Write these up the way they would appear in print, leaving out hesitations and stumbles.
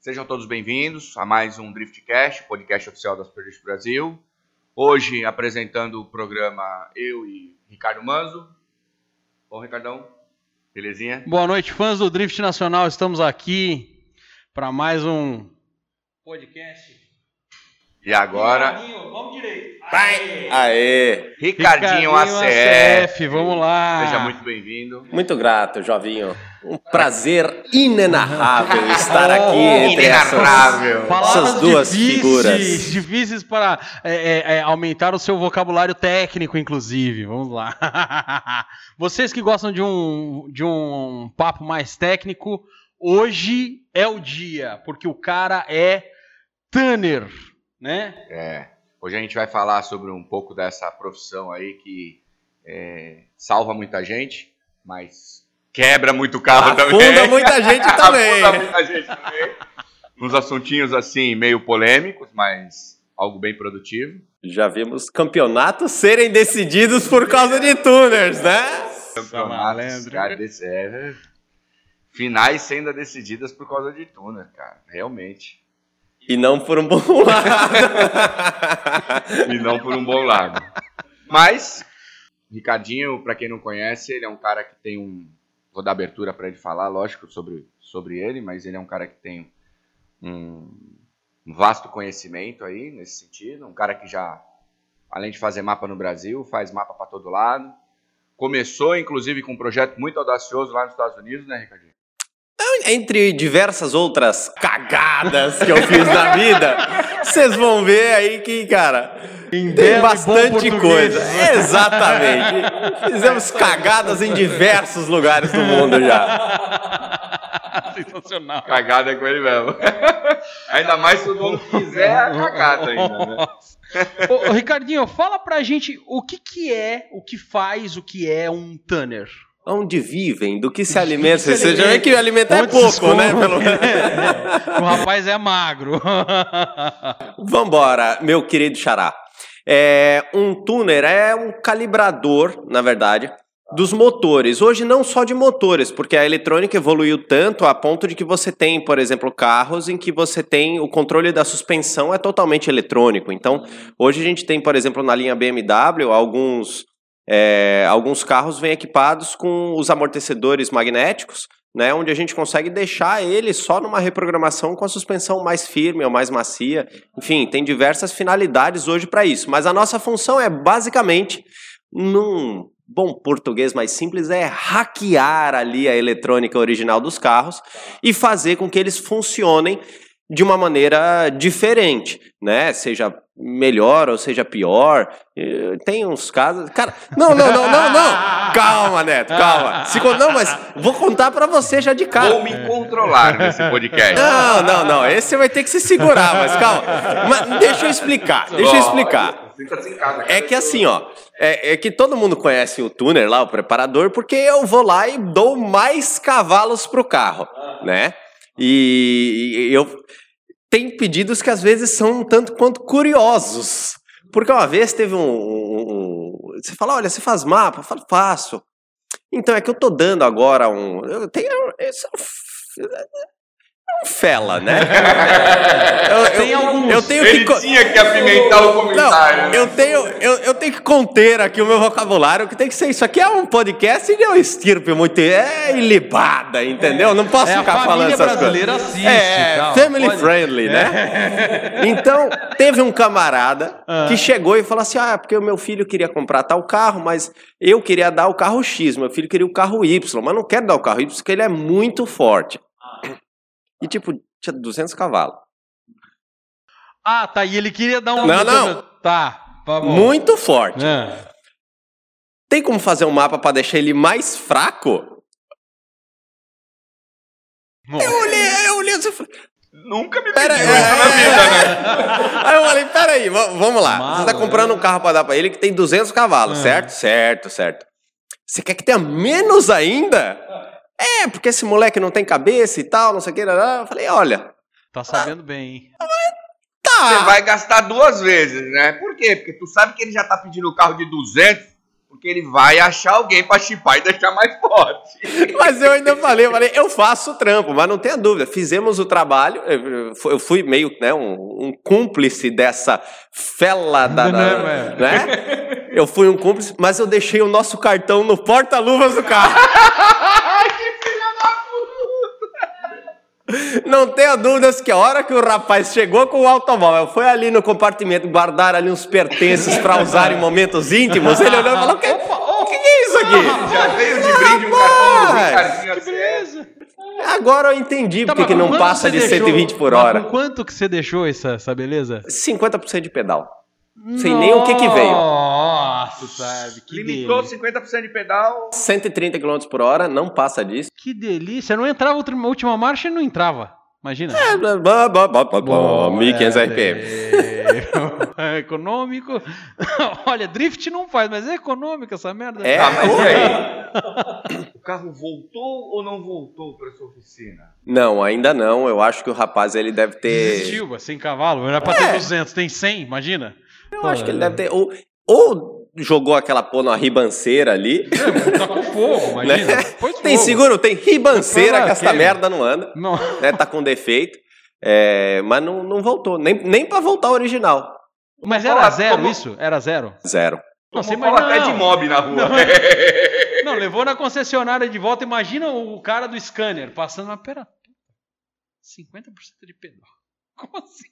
Sejam todos bem-vindos a mais um Driftcast, podcast oficial da Super Brasil. Hoje apresentando o programa eu e Ricardo Manzo. Bom, Ricardão, belezinha? Boa noite, fãs do Drift Nacional. Estamos aqui para mais um podcast. E agora... Ricardinho, vamos direito. Aê! Ricardinho ACF. Vamos lá. Seja muito bem-vindo. Muito grato, Jovinho. Um prazer inenarrável estar aqui entre essas duas figuras. Difíceis para aumentar o seu vocabulário técnico, inclusive. Vamos lá. Vocês que gostam de um papo mais técnico, hoje é o dia, porque o cara é Tanner, né? Hoje a gente vai falar sobre um pouco dessa profissão aí que salva muita gente, mas quebra muito carro também. Afunda muita gente também. Afunda muita gente também. Uns assuntinhos assim meio polêmicos, mas algo bem produtivo. Já vimos campeonatos serem decididos por causa de tuners, né? Campeonatos, cara, finais sendo decididas por causa de tuner, cara, realmente. E não por um bom lado. E não por um bom lado. Mas, Ricardinho, para quem não conhece, ele é um cara que tem vou dar abertura para ele falar, lógico, sobre ele, mas ele é um cara que tem um vasto conhecimento aí, nesse sentido. Um cara que já, além de fazer mapa no Brasil, faz mapa para todo lado. Começou, inclusive, com um projeto muito audacioso lá nos Estados Unidos, né, Ricardinho? Entre diversas outras cagadas que eu fiz na vida, vocês vão ver aí que, cara, tem bastante coisa. Exatamente. Fizemos cagadas em diversos lugares do mundo já. Sensacional. Cagada é com ele mesmo. Ainda mais se o dono quiser a cagada ainda, né? Ô, Ricardinho, fala pra gente o que é um Tanner. Onde vivem, do que se alimenta. Você já vê que alimentar é pouco, né? O rapaz é magro. Vambora, meu querido xará. Um tuner é um calibrador, na verdade, dos motores. Hoje não só de motores, porque a eletrônica evoluiu tanto a ponto de que você tem, por exemplo, carros em que você tem o controle da suspensão é totalmente eletrônico. Então, hoje a gente tem, por exemplo, na linha BMW, alguns carros vêm equipados com os amortecedores magnéticos, né, onde a gente consegue deixar ele só numa reprogramação com a suspensão mais firme ou mais macia. Enfim, tem diversas finalidades hoje para isso. Mas a nossa função é basicamente, num bom português mais simples, é hackear ali a eletrônica original dos carros e fazer com que eles funcionem de uma maneira diferente, né? Seja melhor ou seja pior. Tem uns casos... Cara, não. Calma, Neto, calma. Não, mas vou contar pra você já de cara. Vou me controlar nesse podcast. Não. Esse vai ter que se segurar, mas calma. Mas deixa eu explicar. É que assim, ó. É que todo mundo conhece o tuner lá, o preparador, porque eu vou lá e dou mais cavalos pro carro, né? E eu tenho pedidos que às vezes são um tanto quanto curiosos. Porque uma vez teve você fala, olha, você faz mapa? Eu falo, faço. Então é que eu tô dando agora um fela, né? Ele tinha que apimentar o comentário. Não, eu tenho que conter aqui o meu vocabulário, que tem que ser isso aqui é um podcast e eu estirpe muito, ilibada, entendeu? Não posso ficar falando essas coisas. Assiste, family friendly, né? Então, teve um camarada que chegou e falou assim, porque o meu filho queria comprar tal carro, mas eu queria dar o carro X, meu filho queria o carro Y, mas não quero dar o carro Y porque ele é muito forte. E tipo, tinha 200 cavalos. Tá, e ele queria dar um... Não. Tá bom. Muito forte. Tem como fazer um mapa pra deixar ele mais fraco? Eu olhei assim e falei... Nunca me pediu isso na vida, né? Aí eu falei, peraí, vamos lá. Você tá comprando um carro pra dar pra ele que tem 200 cavalos, certo? Certo. Você quer que tenha menos ainda? Porque esse moleque não tem cabeça e tal, não sei o que. Eu falei, olha... Tá sabendo bem, hein? Você vai gastar 2 vezes, né? Por quê? Porque tu sabe que ele já tá pedindo o carro de 200, Porque ele vai achar alguém pra chipar e deixar mais forte. Mas eu ainda falei, eu faço o trampo, mas não tenha dúvida. Fizemos o trabalho, eu fui meio, né, um cúmplice dessa fela né? Eu fui um cúmplice, mas eu deixei o nosso cartão no porta-luvas do carro. Não tenha dúvidas que a hora que o rapaz chegou com o automóvel, foi ali no compartimento, guardar ali uns pertences para usar em momentos íntimos, ele olhou e falou, o que é isso aqui? Já veio de brinde um cartão do Ricardinho assim. Beleza. Agora eu entendi porque que não passa de 120 por hora. Com quanto que você deixou essa beleza? 50% de pedal. Sem nem o que veio. Nossa, sabe? Que limitou 50% de pedal. 130 km por hora, não passa disso. Que delícia. Não entrava a última marcha e não entrava. Imagina. 1.500 RPM. É econômico. Olha, drift não faz, mas é econômico essa merda. Mas e aí? O carro voltou ou não voltou para sua oficina? Não, ainda não. Eu acho que o rapaz ele deve ter... Desistiu, 100 cavalos. Era pra ter 200, tem 100, imagina. Eu acho que ele deve ter... Ou jogou aquela na ribanceira ali. Tá com fogo, imagina. Né? Tem seguro, tem ribanceira que essa merda não anda. Não. Né? Tá com defeito. Mas não voltou. Nem pra voltar ao original. Mas era zero isso? Era zero? Zero. Não, você fala até de mob na rua. Não, levou na concessionária de volta. Imagina o cara do scanner passando, mas pera, 50% de pedal. Como assim?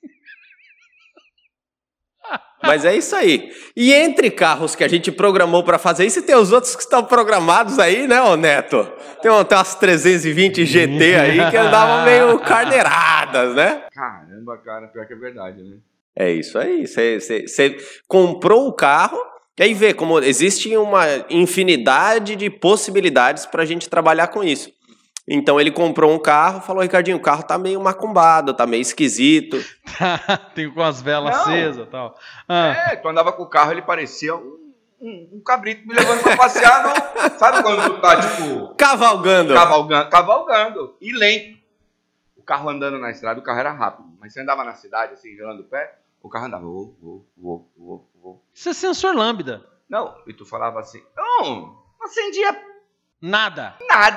Mas é isso aí. E entre carros que a gente programou para fazer isso, tem os outros que estão programados aí, né, ô Neto? Tem umas 320 GT aí que andavam meio carneiradas, né? Caramba, cara, pior que é verdade, né? É isso aí. Você comprou o carro, e aí vê como existe uma infinidade de possibilidades para a gente trabalhar com isso. Então ele comprou um carro, falou, Ricardinho, o carro tá meio macumbado, tá meio esquisito. Tem com as velas acesas e tal. Tu andava com o carro, ele parecia um cabrito me levando pra passear, não. Sabe quando tu tá, tipo... Cavalgando. E lento. O carro andando na estrada, o carro era rápido. Mas você andava na cidade, assim, gelando o pé, o carro andava... Isso é sensor lambda. Não, e tu falava assim... Não acendia... Nada.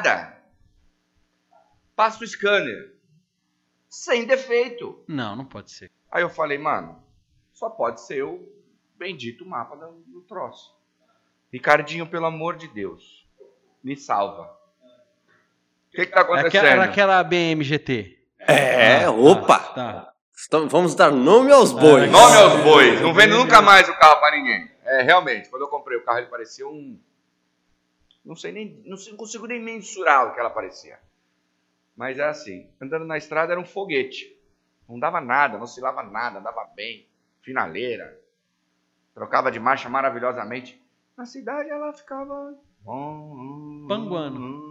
Passa o scanner. Sem defeito. Não pode ser. Aí eu falei, mano, só pode ser o bendito mapa do troço. Ricardinho, pelo amor de Deus, me salva. O que tá acontecendo? Era aquela BMGT. Opa! Tá. Então, vamos dar nome aos bois. Nome aos bois. Não vendo nunca mais o carro pra ninguém. Realmente, quando eu comprei o carro, ele parecia um... Não consigo nem mensurar o que ela parecia. Mas é assim, andando na estrada era um foguete. Não dava nada, não oscilava nada, andava bem, finaleira. Trocava de marcha maravilhosamente. Na cidade ela ficava... Panguando.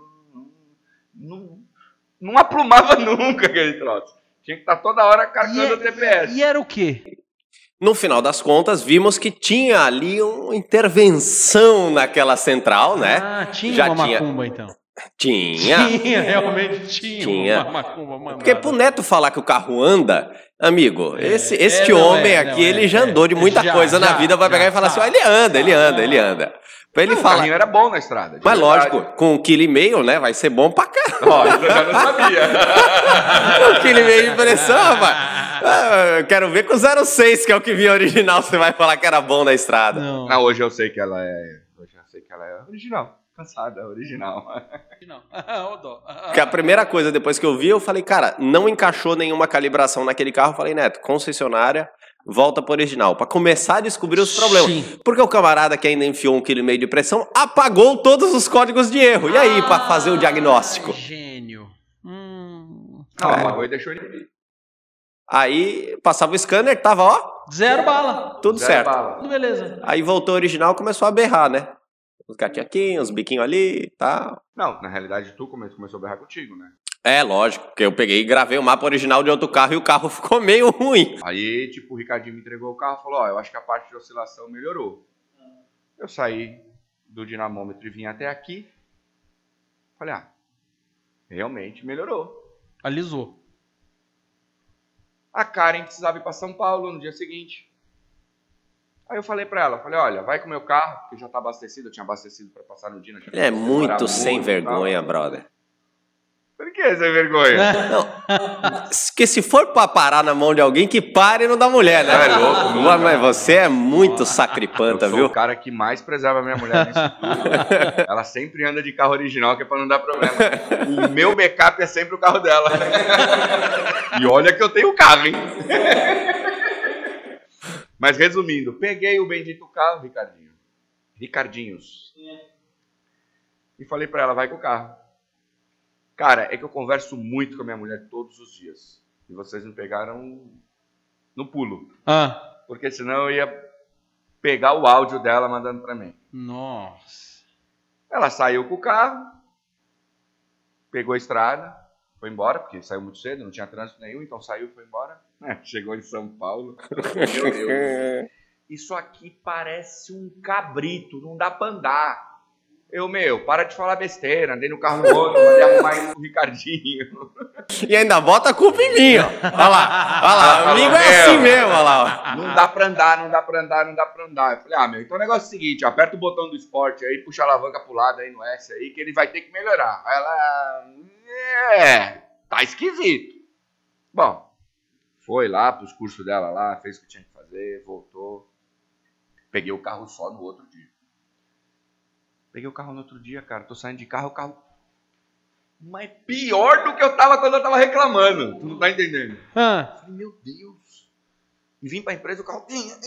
Não aprumava nunca aquele troço. Tinha que estar toda hora carregando o TPS. E era o quê? No final das contas, vimos que tinha ali uma intervenção naquela central, né? Tinha uma macumba, então. Tinha, realmente tinha. Uma macumba mandada. Porque pro Neto falar que o carro anda, amigo, este homem aqui, ele já andou de muita coisa na vida, vai pegar e falar assim, ele anda. Pra ele falar... O carrinho era bom na estrada. Mas lógico, com 1,5 kg, né, vai ser bom pra caramba. Eu já não sabia. 1,5 kg de pressão, rapaz. Eu quero ver com 0,6, que é o que vinha original, você vai falar que era bom na estrada. Não, hoje eu sei que ela é... original. Cansada, original. Porque a primeira coisa, depois que eu vi, eu falei, cara, não encaixou nenhuma calibração naquele carro. Eu falei, Neto, concessionária, volta pro original. Pra começar a descobrir os problemas. Sim. Porque o camarada que ainda enfiou 1,5 kg de pressão apagou todos os códigos de erro. E aí, pra fazer o diagnóstico? Gênio. Não, apagou e deixou ele vir. Aí, passava o scanner, tava, ó... Zero bala. Tudo certo. Tudo beleza. Aí voltou o original, começou a berrar, né? Os gatinhos aqui, os biquinhos ali e tal. Não, na realidade tu começou a berrar contigo, né? É, lógico, porque eu peguei e gravei o mapa original de outro carro e o carro ficou meio ruim. Aí, tipo, o Ricardinho me entregou o carro e falou, eu acho que a parte de oscilação melhorou. Eu saí do dinamômetro e vim até aqui. Falei, realmente melhorou. Alisou. A Karen precisava ir pra São Paulo no dia seguinte. Aí eu falei pra ela, olha, vai com o meu carro, porque já tá abastecido, eu tinha abastecido pra passar no dia. Ele é muito sem vergonha, brother. Por que sem vergonha? Não, porque se for pra parar na mão de alguém, que pare no da mulher, né? É louco, mas você é muito sacripanta, eu sou viu? o cara que mais preserva a minha mulher nisso tudo. Ela sempre anda de carro original, que é pra não dar problema. O meu backup é sempre o carro dela. E olha que eu tenho carro, hein? Mas resumindo, peguei o bendito carro, Ricardinhos. E falei pra ela, vai com o carro. Cara, é que eu converso muito com a minha mulher todos os dias. E vocês me pegaram no pulo. Porque senão eu ia pegar o áudio dela mandando pra mim. Nossa. Ela saiu com o carro, pegou a estrada, foi embora, porque saiu muito cedo, não tinha trânsito nenhum, então saiu e foi embora. Chegou em São Paulo. Meu Deus. Isso aqui parece um cabrito, não dá pra andar. Para de falar besteira, andei no carro no outro, mandei arrumar isso com o Ricardinho. E ainda bota a culpa em mim, ó. Olha lá, amigo é assim mesmo, olha lá. Não dá pra andar. Eu falei, então o negócio é o seguinte, aperta o botão do esporte aí, puxa a alavanca pro lado aí no S aí, que ele vai ter que melhorar. Aí ela, tá esquisito. Bom, foi lá pros cursos dela lá, fez o que tinha que fazer, voltou. Peguei o carro só no outro dia. Cara, tô saindo de carro, o carro... Mas pior do que eu tava quando eu tava reclamando. Tu não tá entendendo? Eu falei, meu Deus. E vim pra empresa, o carro...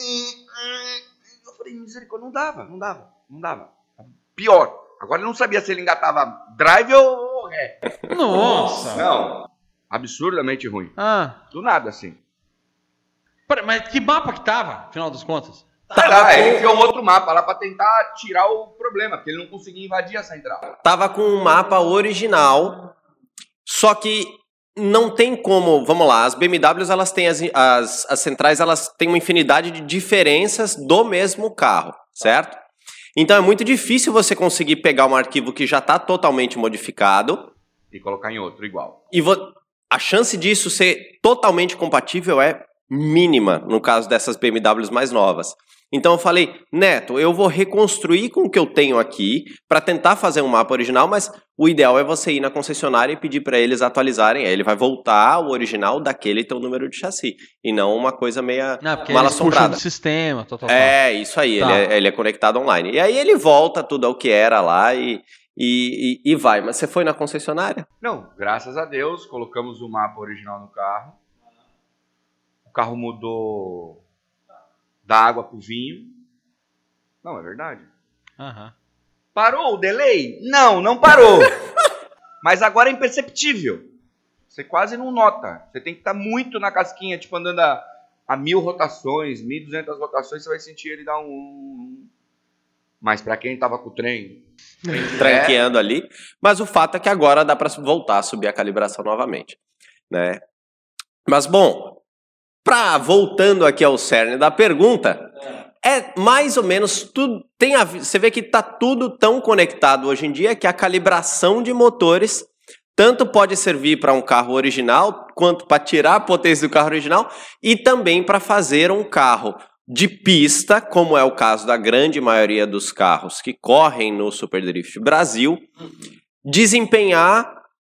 Eu falei, misericórdia, não dava. Pior. Agora eu não sabia se ele engatava drive ou ré. Nossa. Não. Absurdamente ruim. Do nada, assim. Mas que mapa que tava, afinal das contas? Ele criou um outro mapa lá pra tentar tirar o problema, porque ele não conseguia invadir a central. Tava com um mapa original, só que não tem como, vamos lá, as BMWs, elas têm as centrais, elas têm uma infinidade de diferenças do mesmo carro, certo? Então é muito difícil você conseguir pegar um arquivo que já está totalmente modificado e colocar em outro igual. E a chance disso ser totalmente compatível é mínima no caso dessas BMWs mais novas. Então eu falei, Neto, eu vou reconstruir com o que eu tenho aqui para tentar fazer um mapa original, mas o ideal é você ir na concessionária e pedir para eles atualizarem. Aí ele vai voltar o original daquele teu número de chassi e não uma coisa meia mal assombrada. Do sistema, total. É, isso aí, tá. Ele é conectado online. E aí ele volta tudo ao que era lá e vai. Mas você foi na concessionária? Não, graças a Deus, colocamos o mapa original no carro. O carro mudou da água pro vinho. Não, é verdade. Uhum. Parou o delay? Não parou. Mas agora é imperceptível. Você quase não nota. Você tem que estar muito na casquinha, tipo andando a 1.000 rotações, 1.200 rotações, você vai sentir ele dar um... Mas pra quem tava com o trem... tranqueando ali. Mas o fato é que agora dá pra voltar a subir a calibração novamente, né? Mas, bom... Voltando aqui ao cerne da pergunta, é mais ou menos tudo. Você vê que está tudo tão conectado hoje em dia que a calibração de motores tanto pode servir para um carro original, quanto para tirar a potência do carro original e também para fazer um carro de pista, como é o caso da grande maioria dos carros que correm no Super Drift Brasil, desempenhar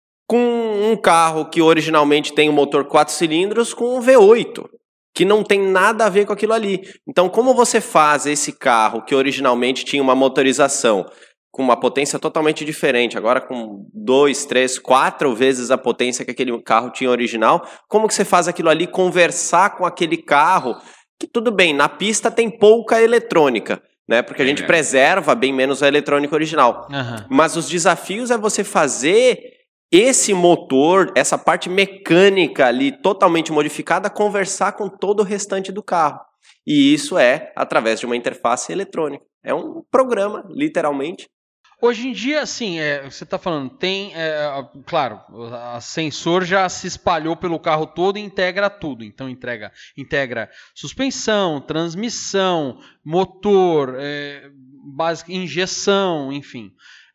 com um carro que originalmente tem um motor 4 cilindros com um V8, que não tem nada a ver com aquilo ali. Então, como você faz esse carro que originalmente tinha uma motorização com uma potência totalmente diferente, agora com 2, 3, 4 vezes a potência que aquele carro tinha original, como que você faz aquilo ali conversar com aquele carro, que tudo bem, na pista tem pouca eletrônica, né? Porque a gente preserva bem menos a eletrônica original. Uhum. Mas os desafios é você fazer esse motor, essa parte mecânica ali totalmente modificada, conversar com todo o restante do carro. E isso é através de uma interface eletrônica. É um programa, literalmente. Hoje em dia, assim, você está falando, tem, claro, a sensor já se espalhou pelo carro todo e integra tudo. Então, integra suspensão, transmissão, motor, básica, injeção, enfim.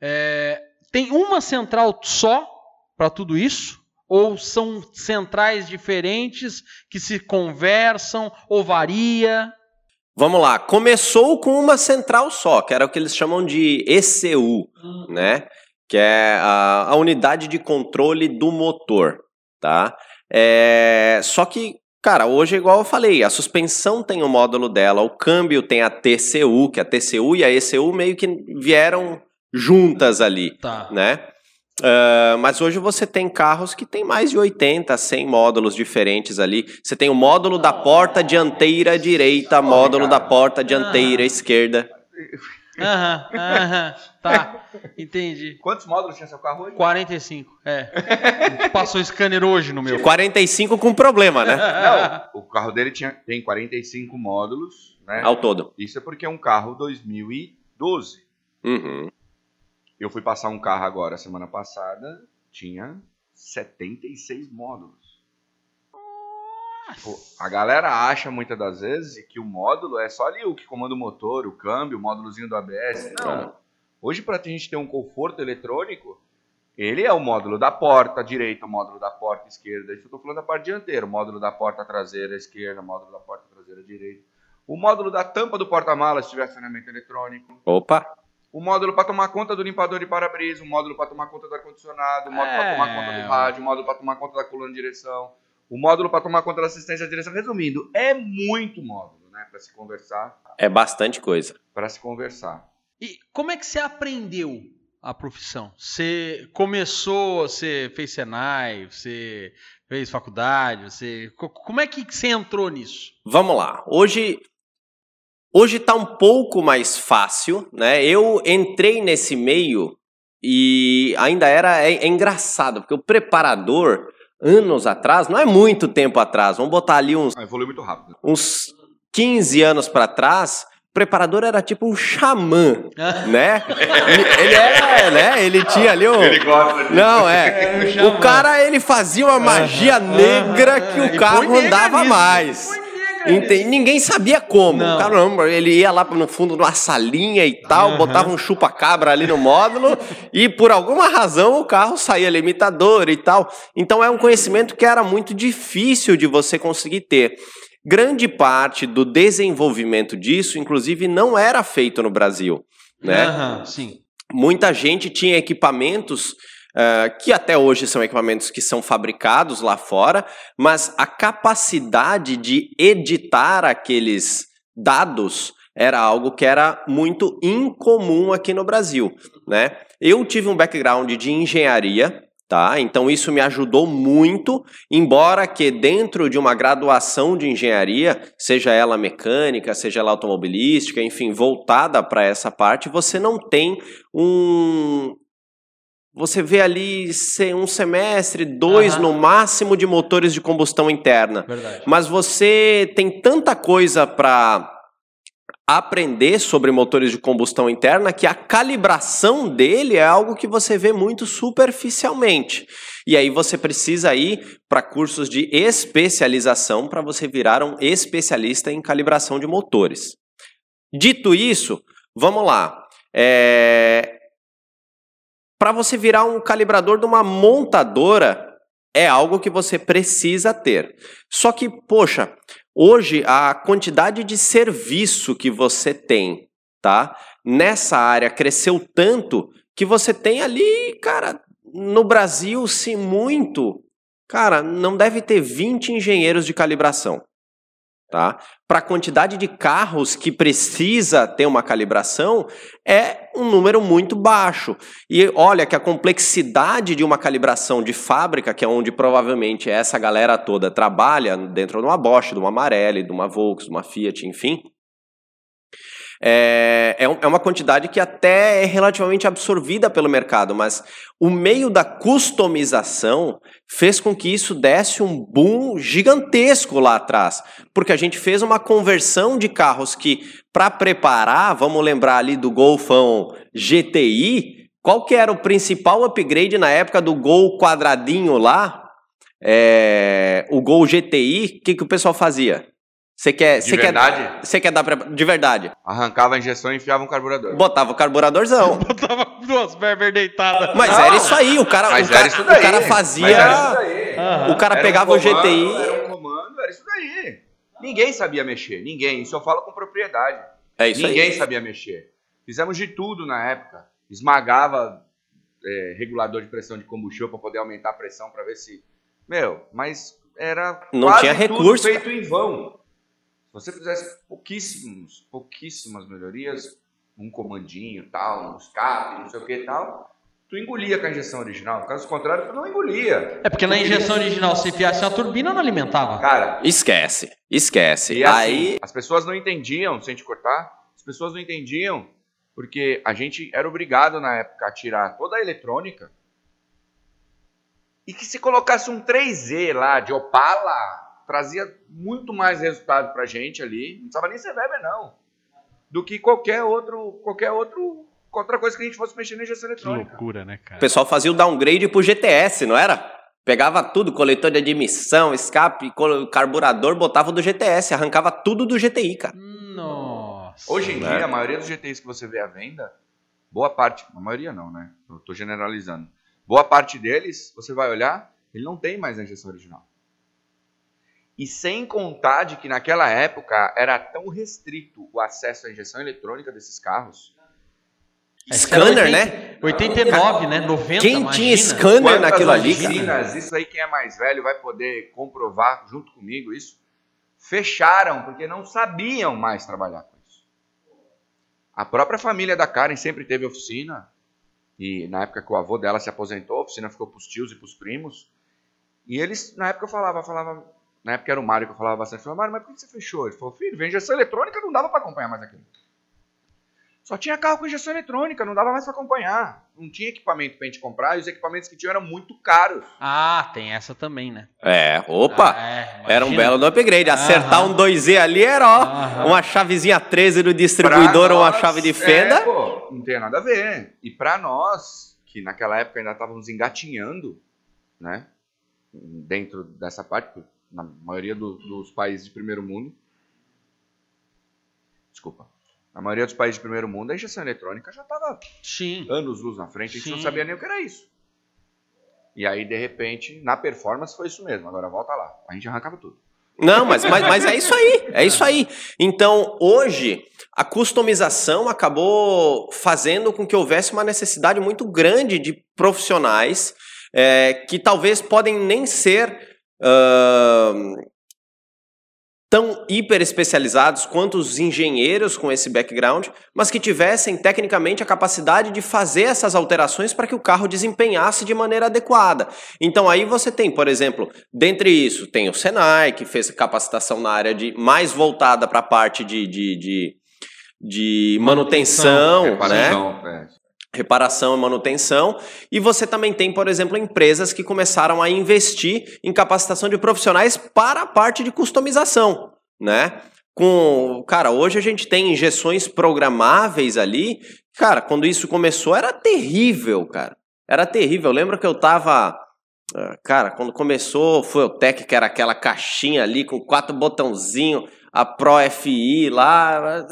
Tem uma central só para tudo isso? Ou são centrais diferentes que se conversam ou varia? Vamos lá, começou com uma central só, que era o que eles chamam de ECU, né? Que é a unidade de controle do motor, tá? Só que, cara, hoje, igual eu falei, a suspensão tem o módulo dela, o câmbio tem a TCU, que a TCU e a ECU meio que vieram juntas ali, né? Mas hoje você tem carros que tem mais de 80, 100 módulos diferentes ali. Você tem o módulo da porta dianteira direita, módulo da porta dianteira esquerda. Tá, entendi. Quantos módulos tinha seu carro hoje? 45, Passou scanner hoje no meu. 45 com problema, né? Não, o carro dele tem 45 módulos, né? Ao todo. Isso é porque é um carro 2012. Uhum. Eu fui passar um carro agora, semana passada, tinha 76 módulos. Pô, a galera acha muitas das vezes que o módulo é só ali o que comanda o motor, o câmbio, o módulozinho do ABS. Não. Hoje, para a gente ter um conforto eletrônico, ele é o módulo da porta direita, o módulo da porta esquerda. Isso eu estou falando da parte dianteira. O módulo da porta traseira esquerda, o módulo da porta traseira direita. O módulo da tampa do porta-malas, se tiver acionamento eletrônico. Opa! O módulo para tomar conta do limpador de para-brisa, o módulo para tomar conta do ar-condicionado, o módulo para tomar conta do rádio, o módulo para tomar conta da coluna de direção, o módulo para tomar conta da assistência de direção. Resumindo, é muito módulo, né, para se conversar. É bastante coisa. Para se conversar. E como é que você aprendeu a profissão? Você começou, você fez Senai, você fez faculdade, como é que você entrou nisso? Vamos lá. Hoje tá um pouco mais fácil, né? Eu entrei nesse meio e ainda é engraçado, porque o preparador, anos atrás, não é muito tempo atrás, vamos botar ali evoluiu muito rápido. Uns 15 anos para trás, o preparador era tipo um xamã, né? Ele era, né? Ele tinha ali um... Ele gosta disso. Não, o cara, ele fazia uma magia negra que o carro andava mais. Ninguém sabia como. Caramba, ele ia lá no fundo de uma salinha e tal, botava um chupa-cabra ali no módulo e por alguma razão o carro saía limitador e tal. Então é um conhecimento que era muito difícil de você conseguir ter. Grande parte do desenvolvimento disso, inclusive, não era feito no Brasil, né? Sim. Muita gente tinha equipamentos que até hoje são equipamentos que são fabricados lá fora, mas a capacidade de editar aqueles dados era algo que era muito incomum aqui no Brasil, né? Eu tive um background de engenharia, tá? Então isso me ajudou muito, embora que dentro de uma graduação de engenharia, seja ela mecânica, seja ela automobilística, enfim, voltada para essa parte, você não tem Você vê ali um semestre, 2 no máximo de motores de combustão interna. Verdade. Mas você tem tanta coisa para aprender sobre motores de combustão interna que a calibração dele é algo que você vê muito superficialmente. E aí você precisa ir para cursos de especialização para você virar um especialista em calibração de motores. Dito isso, vamos lá. Para você virar um calibrador de uma montadora, é algo que você precisa ter. Só que, poxa, hoje a quantidade de serviço que você tem, tá? Nessa área cresceu tanto que você tem ali, cara, no Brasil, se muito, cara, não deve ter 20 engenheiros de calibração. Tá? Para a quantidade de carros que precisa ter uma calibração, é um número muito baixo. E olha que a complexidade de uma calibração de fábrica, que é onde provavelmente essa galera toda trabalha, dentro de uma Bosch, de uma Marelli, de uma Volks, de uma Fiat, enfim, é uma quantidade que até é relativamente absorvida pelo mercado, mas o meio da customização fez com que isso desse um boom gigantesco lá atrás, porque a gente fez uma conversão de carros que, para preparar, vamos lembrar ali do Golfão GTI, qual que era o principal upgrade na época do Gol quadradinho lá? O Gol GTI, o que o pessoal fazia? Você quer dar de verdade? Arrancava a injeção e enfiava um carburador. Botava o carburadorzão. Botava 2 Berber deitadas. Mas era isso aí, o cara fazia. O cara pegava o GTI. Era um comando, era isso daí. Ninguém sabia mexer, ninguém. Isso eu falo com propriedade. É isso ninguém aí. sabia mexer. Fizemos de tudo na época. Esmagava regulador de pressão de combustível para poder aumentar a pressão para ver se... mas era não quase tinha recurso, tudo feito em vão. Se você fizesse pouquíssimas melhorias, um comandinho, tal, um escape, não sei o que e tal, tu engolia com a injeção original. Caso contrário, tu não engolia. É porque na injeção original, se enfiasse uma turbina, não alimentava. Cara... Esquece. E assim, as pessoas não entendiam, sem te cortar, as pessoas não entendiam porque a gente era obrigado na época a tirar toda a eletrônica e que se colocasse um 3Z lá de Opala, trazia muito mais resultado pra gente ali, não precisava nem ser Weber não, do que qualquer outra coisa que a gente fosse mexer na injeção Que eletrônica. loucura, né, cara? O pessoal fazia o downgrade pro GTS, não era? Pegava tudo, coletor de admissão, escape, carburador, botava do GTS, arrancava tudo do GTI, cara. Nossa. Hoje em dia, a maioria dos GTIs que você vê à venda, boa parte, a maioria não, né? Eu tô generalizando. Boa parte deles, você vai olhar, ele não tem mais a injeção original. E sem contar de que naquela época era tão restrito o acesso à injeção eletrônica desses carros. Scanner, né? 89, né? 90, Quem imagina. tinha scanner naquilo ali, oficinas, isso aí quem é mais velho vai poder comprovar junto comigo isso, fecharam porque não sabiam mais trabalhar com isso. A própria família da Karen sempre teve oficina, e na época que o avô dela se aposentou, a oficina ficou para os tios e para os primos, e eles, na época eu falava, na época era o Mário que eu falava bastante, Mário, mas por que você fechou? Ele falou, filho, vem injeção eletrônica, não dava para acompanhar mais aquilo. Só tinha carro com injeção eletrônica, não dava mais para acompanhar. Não tinha equipamento pra gente comprar, e os equipamentos que tinham eram muito caros. Ah, tem essa também, né? Opa! Era um belo do upgrade. Acertar um 2Z ali era, uma chavezinha 13 do distribuidor ou uma chave de fenda. Não tem nada a ver. E pra nós, que naquela época ainda estávamos engatinhando, né? Dentro dessa parte, na maioria dos países de primeiro mundo. Desculpa. Na maioria dos países de primeiro mundo, a injeção eletrônica já estava anos-luz na frente, a gente não sabia nem o que era isso. E aí, de repente, na performance foi isso mesmo. Agora volta lá, a gente arrancava tudo. Não, mas é isso aí, é isso aí. Então, hoje, a customização acabou fazendo com que houvesse uma necessidade muito grande de profissionais que talvez podem nem ser... tão hiper especializados quanto os engenheiros com esse background, mas que tivessem tecnicamente a capacidade de fazer essas alterações para que o carro desempenhasse de maneira adequada. Então aí você tem, por exemplo, dentre isso, tem o Senai, que fez capacitação na área mais voltada para a parte de manutenção, né? Reparação e manutenção, e você também tem, por exemplo, empresas que começaram a investir em capacitação de profissionais para a parte de customização, né? Cara, hoje a gente tem injeções programáveis ali, cara, quando isso começou era terrível, cara, era terrível. Eu lembro que eu tava, cara, quando começou foi o Tech, que era aquela caixinha ali com 4 botãozinhos, a Pro FI lá,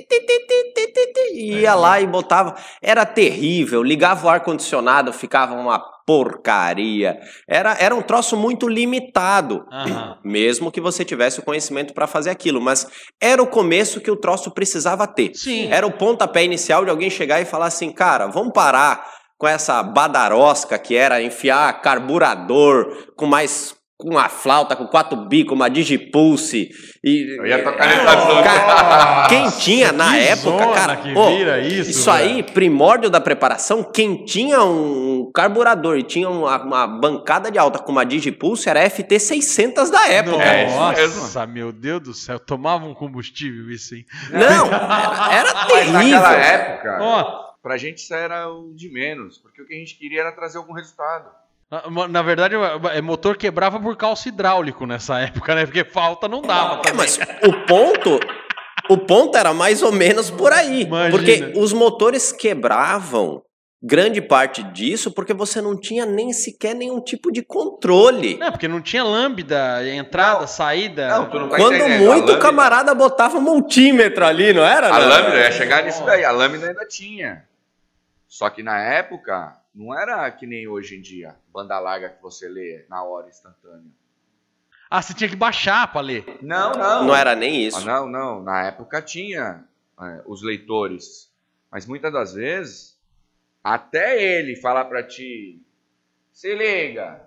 ia lá e botava, era terrível, ligava o ar-condicionado, ficava uma porcaria, era um troço muito limitado, mesmo que você tivesse o conhecimento para fazer aquilo, mas era o começo que o troço precisava ter. Sim. Era o pontapé inicial de alguém chegar e falar assim, cara, vamos parar com essa badarosca que era enfiar carburador com uma flauta, com 4 bicos, uma Digipulse. Eu ia tocar nessa cara, quem tinha na época, cara, isso aí, primórdio da preparação, quem tinha um carburador e tinha uma bancada de alta com uma Digipulse era FT600 da época. Nossa, meu Deus do céu, tomava um combustível isso, hein? Não, era terrível. Mas naquela época, pra gente isso era o de menos, porque o que a gente queria era trazer algum resultado. Na verdade, motor quebrava por calço hidráulico nessa época, né? Porque falta não dava. Mas o ponto era mais ou menos por aí. Imagina. Porque os motores quebravam, grande parte disso, porque você não tinha nem sequer nenhum tipo de controle. Não, porque não tinha lâmpada, entrada, saída. Não, tu não tá quando entendendo. muito, o camarada botava um multímetro ali, não era? A lâmina, ia chegar nisso daí, a lâmina ainda tinha. Só que na época... Não era que nem hoje em dia, banda larga que você lê na hora instantânea. Ah, você tinha que baixar pra ler. Não. Não era nem isso. Não. Na época tinha os leitores. Mas muitas das vezes, até ele falar pra ti, se liga,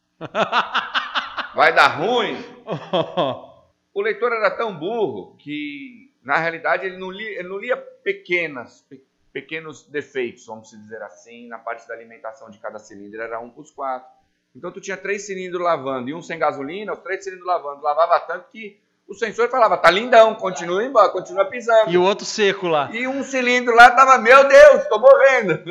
vai dar ruim. O leitor era tão burro que, na realidade, ele não lia pequenos defeitos, vamos dizer assim, na parte da alimentação de cada cilindro, era 1/4. Então, tu tinha 3 cilindros lavando e um sem gasolina, os 3 cilindros lavando. Lavava tanto que o sensor falava, tá lindão, continua embora, continua pisando. E o outro seco lá. E um cilindro lá tava, meu Deus, tô morrendo.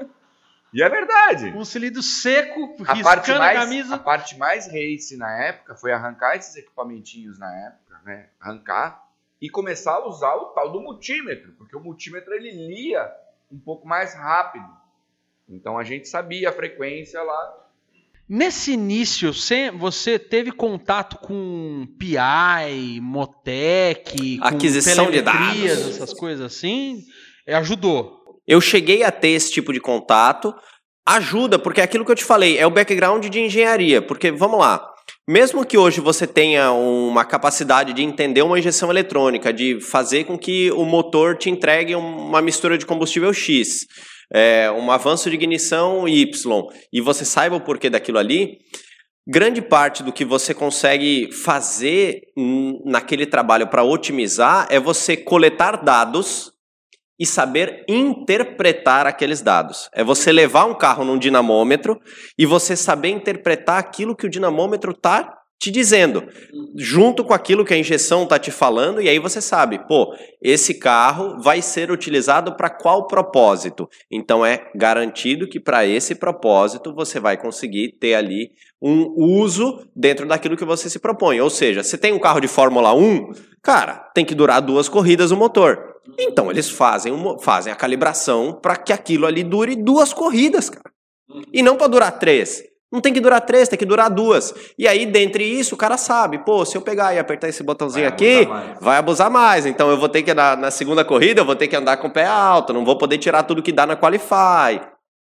E é verdade. Um cilindro seco, riscando a camisa. A parte mais race na época foi arrancar esses equipamentinhos na época, né? Arrancar e começar a usar o tal do multímetro, porque o multímetro ele lia um pouco mais rápido. Então a gente sabia a frequência lá. Nesse início, você teve contato com PI, Motec, com aquisição de dados, essas coisas assim? Ajudou? Eu cheguei a ter esse tipo de contato. Ajuda, porque é aquilo que eu te falei, é o background de engenharia. Porque, vamos lá, mesmo que hoje você tenha uma capacidade de entender uma injeção eletrônica, de fazer com que o motor te entregue uma mistura de combustível X, um avanço de ignição Y, e você saiba o porquê daquilo ali, grande parte do que você consegue fazer naquele trabalho para otimizar é você coletar dados e saber interpretar aqueles dados. É você levar um carro num dinamômetro e você saber interpretar aquilo que o dinamômetro está te dizendo, junto com aquilo que a injeção está te falando, e aí você sabe, pô, esse carro vai ser utilizado para qual propósito? Então é garantido que para esse propósito você vai conseguir ter ali um uso dentro daquilo que você se propõe. Ou seja, você tem um carro de Fórmula 1, cara, tem que durar 2 corridas o motor. Então eles fazem a calibração para que aquilo ali dure 2 corridas, cara. E não para durar 3. Não tem que durar 3, tem que durar 2. E aí, dentre isso, o cara sabe, pô, se eu pegar e apertar esse botãozinho aqui, vai abusar mais. Então eu vou ter que, na segunda corrida, eu vou ter que andar com o pé alto, não vou poder tirar tudo que dá na Qualify.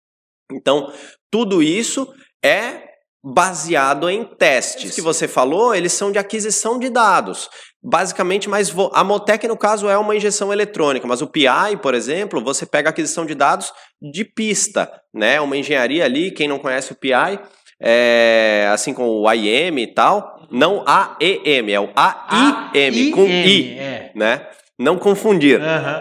Então, tudo isso é baseado em testes. Os que você falou, eles são de aquisição de dados. Basicamente, mas a Motec, no caso, é uma injeção eletrônica, mas o PI, por exemplo, você pega a aquisição de dados de pista, né? Uma engenharia ali, quem não conhece o PI, assim como o AIM e tal, não AEM, é o AIM, com I, né? Não confundir.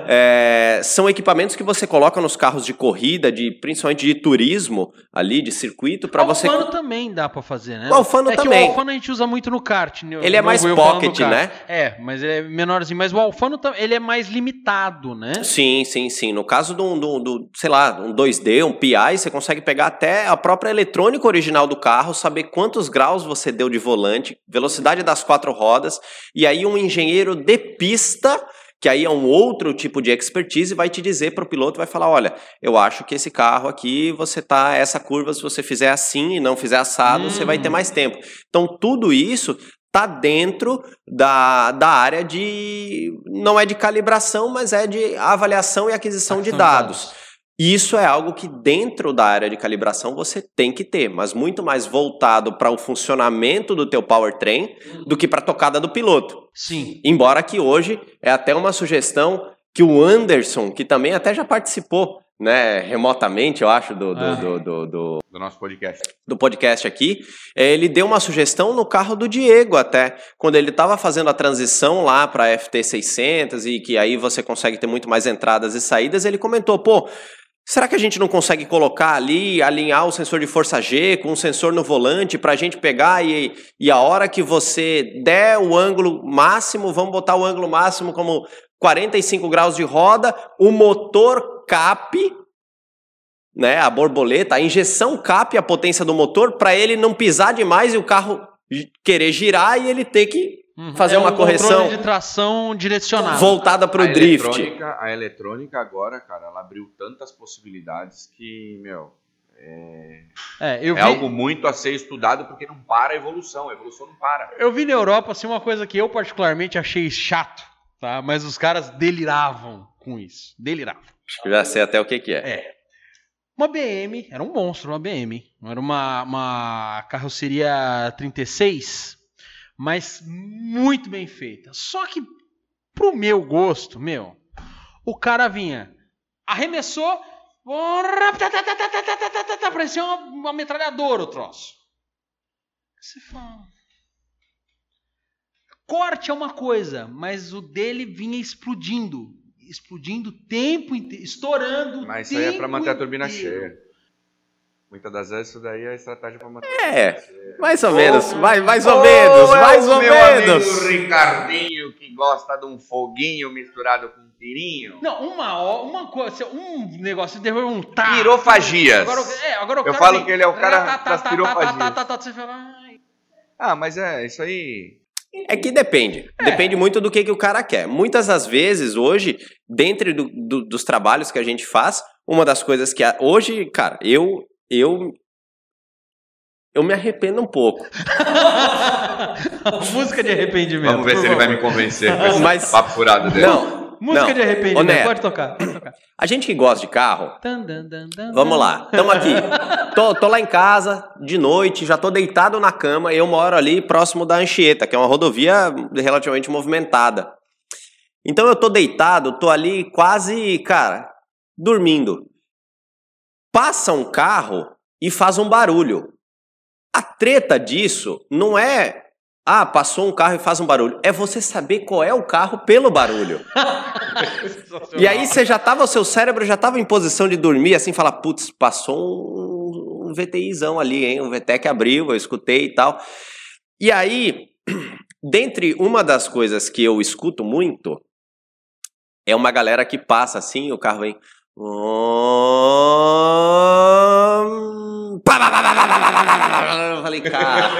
São equipamentos que você coloca nos carros de corrida, principalmente de turismo, ali, de circuito, para você... O Alfano também dá para fazer, né? O Alfano também. Que o Alfano a gente usa muito no kart. Ele é mais pocket, né? Mas ele é menorzinho. Mas o Alfano, ele é mais limitado, né? Sim. No caso sei lá, um 2D, um PI, você consegue pegar até a própria eletrônica original do carro, saber quantos graus você deu de volante, velocidade das 4 rodas, e aí um engenheiro de pista... que aí é um outro tipo de expertise, vai te dizer para o piloto, vai falar, olha, eu acho que esse carro aqui, essa curva, se você fizer assim e não fizer assado, você vai ter mais tempo. Então, tudo isso está dentro da área não é de calibração, mas é de avaliação e aquisição de dados. Isso é algo que dentro da área de calibração você tem que ter, mas muito mais voltado para o funcionamento do teu powertrain do que para a tocada do piloto. Sim. Embora que hoje é até uma sugestão que o Anderson, que também até já participou, né, remotamente, eu acho, do nosso podcast. Do podcast aqui, ele deu uma sugestão no carro do Diego até, quando ele estava fazendo a transição lá para a FT600 e que aí você consegue ter muito mais entradas e saídas, ele comentou, pô, será que a gente não consegue colocar ali, alinhar o sensor de força G com um sensor no volante para a gente pegar e a hora que você der o ângulo máximo, vamos botar o ângulo máximo como 45 graus de roda, o motor cape, né, a borboleta, a injeção cape a potência do motor para ele não pisar demais e o carro querer girar e ele ter que fazer uma correção de tração direcionada voltada para o drift. A eletrônica agora, cara, ela abriu tantas possibilidades que, algo muito a ser estudado porque não para a evolução não para. Eu vi na Europa assim, uma coisa que eu particularmente achei chato, tá? Mas os caras deliravam com isso, Acho que já sei até o que é. Uma BM, era um monstro, uma BM, era uma carroceria 36, mas muito bem feita. Só que, pro meu gosto, o cara vinha, arremessou, parecia uma metralhadora o troço. Você fala... Corte é uma coisa, mas o dele vinha explodindo o tempo inteiro, estourando. Mas isso aí é pra manter a turbina cheia. Muitas das vezes isso daí é a estratégia pra manter. Mais ou menos, mais ou menos. Meu amigo Ricardinho que gosta de um foguinho misturado com um tirinho. Não, uma coisa, um negócio de um pirofagias. Agora o eu cara falo vem, que ele é o cara das pirofagias. Você fala, mas isso aí. É que depende. Depende muito do que o cara quer. Muitas das vezes, hoje, dentro dos trabalhos que a gente faz, uma das coisas que... Hoje, cara, eu me arrependo um pouco. Música de arrependimento. Vamos ver se ele vai me convencer com esse papo furado dele. Música de arrependimento. Pode tocar. A gente que gosta de carro, vamos lá, estamos aqui. Tô lá em casa, de noite, já tô deitado na cama, eu moro ali próximo da Anchieta, que é uma rodovia relativamente movimentada. Então eu tô deitado, tô ali quase, cara, dormindo. Passa um carro e faz um barulho. A treta disso não é... passou um carro e faz um barulho. É você saber qual é o carro pelo barulho. E aí o seu cérebro já tava em posição de dormir, assim, falar, putz, passou um VTIzão ali, hein? Um VTEC abriu, eu escutei e tal. E aí, dentre uma das coisas que eu escuto muito, é uma galera que passa assim, o carro vem... Eu falei, cara...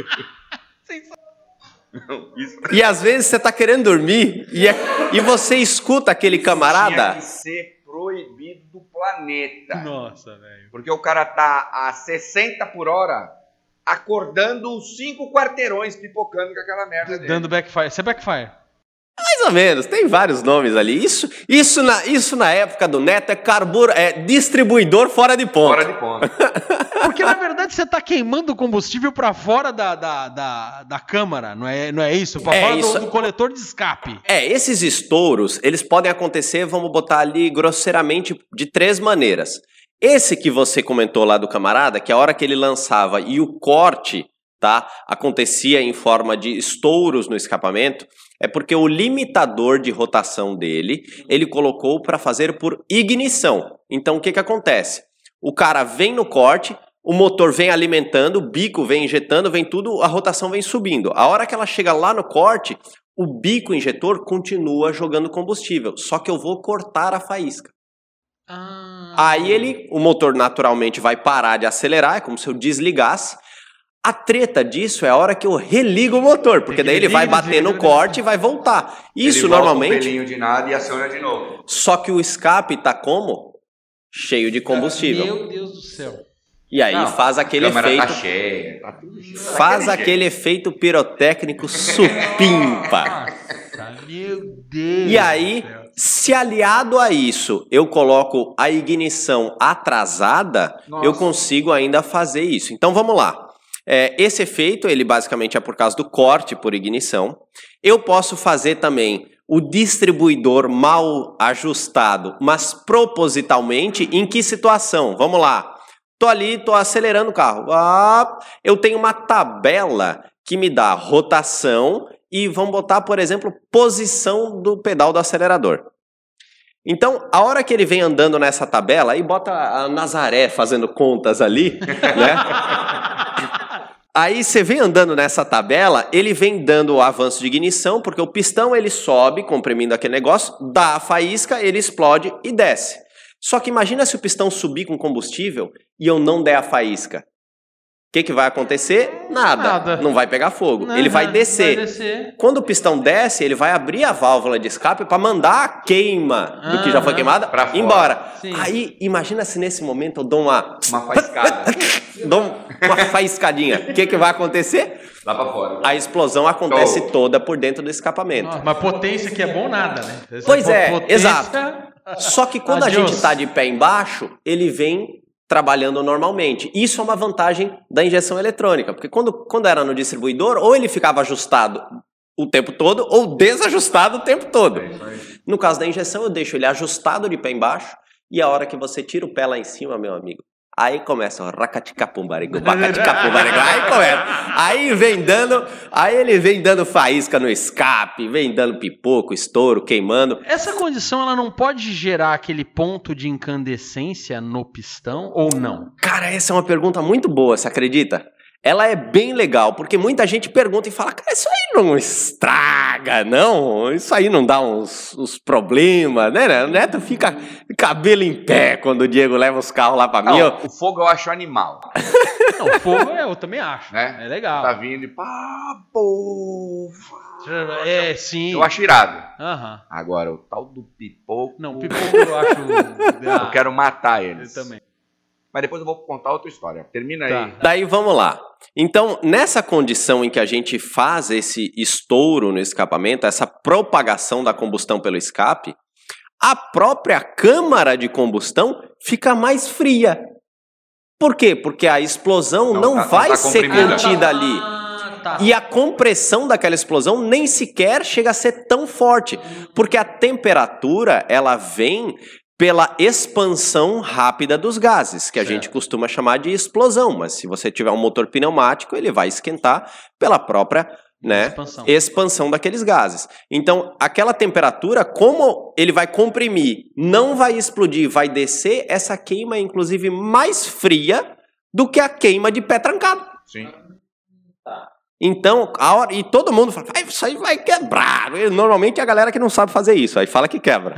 E às vezes você tá querendo dormir e você escuta aquele camarada. Tinha que ser proibido do planeta. Nossa, velho. Porque o cara tá a 60 por hora acordando 5 quarteirões pipocando com aquela merda dele. Dando backfire. Você é backfire? Mais ou menos, tem vários nomes ali. Isso na época do Neto é distribuidor fora de ponto. Fora de ponto. Porque na verdade você tá queimando o combustível para fora da câmara, não é isso? Para fora do coletor de escape. Esses estouros, eles podem acontecer, vamos botar ali grosseiramente, de 3 maneiras. Esse que você comentou lá do camarada, que a hora que ele lançava e o corte, tá, acontecia em forma de estouros no escapamento, é porque o limitador de rotação dele, ele colocou para fazer por ignição. Então o que acontece? O cara vem no corte, o motor vem alimentando, o bico vem injetando, vem tudo, a rotação vem subindo. A hora que ela chega lá no corte, o bico injetor continua jogando combustível, só que eu vou cortar a faísca. Aí o motor naturalmente vai parar de acelerar, é como se eu desligasse. A treta disso é a hora que eu religo o motor, porque daí ele vai bater no corte e vai voltar. Isso ele volta normalmente... um pelinho de nada e aciona de novo. Só que o escape tá como? Cheio de combustível. Meu Deus do céu. E aí faz aquele efeito... Tá cheia, tá tudo cheio. Faz aquele efeito pirotécnico supimpa. Nossa, meu Deus. E aí, se aliado a isso, eu coloco a ignição atrasada, eu consigo ainda fazer isso. Então vamos lá. Esse efeito, ele basicamente é por causa do corte por ignição. Eu posso fazer também o distribuidor mal ajustado, mas propositalmente, em que situação? Vamos lá. Tô acelerando o carro. Eu tenho uma tabela que me dá rotação e vamos botar, por exemplo, posição do pedal do acelerador. Então, a hora que ele vem andando nessa tabela, aí bota a Nazaré fazendo contas ali, né? Aí você vem andando nessa tabela, ele vem dando o avanço de ignição, porque o pistão ele sobe, comprimindo aquele negócio, dá a faísca, ele explode e desce. Só que imagina se o pistão subir com combustível e eu não der a faísca. O que vai acontecer? Nada. Não vai pegar fogo. Ele vai descer. Quando o pistão desce, ele vai abrir a válvula de escape para mandar a queima do que já foi queimada embora. Sim. Aí, imagina se nesse momento eu dou uma faiscada. Dou uma faiscadinha. O que vai acontecer? Lá pra fora. A explosão acontece toda por dentro do escapamento. Nossa, mas potência que é bom nada, né? Pois é, exato. Só que quando a gente tá de pé embaixo, ele vem trabalhando normalmente. Isso é uma vantagem da injeção eletrônica, porque quando era no distribuidor, ou ele ficava ajustado o tempo todo, ou desajustado o tempo todo. No caso da injeção, eu deixo ele ajustado de pé embaixo, e a hora que você tira o pé lá em cima, meu amigo, aí começa o racaticapum-barigu, bacaticapum-barigu, aí começa. Aí ele vem dando faísca no escape, vem dando pipoco, estouro, queimando. Essa condição, ela não pode gerar aquele ponto de incandescência no pistão, ou não? Cara, essa é uma pergunta muito boa, você acredita? Ela é bem legal, porque muita gente pergunta e fala, cara, isso aí não estraga, não? Isso aí não dá uns problemas, né? O Neto fica cabelo em pé quando o Diego leva os carros lá pra mim. O fogo eu acho animal. Não, o fogo eu também acho, né? É legal. Tá vindo e pá, pô... Sim. Eu acho irado. Uhum. Agora, o tal do pipoco... Não, pipoco eu acho... Eu quero matar eles. Eu também. Mas depois eu vou contar outra história. Termina aí. Daí vamos lá. Então, nessa condição em que a gente faz esse estouro no escapamento, essa propagação da combustão pelo escape, a própria câmara de combustão fica mais fria. Por quê? Porque a explosão não vai ser contida ali. E a compressão daquela explosão nem sequer chega a ser tão forte. Porque a temperatura, ela vem pela expansão rápida dos gases, que a gente costuma chamar de explosão, mas se você tiver um motor pneumático, ele vai esquentar pela própria, né, expansão daqueles gases. Então, aquela temperatura, como ele vai comprimir, não vai explodir, vai descer, essa queima é inclusive mais fria do que a queima de pé trancado. Sim. Então, e todo mundo fala, isso aí vai quebrar. Normalmente é a galera que não sabe fazer isso, aí fala que quebra,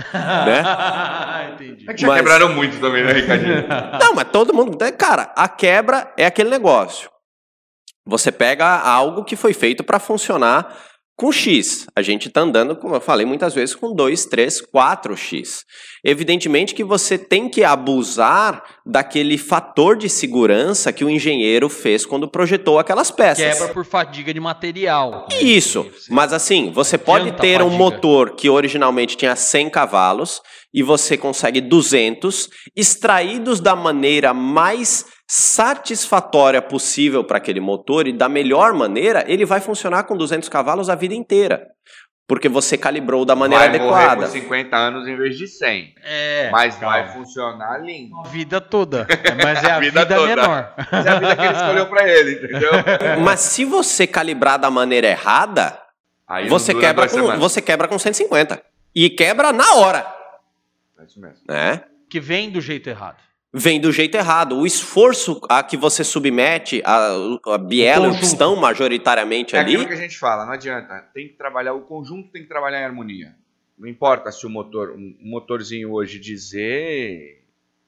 né? Entendi. É que já quebraram muito também, né, Ricardinho? Não, mas todo mundo... Cara, a quebra é aquele negócio. Você pega algo que foi feito para funcionar com X. A gente está andando, como eu falei muitas vezes, com 2, 3, 4X. Evidentemente que você tem que abusar daquele fator de segurança que o engenheiro fez quando projetou aquelas peças. Quebra por fadiga de material. Isso, mas assim, você pode ter um motor que originalmente tinha 100 cavalos e você consegue 200, extraídos da maneira mais satisfatória possível para aquele motor e da melhor maneira, ele vai funcionar com 200 cavalos a vida inteira. Porque você calibrou da maneira adequada. Vai morrer por 50 anos em vez de 100. Mas vai funcionar lindo. A vida toda. Mas é a vida menor. Mas é a vida que ele escolheu para ele, entendeu? Mas se você calibrar da maneira errada, aí você quebra com 150. E quebra na hora. É isso mesmo. Que vem do jeito errado. Vem do jeito errado. O esforço a que você submete a biela e o pistão majoritariamente ali... É aquilo que a gente fala, não adianta. Tem que trabalhar, o conjunto tem que trabalhar em harmonia. Não importa se um motorzinho hoje dizer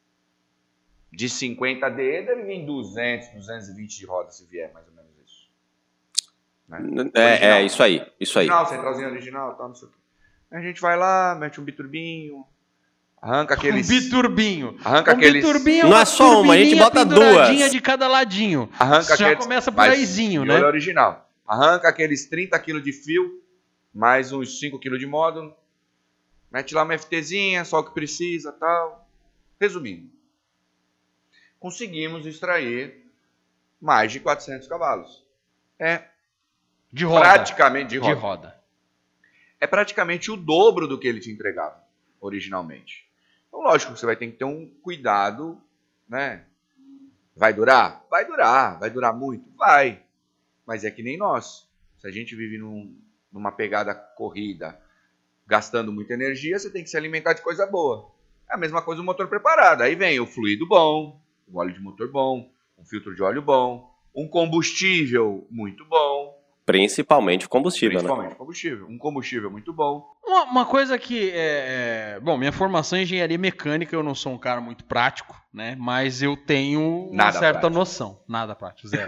de 50D, deve vir 200, 220 de roda, se vier mais ou menos isso. Né? Isso aí. Original, centralzinho original, tal, não sei o quê. A gente vai lá, mete um biturbinho... Arranca aqueles... biturbinho. Arranca aqueles... Biturbinho, não é só uma, a gente bota duas. De cada ladinho. Arranca já começa por aízinho, né? Original. Arranca aqueles 30 kg de fio, mais uns 5 kg de módulo. Mete lá uma FTzinha, só o que precisa, tal. Resumindo. Conseguimos extrair mais de 400 cavalos. De roda. Praticamente de roda. De roda. É praticamente o dobro do que ele te entregava originalmente. Então, lógico que você vai ter que ter um cuidado, né? Vai durar? Vai durar muito? Vai. Mas é que nem nós. Se a gente vive numa pegada corrida, gastando muita energia, você tem que se alimentar de coisa boa. É a mesma coisa o motor preparado. Aí vem o fluido bom, o óleo de motor bom, um filtro de óleo bom, um combustível muito bom. Principalmente combustível, né? Combustível. Um combustível muito bom. Uma coisa que Bom, minha formação em engenharia mecânica, eu não sou um cara muito prático, né? Mas eu tenho uma certa noção. Nada prático, zero.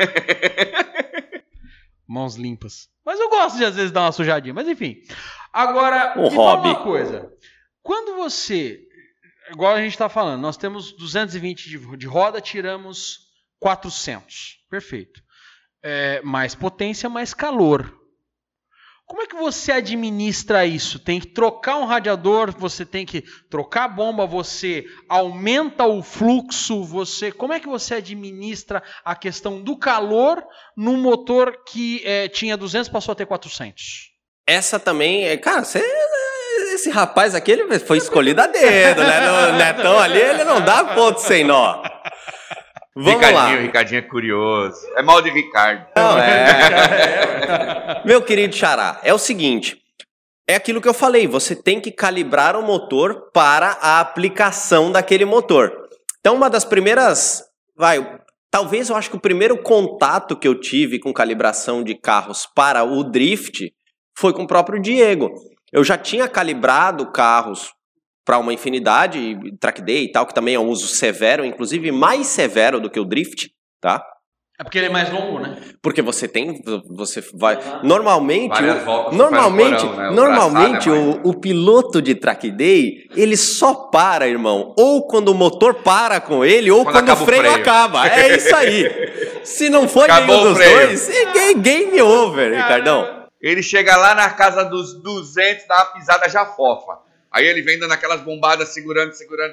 Mãos limpas. Mas eu gosto de, às vezes, dar uma sujadinha. Mas, enfim. Agora, me fala uma coisa. Quando você... Igual a gente tá falando, nós temos 220 de roda, tiramos 400. Perfeito. Mais potência, mais calor. Como é que você administra isso? Tem que trocar um radiador, você tem que trocar a bomba, você aumenta o fluxo, como é que você administra a questão do calor num motor que tinha 200 passou a ter 400? Essa também, cara, esse rapaz aqui, ele foi escolhido a dedo, né? O Netão ali, ele não dá ponto sem nó. Vamos lá. Ricardinho é curioso. É mal de Ricardo. Não, Meu querido Xará, é o seguinte. É aquilo que eu falei. Você tem que calibrar o motor para a aplicação daquele motor. Então, uma das primeiras... Talvez eu acho que o primeiro contato que eu tive com calibração de carros para o drift foi com o próprio Diego. Eu já tinha calibrado carros para uma Infinidade, Track Day e tal, que também é um uso severo, inclusive mais severo do que o drift, tá? É porque ele é mais longo, né? Porque você vai... Normalmente, o piloto de Track Day, ele só para, irmão, ou quando o motor para com ele, ou quando o freio acaba. É isso aí. Se não for nenhum dos dois, é game over, Ricardão. Ele chega lá na casa dos 200, dá uma pisada já fofa. Aí ele vem dando aquelas bombadas, segurando.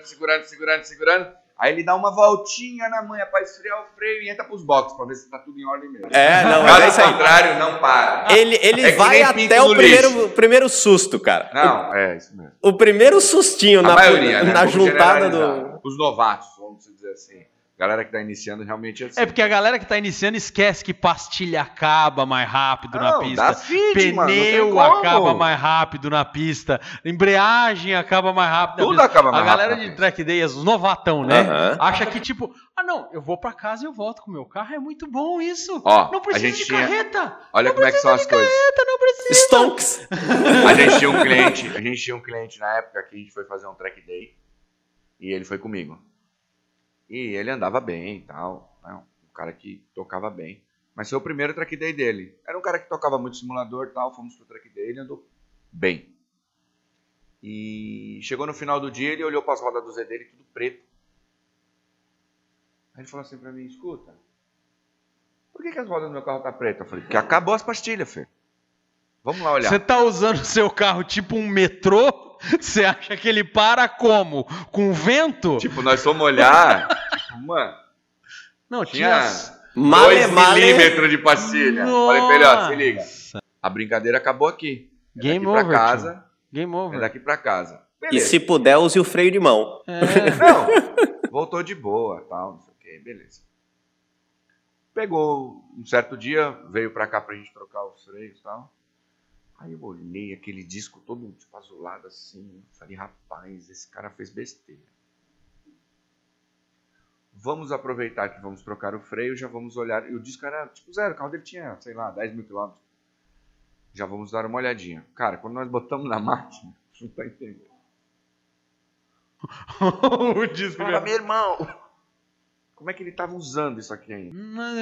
Aí ele dá uma voltinha na manha pra esfriar o freio e entra pros boxes pra ver se tá tudo em ordem mesmo. Caso contrário, não para. Ele vai até o primeiro susto, cara. Não, é isso mesmo. O primeiro sustinho na juntada do... Os novatos, vamos dizer assim. A galera que tá iniciando realmente é assim. É porque a galera que tá iniciando esquece que pastilha acaba mais rápido na pista. Pneu acaba mais rápido na pista. Embreagem acaba mais rápido na pista. Acaba mais rápido. A galera de Track Day, os novatão, né? Acha que tipo, não, eu vou pra casa e eu volto com o meu carro. É muito bom isso. Não precisa de carreta. Olha como é que são as coisas. Não precisa. Stonks. A gente tinha um cliente na época que a gente foi fazer um Track Day. E ele foi comigo. E ele andava bem e tal, né? Um cara que tocava bem. Mas foi o primeiro Track Day dele. Era um cara que tocava muito simulador e tal, fomos pro Track Day, ele andou bem. E chegou no final do dia, ele olhou para as rodas do Z dele, tudo preto. Aí ele falou assim pra mim, escuta, por que as rodas do meu carro tá pretas? Eu falei, porque acabou as pastilhas, filho. Vamos lá olhar. Você tá usando o seu carro tipo um metrô? Você acha que ele para como? Com vento? Tipo, nós fomos olhar, mano, não, tinha 2 milímetros de pastilha. Nossa. Falei pra ele, se liga, a brincadeira acabou aqui. Game over, pra casa. Game over. É daqui pra casa. Beleza. E se puder, use o freio de mão. Não, voltou de boa, tal, não sei o que, beleza. Pegou um certo dia, veio pra cá pra gente trocar os freios e tal. Aí eu olhei aquele disco todo tipo, azulado assim, falei, rapaz, esse cara fez besteira. Vamos aproveitar que vamos trocar o freio, já vamos olhar. E o disco era tipo zero, o carro dele tinha, sei lá, 10 mil quilômetros. Já vamos dar uma olhadinha. Cara, quando nós botamos na máquina, não tá entendendo. O disco fala, meu irmão, como é que ele tava usando isso aqui ainda?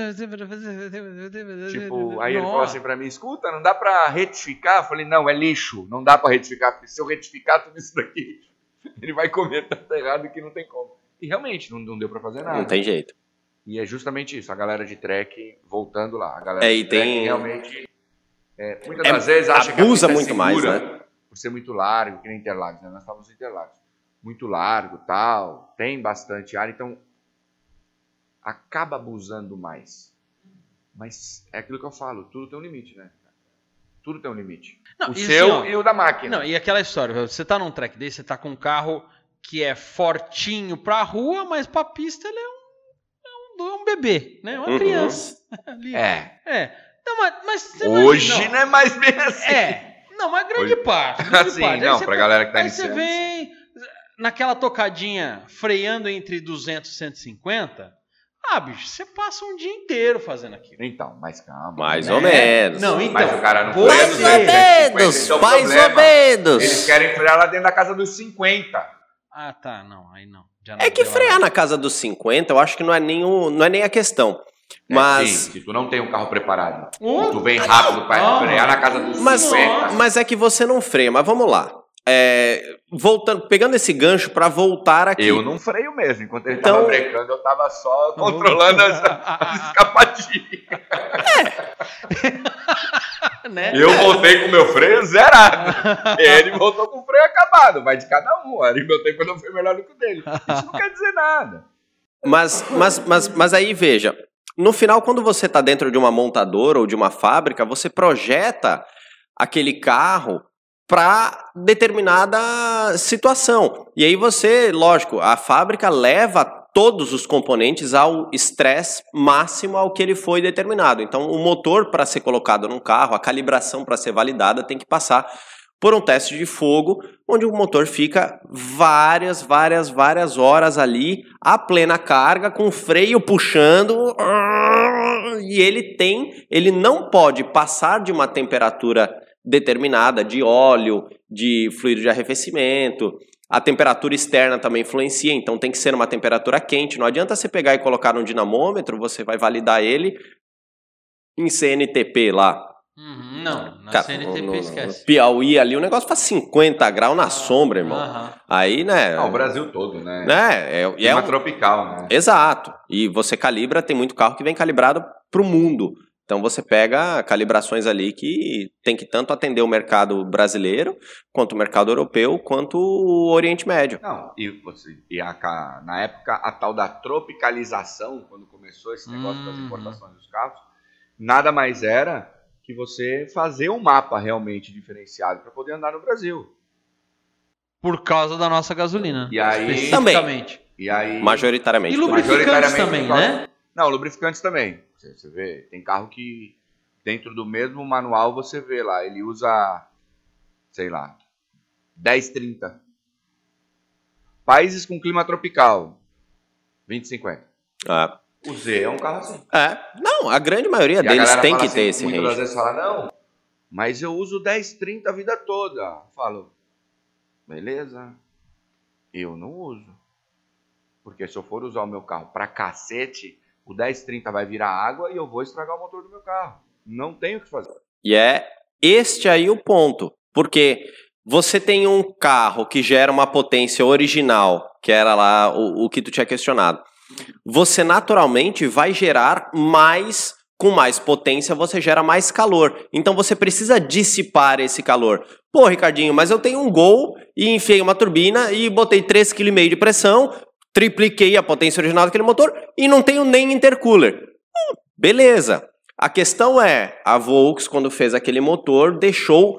Tipo, aí ele falou assim pra mim, escuta, não dá pra retificar? Eu falei, não, é lixo, não dá pra retificar, porque se eu retificar tudo isso daqui, ele vai comer tanto errado que não tem como. E realmente, não deu pra fazer nada. Não tem jeito. E é justamente isso, a galera de track, voltando lá, a galera de track realmente, muitas das vezes acha que abusa muito mais, né? Por ser muito largo, que nem Interlagos, né? Nós estávamos em Interlagos. Muito largo, tal, tem bastante ar, então acaba abusando mais. Mas é aquilo que eu falo, tudo tem um limite, né? Tudo tem um limite. Não, o seu e o da máquina. Não, e aquela história, você tá num Track Day, você tá com um carro que é fortinho pra rua, mas pra pista ele é um bebê, né? Uma criança. Ali. Não, mas hoje não é mais bem assim. Não, mas grande parte. Assim, não, pra galera que tá iniciando. Aí você vem naquela tocadinha freando entre 200 e 150... bicho, você passa um dia inteiro fazendo aquilo. Então, mas calma. Mais ou menos. Não, então. Mas o cara não mais ou menos. Eles querem frear lá dentro da casa dos 50. Tá, não, aí não. Já não que frear na casa dos 50, eu acho que não é nem a questão. Mas... Sim, se tu não tem um carro preparado, tu vem rápido pra frear na casa dos 50. Mas é que você não freia, mas vamos lá. Voltando, pegando esse gancho pra voltar aqui. Eu não freio mesmo, enquanto ele tava brecando, eu tava só controlando as escapadinhas. Né? Eu voltei com o meu freio zerado. Ele voltou com o freio acabado, vai de cada um. E meu tempo não foi melhor do que o dele. Isso não quer dizer nada. Mas aí, veja, no final, quando você está dentro de uma montadora ou de uma fábrica, você projeta aquele carro para determinada situação. E aí você, lógico, a fábrica leva todos os componentes ao estresse máximo ao que ele foi determinado. Então, o motor, para ser colocado num carro, a calibração para ser validada, tem que passar por um teste de fogo, onde o motor fica várias horas ali, a plena carga, com o freio puxando, e ele não pode passar de uma temperatura determinada, de óleo, de fluido de arrefecimento. A temperatura externa também influencia, então tem que ser uma temperatura quente. Não adianta você pegar e colocar num dinamômetro, você vai validar ele em CNTP lá. Não, na CNTP esquece. Piauí ali, o negócio faz 50 graus na sombra, irmão. Aí, né... o Brasil todo, né? É uma tropical, né? Exato. E você calibra, tem muito carro que vem calibrado pro mundo. Então você pega calibrações ali que tem que tanto atender o mercado brasileiro, quanto o mercado europeu, quanto o Oriente Médio. Não, na época, a tal da tropicalização, quando começou esse negócio das importações dos carros, nada mais era que você fazer um mapa realmente diferenciado para poder andar no Brasil. Por causa da nossa gasolina. E aí, especificamente. Majoritariamente. E lubrificantes também, né? Não, lubrificantes também. Você vê, tem carro que dentro do mesmo manual você vê lá, ele usa, sei lá, 10-30. Países com clima tropical, 20-50. O Z é um carro assim. Não, a grande maioria deles tem que ter esse range. Muitas vezes fala, não, mas eu uso 10-30 a vida toda. Eu falo, beleza, eu não uso. Porque se eu for usar o meu carro pra cacete, o 10-30 vai virar água e eu vou estragar o motor do meu carro. Não tenho o que fazer. E é este aí o ponto. Porque você tem um carro que gera uma potência original, que era lá o que tu tinha questionado. Você naturalmente vai gerar mais, com mais potência você gera mais calor. Então você precisa dissipar esse calor. Pô, Ricardinho, mas eu tenho um Gol e enfiei uma turbina e botei 3,5 kg de pressão, tripliquei a potência original daquele motor e não tenho nem intercooler. Beleza. A questão é, a Volks, quando fez aquele motor, deixou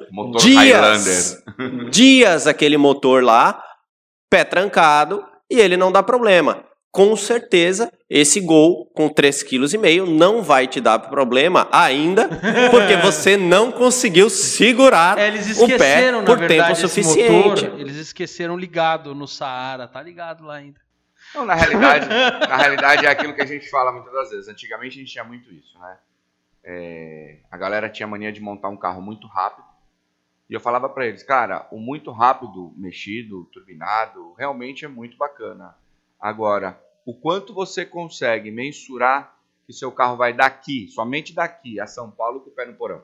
dias aquele motor lá, pé trancado, e ele não dá problema. Com certeza, esse Gol com 3,5 kg não vai te dar problema ainda, porque você não conseguiu segurar o pé por tempo suficiente. Eles esqueceram ligado no Saara, tá ligado lá ainda. Não, na realidade é aquilo que a gente fala muitas das vezes. Antigamente a gente tinha muito isso, né? A galera tinha mania de montar um carro muito rápido. E eu falava pra eles, cara, o muito rápido, mexido, turbinado, realmente é muito bacana. Agora, o quanto você consegue mensurar que seu carro vai daqui, somente daqui, a São Paulo com o pé no porão?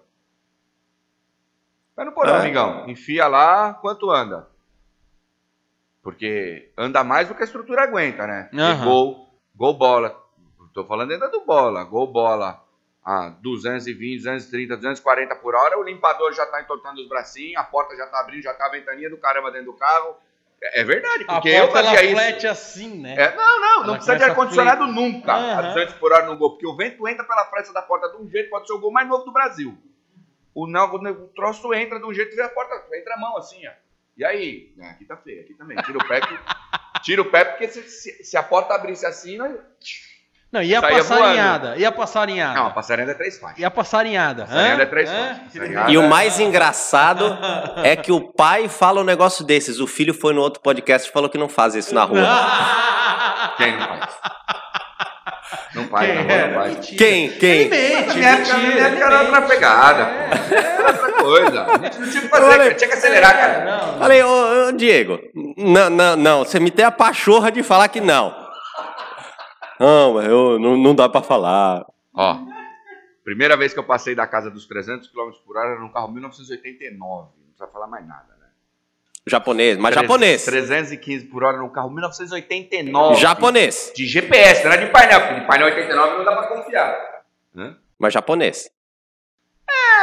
Pé no porão, amigão. Enfia lá, quanto anda? Porque anda mais do que a estrutura aguenta, né? Gol bola. Tô falando ainda do bola. Gol bola a 220, 230, 240 por hora. O limpador já tá entortando os bracinhos, a porta já tá abrindo, já tá a ventania do caramba dentro do carro. É verdade, porque eu fazia isso. Flete assim, né? Não precisa de ar-condicionado nunca. A 200 por hora no Gol, porque o vento entra pela fresta da porta de um jeito, pode ser o Gol mais novo do Brasil. O troço entra de um jeito e a porta entra a mão assim, ó. E aí? Aqui tá feio, aqui também. Tira o pé, porque se a porta abrisse assim, não, e a passarinhada? E a passarinhada? Não, a passarinhada é 3 faixas. E a passarinhada? A passarinhada é 3 faixas. E o mais engraçado é que o pai fala um negócio desses. O filho foi no outro podcast e falou que não faz isso na rua. Quem não faz? Não faz, na rua não faz. Quem? Na minha época era outra pegada, pô. Era outra coisa. A gente não tinha que fazer, tinha que acelerar, cara. Falei, ô Diego, não, você me tem a pachorra de falar que não. Não, mas não dá pra falar. Ó, primeira vez que eu passei da casa dos 300 km por hora era num carro 1989. Não precisa falar mais nada, né? Japonês, mas japonês. 315 por hora num carro 1989. Japonês. De GPS, não era de painel, porque de painel 89 não dá pra confiar. Mas japonês.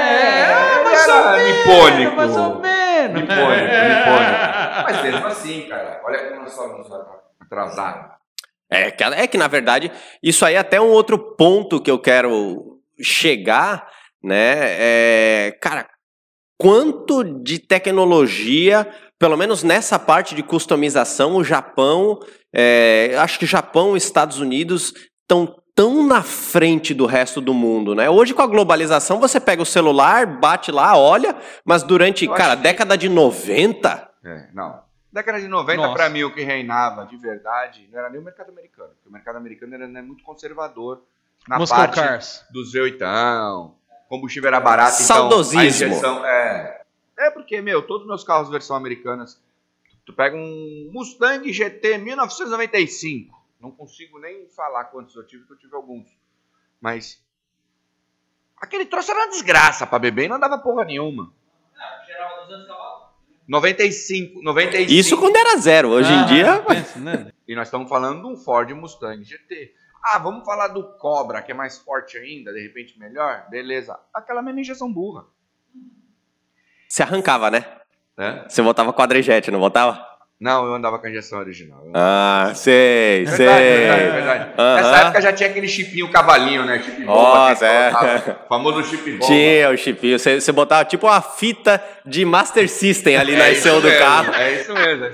Ele era nipônico. Mais ou menos. Nipônico. Mas mesmo assim, cara, olha como nós somos atrasados. É que, na verdade, isso aí é até um outro ponto que eu quero chegar, né? Cara, quanto de tecnologia, pelo menos nessa parte de customização, o Japão, acho que Japão e Estados Unidos estão tão na frente do resto do mundo, né? Hoje, com a globalização, você pega o celular, bate lá, olha, mas durante, cara, década de 90... Não. Década de 90, para mim, o que reinava de verdade não era nem o mercado americano. Porque o mercado americano era muito conservador na Muscle parte cars. dos V8, combustível era barato, saudosismo. Então a injeção... porque, todos os meus carros versão americanas, tu pega um Mustang GT 1995, não consigo nem falar quantos eu tive, porque eu tive alguns. Mas aquele troço era uma desgraça pra beber e não andava porra nenhuma. Geral 200 cavalos. 95. Isso quando era zero, hoje em dia... Pensa, né? E nós estamos falando de um Ford Mustang GT. Vamos falar do Cobra, que é mais forte ainda, de repente melhor? Beleza. Aquela mesma injeção burra. Você arrancava, né? Você botava quadrijet, não botava? Não, eu andava com a injeção original. Sei. Verdade. Nessa época já tinha aquele chipinho cavalinho, né? Chip bomba. O famoso chip bomba. Tinha o chipinho. Você botava tipo uma fita de Master System ali na ICU do carro. É isso mesmo.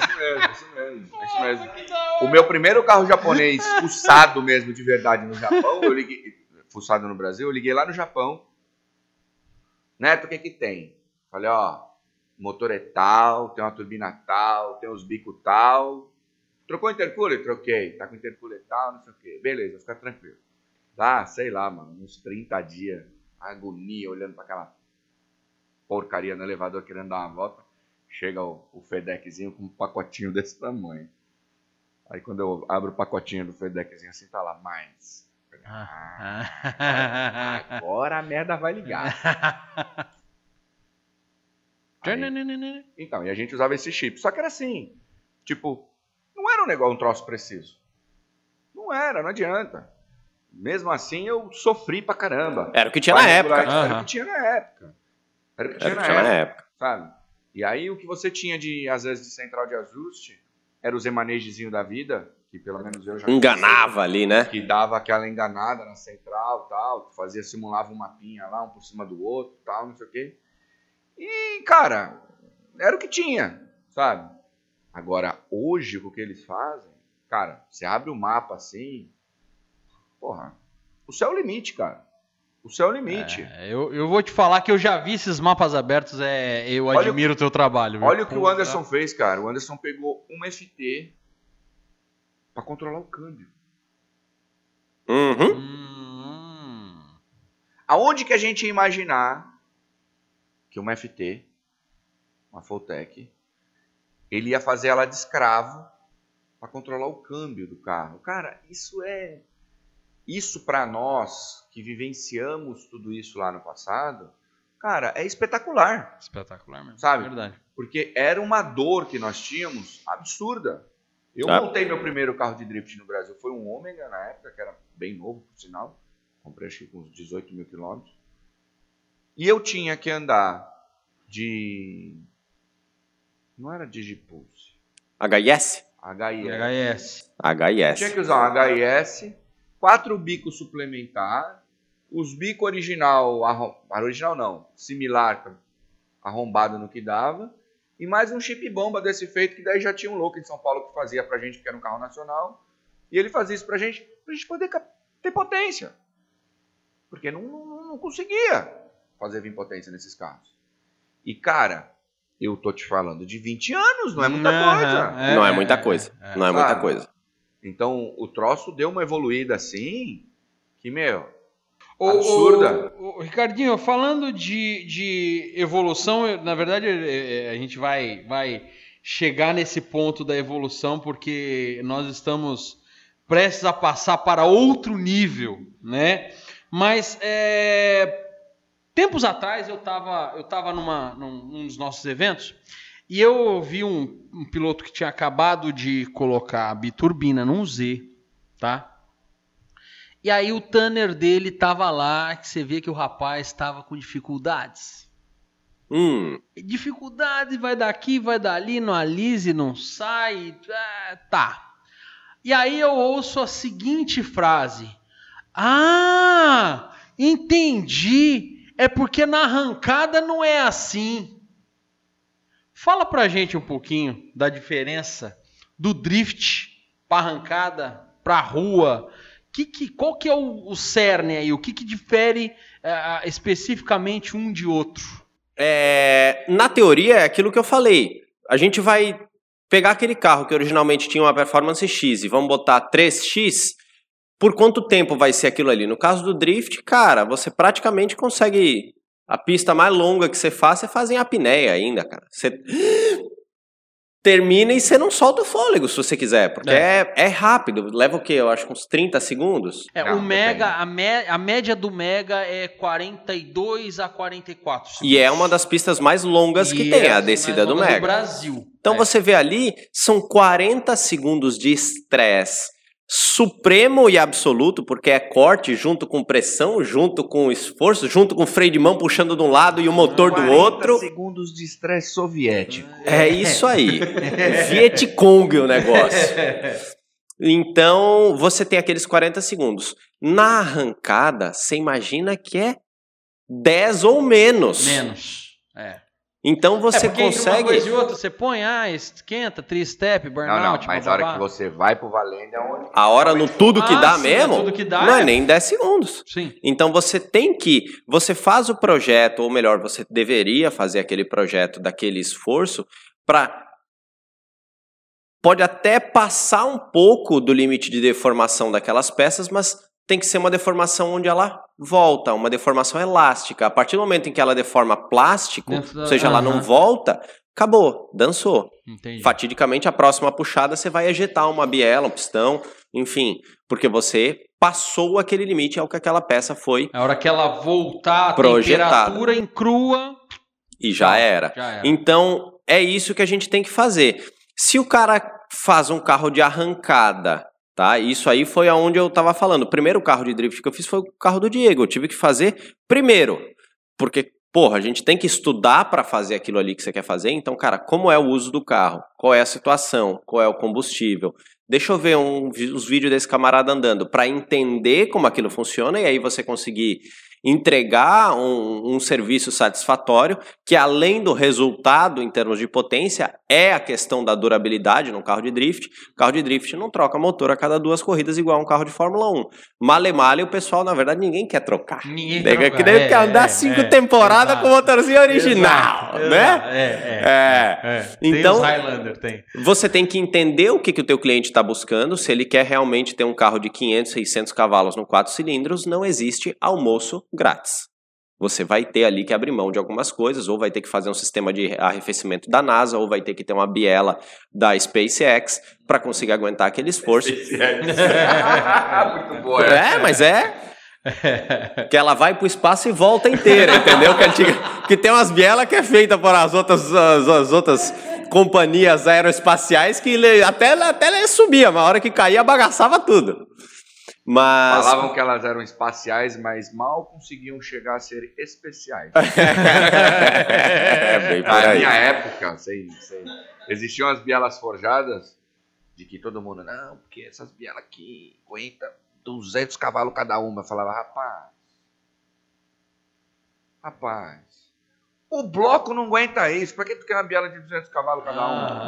O meu primeiro carro japonês, fuçado mesmo, de verdade, no Japão, eu liguei... Fuçado no Brasil, eu liguei lá no Japão. Neto, o que tem? Falei, motor é tal, tem uma turbina tal, tem os bicos tal. Trocou o intercooler? Troquei. Tá com intercooler tal, não sei o quê. Beleza, fica tranquilo. Sei lá, mano, uns 30 dias, agonia, olhando pra aquela porcaria no elevador, querendo dar uma volta. Chega o FedExzinho com um pacotinho desse tamanho. Aí quando eu abro o pacotinho do FedExzinho assim, tá lá, mais. Agora a merda vai ligar. Então, e a gente usava esse chip. Só que era assim, não era um troço preciso. Não adianta. Mesmo assim, eu sofri pra caramba. Era o que tinha na época. Era o que tinha na época. Sabe? E aí, o que você tinha às vezes, de central de ajuste, era os emanejezinhos da vida, que pelo menos eu já... Enganava ali, né? Que dava aquela enganada na central, tal, simulava um mapinha lá, um por cima do outro, tal, não sei o quê. E, cara, era o que tinha, sabe? Agora, hoje, o que eles fazem, cara, você abre o mapa assim, porra, o céu é o limite, cara. O céu é o limite. Eu vou te falar que eu já vi esses mapas abertos, eu admiro o teu trabalho. Olha o que o Anderson fez, cara. O Anderson pegou um FT pra controlar o câmbio. Aonde que a gente ia imaginar que uma FT, uma Fulltech, ele ia fazer ela de escravo para controlar o câmbio do carro. Cara, isso para nós que vivenciamos tudo isso lá no passado, cara, é espetacular. Espetacular mesmo. Sabe? Verdade. Porque era uma dor que nós tínhamos absurda. Eu montei meu primeiro carro de drift no Brasil. Foi um Ômega na época, que era bem novo, por sinal. Comprei acho que com uns 18 mil quilômetros. E eu tinha que andar não era Digipulse. HIS? HIS. Tinha que usar um HIS, 4 bicos suplementar, os bicos original não, similar, arrombado no que dava, e mais um chip bomba desse feito, que daí já tinha um louco em São Paulo que fazia pra gente, porque era um carro nacional, e ele fazia isso pra gente poder ter potência. Porque não conseguia fazer vir potência nesses carros. E, cara, eu tô te falando de 20 anos, não é muita coisa. Não é muita coisa. Não é muita coisa. Então, o troço deu uma evoluída assim, que, absurda. Ricardinho, falando de evolução, na verdade, a gente vai chegar nesse ponto da evolução, porque nós estamos prestes a passar para outro nível, né? Mas, tempos atrás, eu tava num dos nossos eventos e eu vi um piloto que tinha acabado de colocar a biturbina num Z, tá? E aí o tanner dele tava lá, que você vê que o rapaz estava com dificuldades. Dificuldade, vai daqui, vai dali, não alise, não sai, tá. E aí eu ouço a seguinte frase: ah, entendi, é porque na arrancada não é assim. Fala pra gente um pouquinho da diferença do drift pra arrancada, pra rua. Qual que é o cerne aí? O que difere especificamente um de outro? Na teoria, é aquilo que eu falei. A gente vai pegar aquele carro que originalmente tinha uma performance X e vamos botar 3X. Por quanto tempo vai ser aquilo ali? No caso do drift, cara, você praticamente consegue... A pista mais longa que você faz em apneia ainda, cara. Você termina e você não solta o fôlego, se você quiser, porque é rápido. Leva o quê? Eu acho uns 30 segundos. O Mega, a média do Mega é 42 a 44 segundos. E é uma das pistas mais longas que tem, a descida do Mega. Do Brasil. Então você vê ali, são 40 segundos de estresse supremo e absoluto, porque é corte junto com pressão, junto com esforço, junto com freio de mão puxando de um lado e o motor do outro. 40 segundos de estresse soviético. É isso aí. Vietcong o negócio. Então, você tem aqueles 40 segundos. Na arrancada, você imagina que é 10 ou menos. Então você porque consegue... Entre uma coisa e outra, você põe, esquenta, tri-step, burnout... Mas a hora que você vai pro valendo é onde... A hora no tudo que dá mesmo, tudo que dá, não é nem 10 segundos. Sim. Então você tem que... Você faz o projeto, ou melhor, você deveria fazer aquele projeto daquele esforço para... Pode até passar um pouco do limite de deformação daquelas peças, mas tem que ser uma deformação onde ela volta, uma deformação elástica. A partir do momento em que ela deforma plástico, ou seja, ela não volta, acabou, dançou. Entendi. Fatidicamente, a próxima puxada você vai ejetar uma biela, um pistão, enfim, porque você passou aquele limite ao que aquela peça foi a hora que ela voltar, a projetada. Temperatura em crua... E já era. Então, é isso que a gente tem que fazer. Se o cara faz um carro de arrancada... Tá? Isso aí foi aonde eu estava falando. O primeiro carro de drift que eu fiz foi o carro do Diego. Eu tive que fazer primeiro. Porque, a gente tem que estudar para fazer aquilo ali que você quer fazer. Então, cara, como é o uso do carro? Qual é a situação? Qual é o combustível? Deixa eu ver os vídeos desse camarada andando para entender como aquilo funciona e aí você conseguir entregar um serviço satisfatório que, além do resultado em termos de potência, é a questão da durabilidade no carro de drift. O carro de drift não troca motor a cada 2 corridas igual um carro de Fórmula 1. Male, o pessoal, na verdade, ninguém quer trocar. Ninguém quer andar 5 temporadas com o motorzinho original, né? Então, tem os Highlander, tem. Você tem que entender o que o teu cliente está buscando. Se ele quer realmente ter um carro de 500, 600 cavalos no 4 cilindros, não existe almoço grátis. Você vai ter ali que abrir mão de algumas coisas, ou vai ter que fazer um sistema de arrefecimento da NASA, ou vai ter que ter uma biela da SpaceX para conseguir aguentar aquele esforço. Muito boa. Mas que ela vai pro espaço e volta inteira, entendeu? Que tem umas bielas que é feita por as outras companhias aeroespaciais que até ela subia, mas a hora que caía bagaçava tudo. Mas... Falavam que elas eram espaciais, mas mal conseguiam chegar a ser especiais. Bem por aí. Na minha época, existiam as bielas forjadas, de que todo mundo, não, porque essas bielas aqui aguentam 200 cavalos cada uma. Eu falava, rapaz, o bloco não aguenta isso, pra que tu quer uma biela de 200 cavalos cada uma?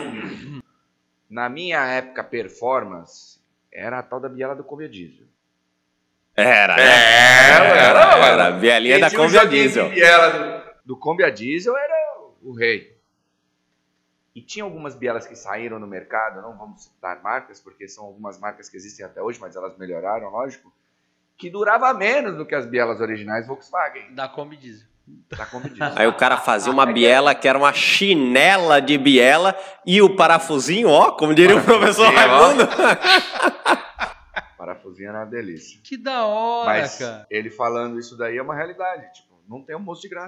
Na minha época, performance... Era a tal da biela do Combi Diesel. Era a bielinha da Combi Diesel. A biela do Combi Diesel era o rei. E tinha algumas bielas que saíram no mercado, não vamos citar marcas, porque são algumas marcas que existem até hoje, mas elas melhoraram, lógico, que durava menos do que as bielas originais Volkswagen. Da Combi Diesel. Aí o cara fazia uma biela que era uma chinela de biela e o parafusinho, como diria o professor Raimundo. Parafusinho era uma delícia. Que da hora, mas cara. Ele falando isso daí é uma realidade. Tipo, não tem almoço de graça.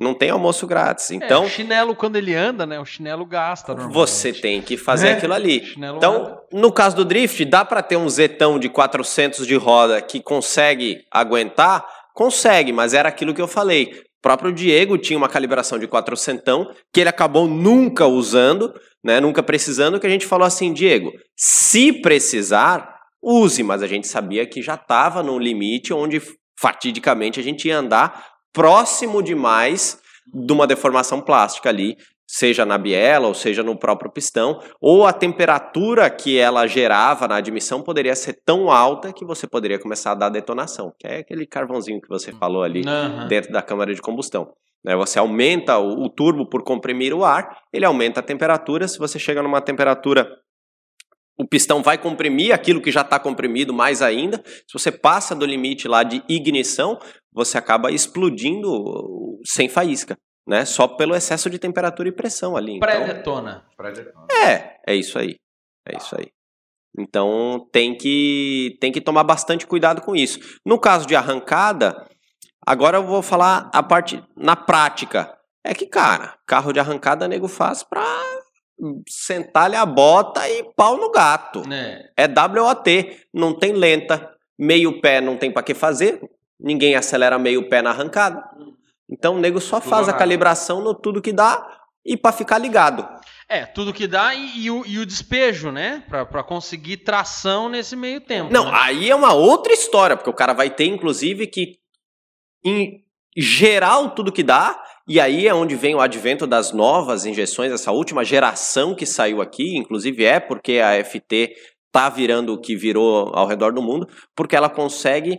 Não tem almoço grátis. Então, o chinelo, quando ele anda, né? O chinelo gasta normalmente. você tem que fazer aquilo ali. Chinelo Então, anda. no caso do drift, dá para ter um zetão de 400 de roda que consegue aguentar? Consegue, mas era aquilo que eu falei. O próprio Diego tinha uma calibração de 400, que ele acabou nunca usando, né? Nunca precisando, que a gente falou assim, Diego, se precisar, use, mas a gente sabia que já estava no limite onde fatidicamente a gente ia andar próximo demais de uma deformação plástica ali, seja na biela ou seja no próprio pistão, ou a temperatura que ela gerava na admissão poderia ser tão alta que você poderia começar a dar detonação, que é aquele carvãozinho que você falou ali dentro da câmara de combustão. Você aumenta o turbo por comprimir o ar, ele aumenta a temperatura, se você chega numa temperatura... O pistão vai comprimir aquilo que já está comprimido mais ainda. Se você passa do limite lá de ignição, você acaba explodindo sem faísca, né? Só pelo excesso de temperatura e pressão ali. Pré-detona. É isso aí. É isso aí. Então tem que tomar bastante cuidado com isso. No caso de arrancada, agora eu vou falar a parte na prática. É que, cara, carro de arrancada nego faz pra... sentar-lhe a bota e pau no gato. É WOT, não tem lenta, meio pé não tem pra que fazer, ninguém acelera meio pé na arrancada. Então o nego só faz a calibração no tudo que dá e pra ficar ligado. Tudo que dá e o despejo, né? Pra conseguir tração nesse meio tempo. Não, né? Aí é uma outra história, porque o cara vai ter inclusive que em geral tudo que dá. E aí é onde vem o advento das novas injeções, essa última geração que saiu aqui, inclusive porque a FT tá virando o que virou ao redor do mundo, porque ela consegue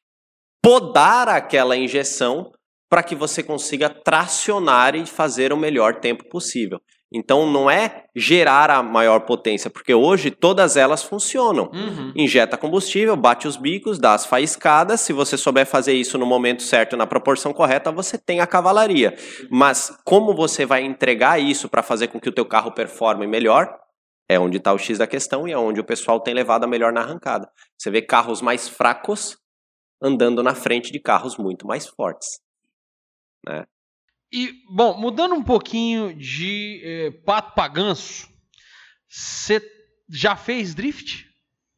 podar aquela injeção para que você consiga tracionar e fazer o melhor tempo possível. Então não é gerar a maior potência, porque hoje todas elas funcionam. Injeta combustível, bate os bicos, dá as faiscadas, se você souber fazer isso no momento certo, na proporção correta, você tem a cavalaria. Mas como você vai entregar isso para fazer com que o teu carro performe melhor, é onde está o X da questão e é onde o pessoal tem levado a melhor na arrancada. Você vê carros mais fracos andando na frente de carros muito mais fortes, né? E, bom, mudando um pouquinho de pato pra ganso, você já fez drift?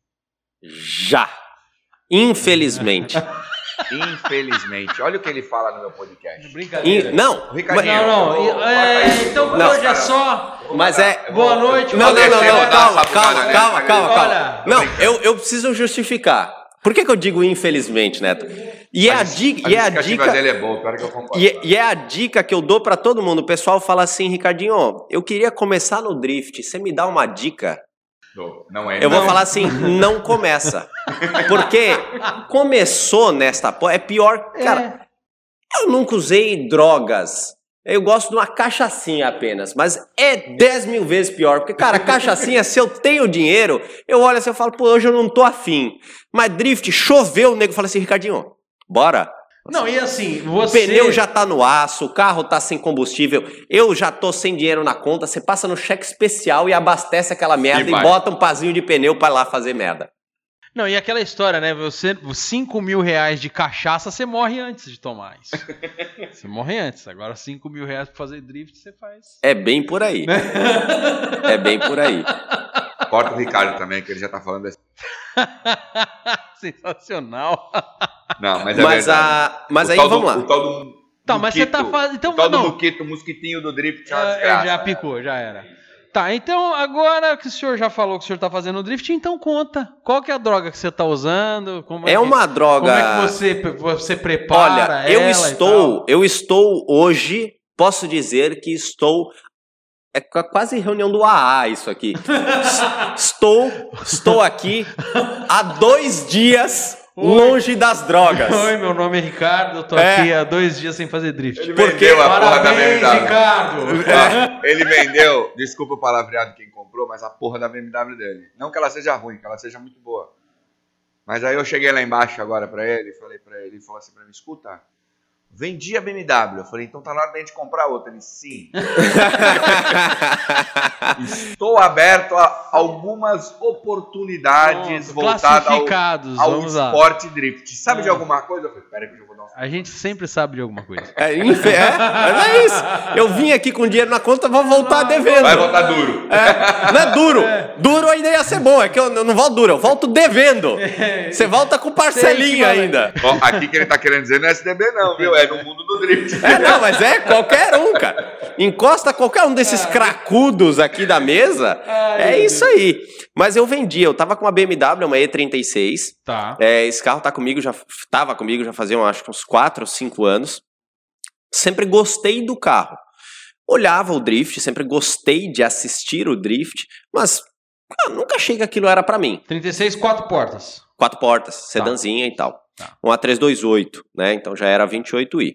Já. Infelizmente. Infelizmente. Olha o que ele fala no meu podcast. Brincadeira. Não. Ricardinho. Então por hoje é só. Mas Boa noite. Não. Calma. Olha. Não, eu preciso justificar. Por que eu digo infelizmente, Neto? E é a dica dele é boa, pior que eu concordo. E é a dica que eu dou pra todo mundo. O pessoal fala assim, Ricardinho, eu queria começar no drift, você me dá uma dica? Não é. Eu vou falar assim, não começa. Porque começou nesta... É pior... Cara, eu nunca usei drogas. Eu gosto de uma cachaçinha apenas. Mas é 10 mil vezes pior. Porque, cara, cachaçinha, se eu tenho dinheiro, eu olho assim e falo, pô, hoje eu não tô afim. Mas drift, choveu, o nego fala assim, Ricardinho, bora. Não, e assim, O pneu já tá no aço, o carro tá sem combustível, eu já tô sem dinheiro na conta, você passa no cheque especial e abastece aquela merda e bota um pazinho de pneu pra lá fazer merda. Não, e aquela história, né? Você, 5 mil reais de cachaça, você morre antes de tomar isso. Você morre antes. Agora 5 mil reais pra fazer drift, você faz. É bem por aí. É bem por aí. Corta o Ricardo também, que ele já tá falando desse... Sensacional. Não, mas é verdade. Mas aí, vamos lá. O tal do tá, mas você tá fazendo... Então, o tal do mosquitinho do drift é uma desgraça. Já picou, já era. Tá, então agora que o senhor já falou que o senhor tá fazendo drift, então conta. Qual que é a droga que você tá usando? Uma droga... Como é que você prepara? Olha, eu estou hoje, posso dizer que estou... É quase reunião do AA isso aqui. Estou aqui há 2 dias longe das drogas. Oi, meu nome é Ricardo, eu tô aqui há 2 dias sem fazer drift. Ele vendeu a porra da BMW. Ricardo! Ele vendeu, desculpa o palavreado quem comprou, mas a porra da BMW dele. Não que ela seja ruim, que ela seja muito boa. Mas aí eu cheguei lá embaixo agora pra ele, falei pra ele, ele falou assim pra mim, escuta, vendi a BMW. Eu falei, então tá na hora da gente comprar outra. Ele, sim. Estou aberto a algumas oportunidades voltadas ao esporte drift. Sabe de alguma coisa? Eu falei, peraí que eu já vou dar A gente sempre sabe de alguma coisa. É isso. Eu vim aqui com dinheiro na conta, vou voltar devendo. Vai voltar duro. Não é duro. Duro ainda ia ser bom. É que eu não volto duro, eu volto devendo. Você volta com parcelinha ainda. Bom, aqui que ele tá querendo dizer não é SDB não, viu? É no mundo do drift. Não, mas é qualquer um, cara. Encosta qualquer um desses cracudos aqui da mesa. É isso aí. Mas eu vendi, eu tava com uma BMW, uma E36. Tá. Esse carro tava comigo já fazia, acho que uns 4 ou 5 anos. Sempre gostei do carro. Olhava o drift, sempre gostei de assistir o drift, mas nunca achei que aquilo era pra mim. 36, 4 portas. 4 portas, sedanzinha e tal. Tá. Uma 328, né? Então já era 28i.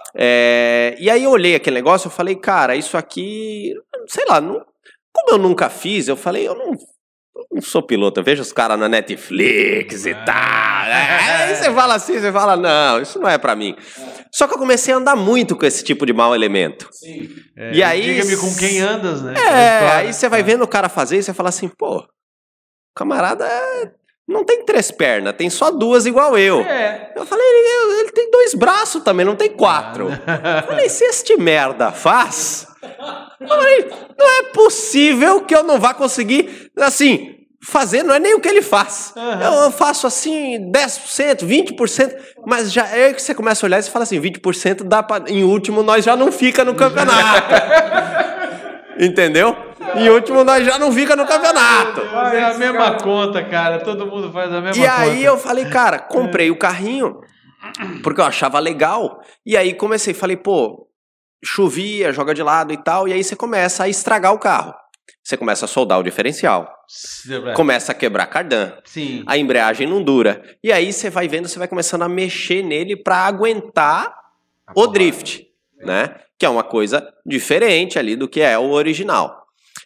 E aí eu olhei aquele negócio, eu falei, cara, isso aqui, sei lá, como eu nunca fiz, eu falei, eu não sou piloto, eu vejo os caras na Netflix e tal. Aí você fala assim, você fala, não, isso não é pra mim. Só que eu comecei a andar muito com esse tipo de mau elemento. Sim. E aí, diga-me com quem andas, né? Aí você vai vendo o cara fazer e você fala assim, pô, o camarada não tem 3 pernas, tem só 2 igual eu. Eu falei, ele tem 2 braços também, não tem 4. Eu falei, se este merda faz... Eu falei, não é possível que eu não vá conseguir, assim, fazer, não é nem o que ele faz. Eu faço assim, 10%, 20%, mas já é que você começa a olhar e você fala assim, 20% dá pra, em último nós já não fica no campeonato. Entendeu? Em último nós já não fica no campeonato. É a mesma conta, cara, todo mundo faz a mesma conta. E aí eu falei, cara, comprei o carrinho, porque eu achava legal, e aí falei, pô, chovia, joga de lado e tal, e aí você começa a estragar o carro. Você começa a soldar o diferencial, começa a quebrar cardan, Sim. A embreagem não dura, e aí você vai vendo, você vai começando a mexer nele para aguentar o drift, né? Que é uma coisa diferente ali do que é o original.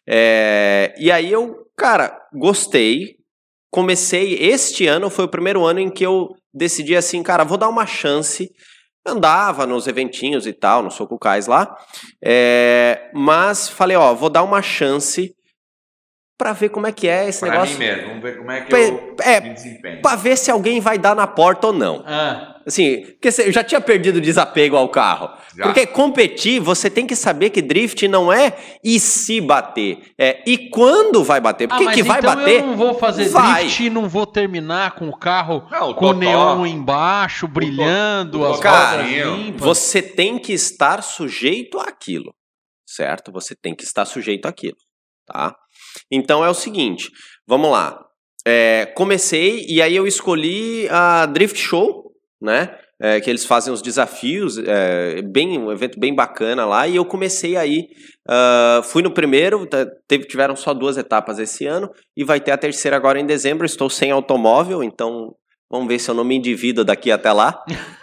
E aí eu, cara, gostei, este ano foi o primeiro ano em que eu decidi assim, cara, vou dar uma chance. Andava nos eventinhos e tal, no Socucais lá, mas falei, vou dar uma chance pra ver como é que é esse pra negócio. Pra mim mesmo, vamos ver como é que eu me desempenho. Pra ver se alguém vai dar na porta ou não. Assim, porque eu já tinha perdido o desapego ao carro. Já. Porque competir, você tem que saber que drift não é e se bater, e quando vai bater. Porque que vai então bater, eu não vou fazer drift e não vou terminar com o carro com o neon embaixo, brilhando, as cara, limpas. Você tem que estar sujeito àquilo, certo? Você tem que estar sujeito àquilo, tá? Então é o seguinte, vamos lá. Comecei e aí eu escolhi a Drift Show, né? Que eles fazem os desafios, um evento bem bacana lá, e eu comecei aí, fui no primeiro, tiveram só 2 etapas esse ano, e vai ter a terceira agora em dezembro. Estou sem automóvel, então vamos ver se eu não me endivido daqui até lá.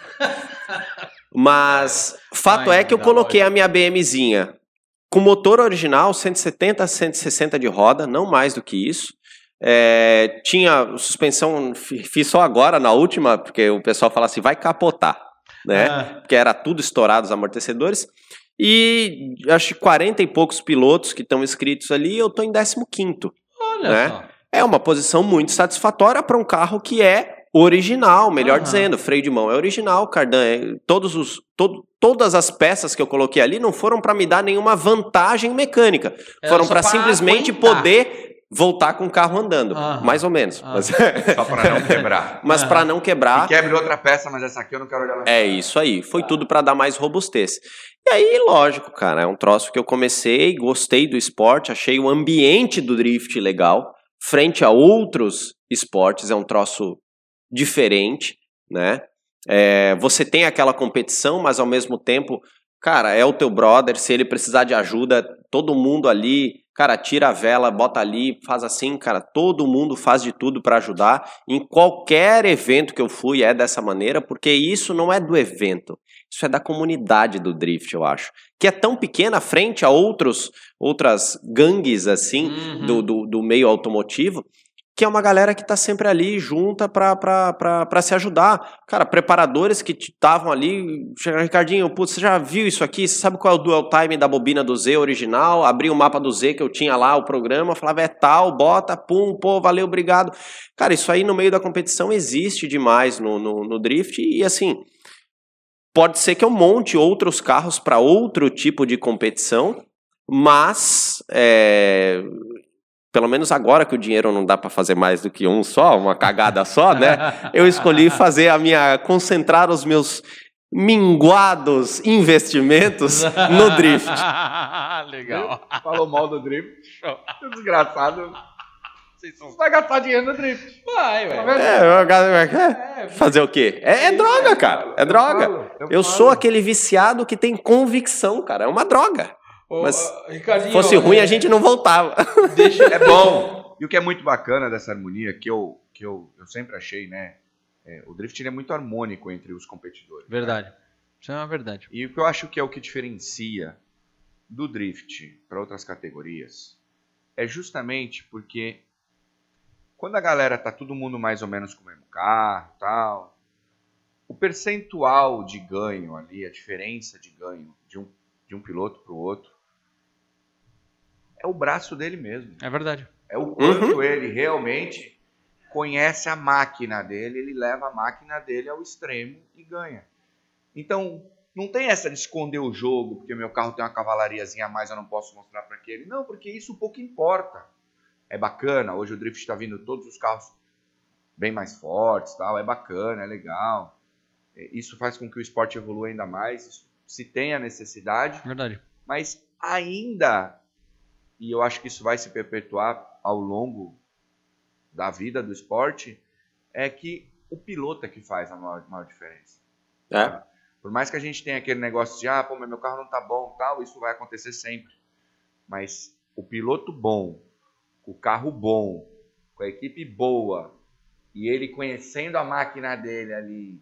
Mas fato é que eu coloquei a minha BMzinha com motor original, 170 a 160 de roda, não mais do que isso. Tinha suspensão, fiz só agora na última, porque o pessoal fala assim, vai capotar, né? Porque era tudo estourado os amortecedores. E acho que 40 e poucos pilotos que estão inscritos ali, eu tô em 15º. Olha né? só. É uma posição muito satisfatória para um carro que é original, melhor dizendo, freio de mão é original, cardan todas as peças que eu coloquei ali não foram para me dar nenhuma vantagem mecânica, foram para simplesmente poder voltar com o carro andando, mais ou menos. Só para não quebrar. Mas para não quebrar. Se quebre outra peça, mas essa aqui eu não quero olhar mais. É isso aí, foi tudo para dar mais robustez. E aí, lógico, cara, é um troço que eu comecei, gostei do esporte, achei o ambiente do drift legal, frente a outros esportes, é um troço diferente, né? Você tem aquela competição, mas ao mesmo tempo, cara, é o teu brother, se ele precisar de ajuda, todo mundo ali, cara, tira a vela, bota ali, faz assim, cara, todo mundo faz de tudo para ajudar. Em qualquer evento que eu fui é dessa maneira, porque isso não é do evento, isso é da comunidade do drift, eu acho, que é tão pequena frente a outras gangues, assim, do meio automotivo, que é uma galera que tá sempre ali junta pra se ajudar. Cara, preparadores que estavam ali, chegaram, Ricardinho, putz, você já viu isso aqui? Você sabe qual é o dual time da bobina do Z original? Abri o mapa do Z que eu tinha lá, o programa, falava, é tal, bota, pum, pô, valeu, obrigado. Cara, isso aí no meio da competição existe demais no Drift e assim, pode ser que eu monte outros carros para outro tipo de competição, mas pelo menos agora que o dinheiro não dá para fazer mais do que um só, uma cagada só, né? Eu escolhi concentrar os meus minguados investimentos no Drift. Legal. Falou mal do Drift. Desgraçado. Você vai gastar dinheiro no Drift. Vai, velho. Fazer o quê? É droga, cara. É droga. Eu sou aquele viciado que tem convicção, cara. É uma droga. Mas se fosse ruim, a gente não voltava. É bom. E o que é muito bacana dessa harmonia, que eu sempre achei, né? O Drift é muito harmônico entre os competidores. Verdade. Né? Isso é uma verdade. E o que eu acho que é o que diferencia do Drift para outras categorias é justamente porque quando a galera tá todo mundo mais ou menos com o mesmo carro e tal, o percentual de ganho ali, a diferença de ganho de um piloto para o outro, é o braço dele mesmo. É verdade. É o quanto ele realmente conhece a máquina dele, ele leva a máquina dele ao extremo e ganha. Então, não tem essa de esconder o jogo, porque meu carro tem uma cavalariazinha a mais, eu não posso mostrar para aquele. Não, porque isso pouco importa. É bacana, hoje o Drift está vindo todos os carros bem mais fortes, tal, é bacana, é legal. Isso faz com que o esporte evolua ainda mais, isso, se tem a necessidade. Verdade. Mas ainda, e eu acho que isso vai se perpetuar ao longo da vida do esporte, é que o piloto é que faz a maior diferença. Por mais que a gente tenha aquele negócio de, pô, mas meu carro não tá bom, tal, isso vai acontecer sempre. Mas o piloto bom, o carro bom, com a equipe boa, e ele conhecendo a máquina dele ali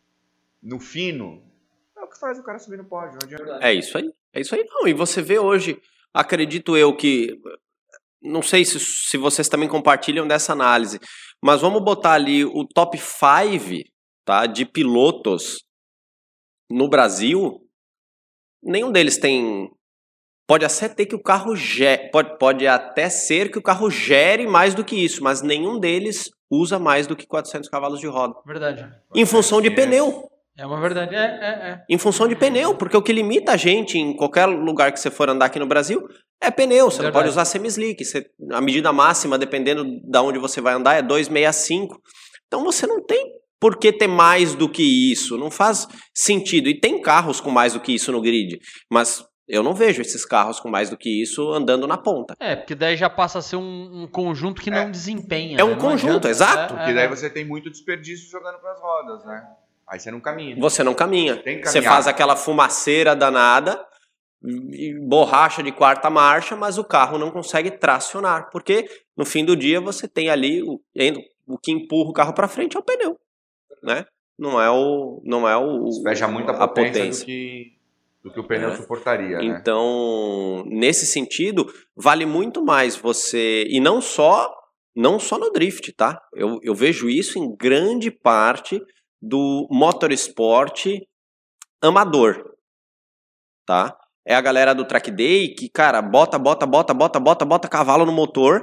no fino, é o que faz o cara subir no pódio. Não adianta. É isso aí. Não, e você vê hoje, acredito eu que, não sei se vocês também compartilham dessa análise, mas vamos botar ali o top 5, tá, de pilotos no Brasil, nenhum deles tem... Pode até ter que o carro pode até ser que o carro gere mais do que isso, mas nenhum deles usa mais do que 400 cavalos de roda. Verdade. Em função de pneu. É uma verdade. Em função de pneu, porque o que limita a gente em qualquer lugar que você for andar aqui no Brasil é pneu. Você não pode usar semi-slick. A medida máxima, dependendo de onde você vai andar, é 2,65. Então você não tem por que ter mais do que isso. Não faz sentido. E tem carros com mais do que isso no grid, mas eu não vejo esses carros com mais do que isso andando na ponta. Porque daí já passa a ser um conjunto que não desempenha. É um conjunto, exato. Porque daí você tem muito desperdício jogando para as rodas, né? Aí você não caminha. Você não caminha. Você faz aquela fumaceira danada, borracha de quarta marcha, mas o carro não consegue tracionar. Porque no fim do dia você tem ali o que empurra o carro para frente é o pneu, né? Não é o fecha muito a potência. Do que o pneu suportaria, né? Então, nesse sentido, vale muito mais você... E não só no drift, tá? Eu vejo isso em grande parte do motorsport amador, tá? É a galera do track day que, cara, bota cavalo no motor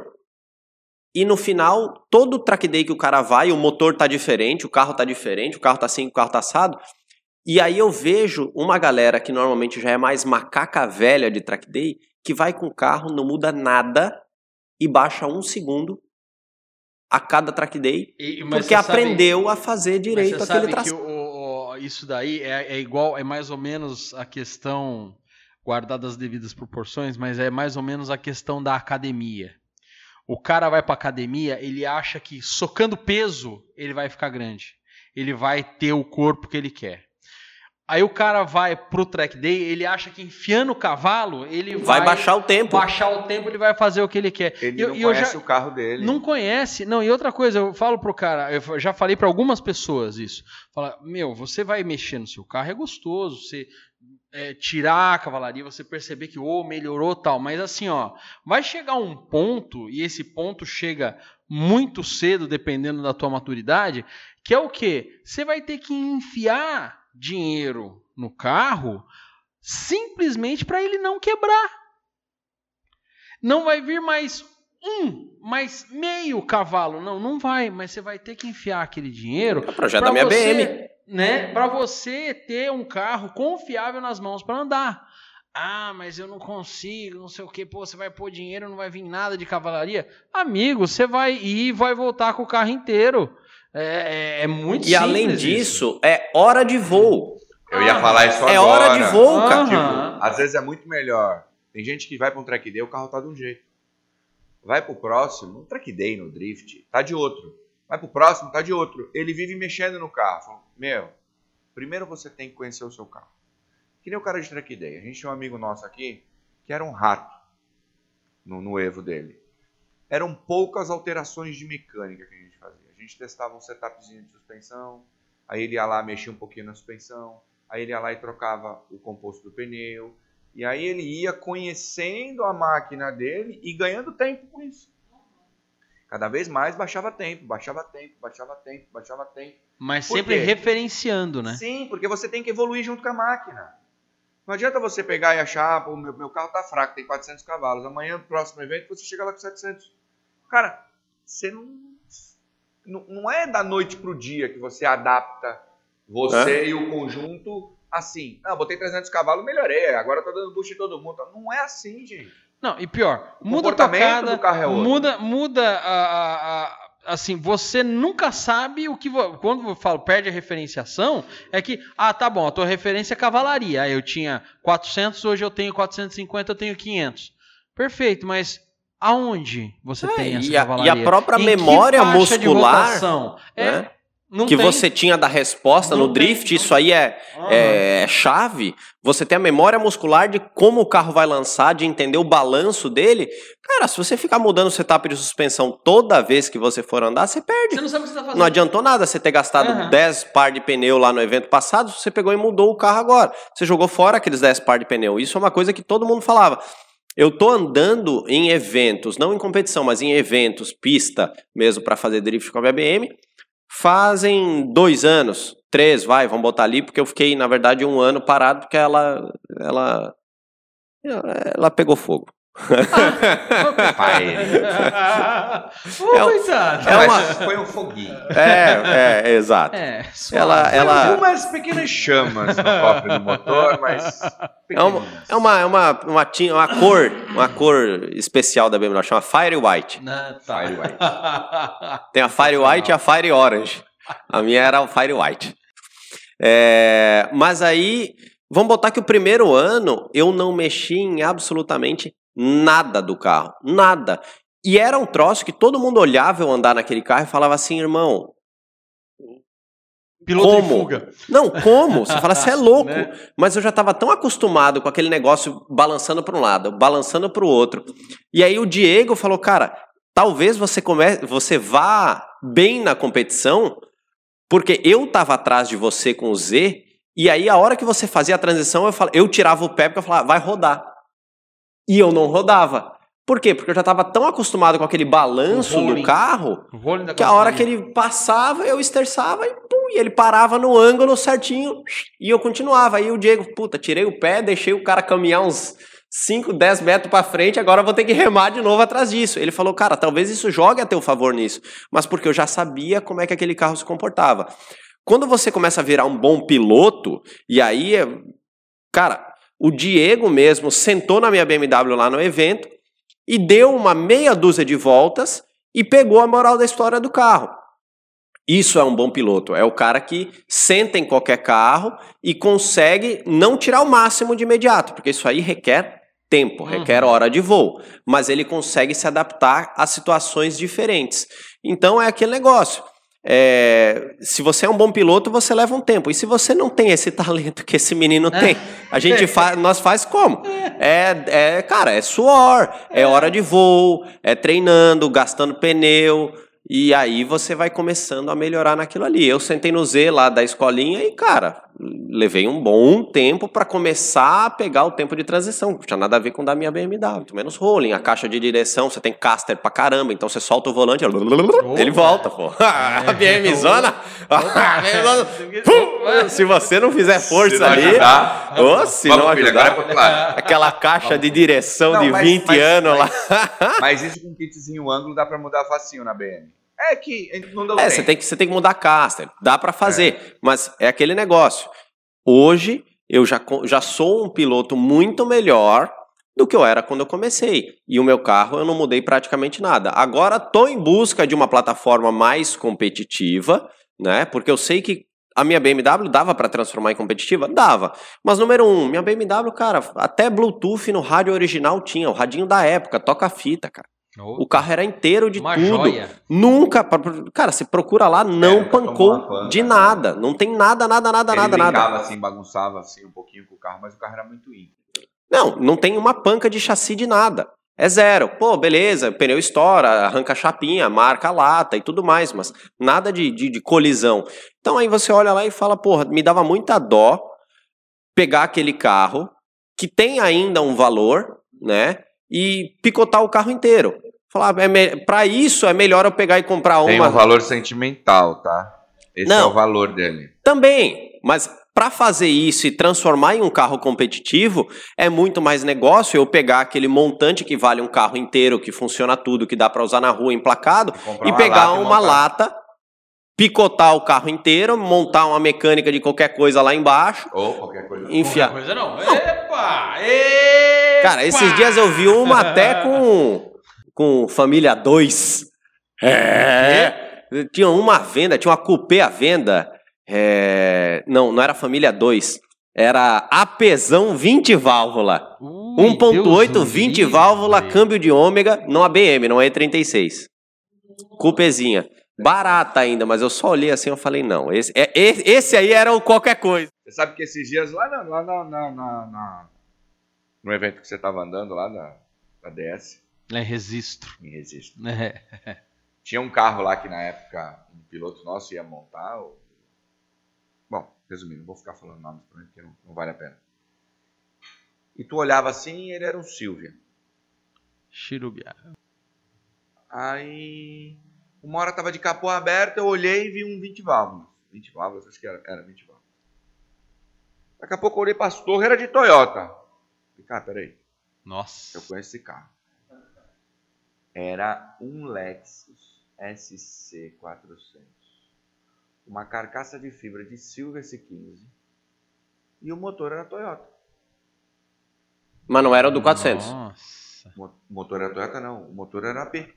e no final, todo track day que o cara vai, o motor tá diferente, o carro tá diferente, o carro tá assim, o carro tá assado. E aí eu vejo uma galera que normalmente já é mais macaca velha de track day, que vai com o carro, não muda nada e baixa 1 segundo a cada track day, porque aprendeu a fazer direito aquele traçado. Isso daí é igual, é mais ou menos a questão, guardadas as devidas proporções, mas é mais ou menos a questão da academia. O cara vai pra academia, ele acha que socando peso, ele vai ficar grande. Ele vai ter o corpo que ele quer. Aí o cara vai pro track day, ele acha que enfiando o cavalo, ele vai baixar o tempo. Ele vai fazer o que ele quer. Ele não conhece o carro dele. Não conhece. Não, e outra coisa, eu falo pro cara, eu já falei pra algumas pessoas isso. Fala, você vai mexer no seu carro, é gostoso, você tirar a cavalaria, você perceber que melhorou tal, mas assim, vai chegar um ponto, e esse ponto chega muito cedo, dependendo da tua maturidade, que é o quê? Você vai ter que enfiar dinheiro no carro simplesmente para ele não quebrar. Não vai vir mais meio cavalo. Não vai, mas você vai ter que enfiar aquele dinheiro. É o projeto da minha BM. Né, para você ter um carro confiável nas mãos para andar. Ah, mas eu não consigo, não sei o que. Pô, você vai pôr dinheiro, não vai vir nada de cavalaria. Amigo, você vai ir e vai voltar com o carro inteiro. É muito simples. E além disso, é hora de voo. Eu ia falar isso agora. É hora de voo, cara. Tipo, às vezes é muito melhor. Tem gente que vai para um track day, o carro tá de um jeito. Vai pro próximo, um track day no drift, tá de outro. Vai pro próximo, tá de outro. Ele vive mexendo no carro. Fala, meu, primeiro você tem que conhecer o seu carro. Que nem o cara de track day. A gente tinha um amigo nosso aqui que era um rato no Evo dele. Eram poucas alterações de mecânica que a gente fazia. A gente testava um setupzinho de suspensão, aí ele ia lá, mexia um pouquinho na suspensão, aí ele ia lá e trocava o composto do pneu, e aí ele ia conhecendo a máquina dele e ganhando tempo com isso. Cada vez mais baixava tempo. Mas sempre referenciando, né? Sim, porque você tem que evoluir junto com a máquina. Não adianta você pegar e achar, pô, meu carro tá fraco, tem 400 cavalos. Amanhã, no próximo evento, você chega lá com 700. Cara, você não é da noite pro dia que você adapta você e o conjunto assim. Não, botei 300 cavalos, melhorei. Agora eu tô dando boost em todo mundo. Não é assim, gente. Não, e pior, O muda a comportamento tocada, do carro é outro. muda assim, você nunca sabe o que... Quando eu falo perde a referenciação, é que, tá bom, a tua referência é cavalaria. Aí eu tinha 400, hoje eu tenho 450, eu tenho 500. Perfeito, mas aonde você tem essa cavalaria? E a própria memória muscular, né? que você tinha da resposta no drift, isso aí é chave. Você tem a memória muscular de como o carro vai lançar, de entender o balanço dele. Cara, se você ficar mudando o setup de suspensão toda vez que você for andar, você perde. Você não sabe o que você tá fazendo. Não adiantou nada você ter gastado 10 par de pneu lá no evento passado, você pegou e mudou o carro agora. Você jogou fora aqueles 10 par de pneu. Isso é uma coisa que todo mundo falava. Eu tô andando em eventos, não em competição, mas em eventos, pista mesmo, para fazer drift com a BM. Fazem 2 anos, 3, vamos botar ali, porque eu fiquei, na verdade, 1 ano parado, porque ela pegou fogo. Foi um foguinho. Exato. Ela umas pequenas chamas no cofre do motor, mas uma cor especial da BMW, chama Fire White. Fire White. Tem a Fire White e a Fire Orange. A minha era o Fire White. Mas aí, vamos botar que o primeiro ano eu não mexi em absolutamente nada do carro. Nada. E era um troço que todo mundo olhava eu andar naquele carro e falava assim, irmão... Piloto de fuga. Não, como? Você fala, você é louco. Né? Mas eu já estava tão acostumado com aquele negócio balançando para um lado, balançando para o outro. E aí o Diego falou, cara, talvez você vá bem na competição, porque eu estava atrás de você com o Z, e aí a hora que você fazia a transição, eu tirava o pé porque eu falava, vai rodar. E eu não rodava. Por quê? Porque eu já estava tão acostumado com aquele balanço do carro, que a hora que ele passava, eu esterçava e pum, e ele parava no ângulo certinho e eu continuava. Aí o Diego, tirei o pé, deixei o cara caminhar uns 5, 10 metros para frente, agora eu vou ter que remar de novo atrás disso. Ele falou, cara, talvez isso jogue a teu favor nisso, mas porque eu já sabia como é que aquele carro se comportava. Quando você começa a virar um bom piloto, e aí, cara, o Diego mesmo sentou na minha BMW lá no evento e deu uma meia dúzia de voltas e pegou a moral da história do carro. Isso é um bom piloto, é o cara que senta em qualquer carro e consegue não tirar o máximo de imediato, porque isso aí requer tempo, requer hora de voo, mas ele consegue se adaptar a situações diferentes. Então é aquele negócio. Se você é um bom piloto, você leva um tempo. E se você não tem esse talento que esse menino tem, nós faz como? Cara, é suor, é hora de voo, é treinando, gastando pneu, e aí você vai começando a melhorar naquilo ali. Eu sentei no Z lá da escolinha e, cara, levei um bom tempo para começar a pegar o tempo de transição. Não tinha nada a ver com da minha BMW. Muito menos rolling. A caixa de direção, você tem caster pra caramba. Então você solta o volante, ele volta, pô. A BM Zona. Se você não fizer força ali. Se não ajudar. Aquela caixa de direção de 20 anos lá. Mas isso com kitzinho ângulo dá pra mudar facinho na BM. É que não deu você tem que mudar caster. Dá pra fazer. Mas é aquele negócio. Hoje, eu já sou um piloto muito melhor do que eu era quando eu comecei. E o meu carro eu não mudei praticamente nada. Agora, tô em busca de uma plataforma mais competitiva, né? Porque eu sei que a minha BMW dava pra transformar em competitiva? Dava. Mas, número 1, minha BMW, cara, até Bluetooth no rádio original tinha. O radinho da época, toca fita, cara. O carro era inteiro de tudo. Joia. Nunca, cara, você procura lá, não pancou de nada. Não tem nada. Ele brincava assim, bagunçava assim um pouquinho com o carro, mas o carro era muito íntegro. Não tem uma panca de chassi de nada. É zero. Pô, beleza, pneu estoura, arranca a chapinha, marca a lata e tudo mais, mas nada de colisão. Então aí você olha lá e fala, porra, me dava muita dó pegar aquele carro que tem ainda um valor, né, e picotar o carro inteiro. Falar, pra isso é melhor eu pegar e comprar uma... Tem um valor sentimental, tá? Esse é o valor dele. Também, mas para fazer isso e transformar em um carro competitivo, é muito mais negócio eu pegar aquele montante que vale um carro inteiro, que funciona tudo, que dá para usar na rua emplacado, e pegar uma lata, picotar o carro inteiro, montar uma mecânica de qualquer coisa lá embaixo. Ou qualquer coisa. Qualquer coisa não. Epa! Cara, esses dias eu vi uma até com Família 2. Tinha uma à venda, tinha uma coupé à venda. Não era Família 2. Era Apesão 20 válvula. 1.8, 20 válvula, câmbio de ômega, não a BM, não é E36. Coupézinha. Barata ainda, mas eu só olhei assim e falei, não, esse aí era o qualquer coisa. Você sabe que esses dias lá no evento que você estava andando lá da DS... Em Registro. Tinha um carro lá que na época um piloto nosso ia montar. Bom, resumindo, não vou ficar falando nomes pra mim, porque não vale a pena. E tu olhava assim e ele era um Silvia. Chirubia. Aí, uma hora tava de capô aberto, eu olhei e vi um 20 válvulas. 20 válvulas, acho que era 20 válvulas. Daqui a pouco eu olhei para as torres, era de Toyota. Falei, cara, peraí. Nossa. Eu conheço esse carro. Era um Lexus SC400. Uma carcaça de fibra de Silvia S15. E o motor era Toyota. Mas não era o do 400. Nossa. O motor era Toyota, não. O motor era AP.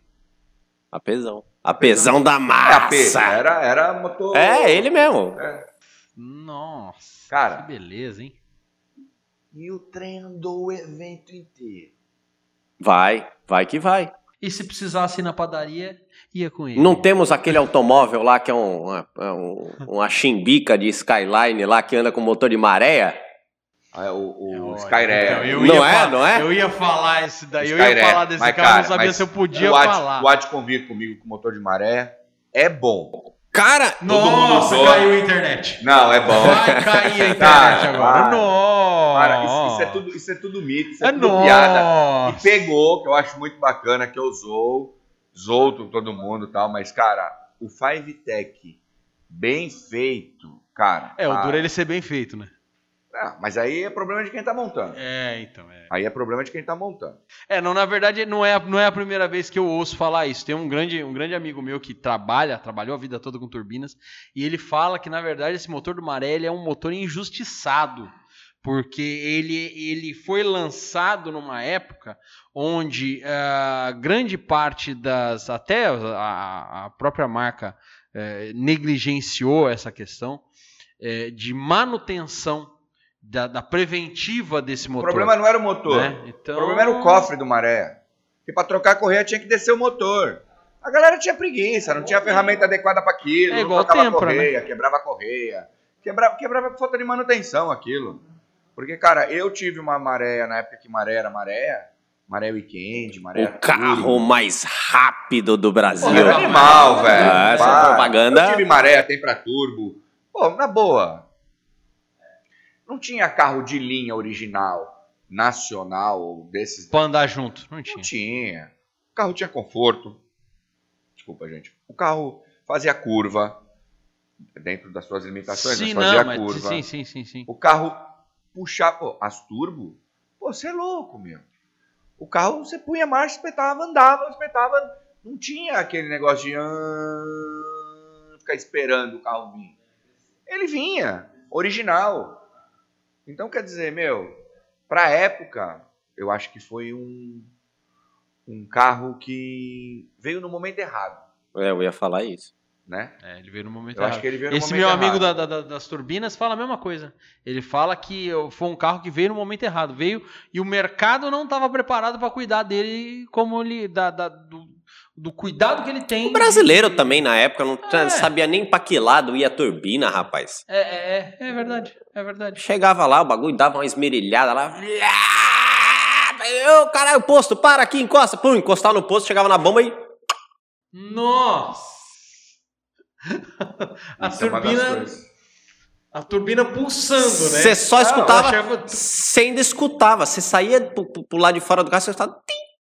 Apesão da massa. Era motor... ele mesmo. Nossa. Cara, que beleza, hein? E o trem andou o evento inteiro. Vai que vai. E se precisasse ir na padaria, ia com ele. Não temos aquele automóvel lá que é uma chimbica de Skyline lá que anda com motor de maré? O Skyrea. Então, não é? Eu ia falar esse daí, eu Skyrea. ia falar desse carro, não sabia se eu podia falar. O Ad convive comigo com motor de maré é bom. Cara, nossa, caiu a internet. Não, é bom. Vai cair a internet agora. Nossa. Cara, isso é tudo mito, isso é tudo piada. E pegou, que eu acho muito bacana, que eu zoo todo mundo e tal, mas, cara, o Five Tech bem feito, cara. O duro é ele ser bem feito, né? Mas aí é problema de quem tá montando. Então. Aí é problema de quem tá montando. Não, na verdade, não é a primeira vez que eu ouço falar isso. Tem um grande amigo meu que trabalhou a vida toda com turbinas, e ele fala que, na verdade, esse motor do Maré ele é um motor injustiçado, porque ele foi lançado numa época onde grande parte até a própria marca negligenciou essa questão de manutenção da preventiva desse motor. O problema não era o motor, né? Então... o problema era o cofre do Maré. Porque para trocar a correia tinha que descer o motor. A galera tinha preguiça, não tinha ferramenta adequada para aquilo, não trocava a correia, né? Quebrava a correia, quebrava por falta de manutenção aquilo. Porque, cara, eu tive uma Maré na época que Maré era Maré Weekend, Maré... O carro mais rápido do Brasil. Pô, era animal, velho. Essa propaganda... Eu tive Maré, tem pra turbo. Pô, na boa. Não tinha carro de linha original, nacional, ou desses... Pra andar junto. Não tinha. Não tinha. O carro tinha conforto. Desculpa, gente. O carro fazia curva, dentro das suas limitações, Sim, mas fazia não, curva. Sim. O carro puxava... Pô, as turbo, pô, você é louco, meu. O carro, você punha marcha, espetava, andava, espetava. Não tinha aquele negócio de ficar esperando o carro vir. Ele vinha, original. Então, quer dizer, meu, pra época, eu acho que foi um carro que veio no momento errado. Eu ia falar isso. Né? Ele veio no momento eu errado. Acho que ele veio no Esse momento meu amigo errado. das turbinas fala a mesma coisa. Ele fala que foi um carro que veio no momento errado. Veio e o mercado não estava preparado para cuidar dele como ele do cuidado que ele tem. O brasileiro também, na época, não sabia nem pra que lado ia a turbina, rapaz. É verdade. É verdade. Chegava lá, o bagulho dava uma esmerilhada lá. Ô, caralho, posto, para aqui, encosta. Pum, encostava no posto, chegava na bomba e... Nossa! A turbina pulsando, né? Você só escutava, você ainda escutava. Você saía pro lado de fora do carro, você escutava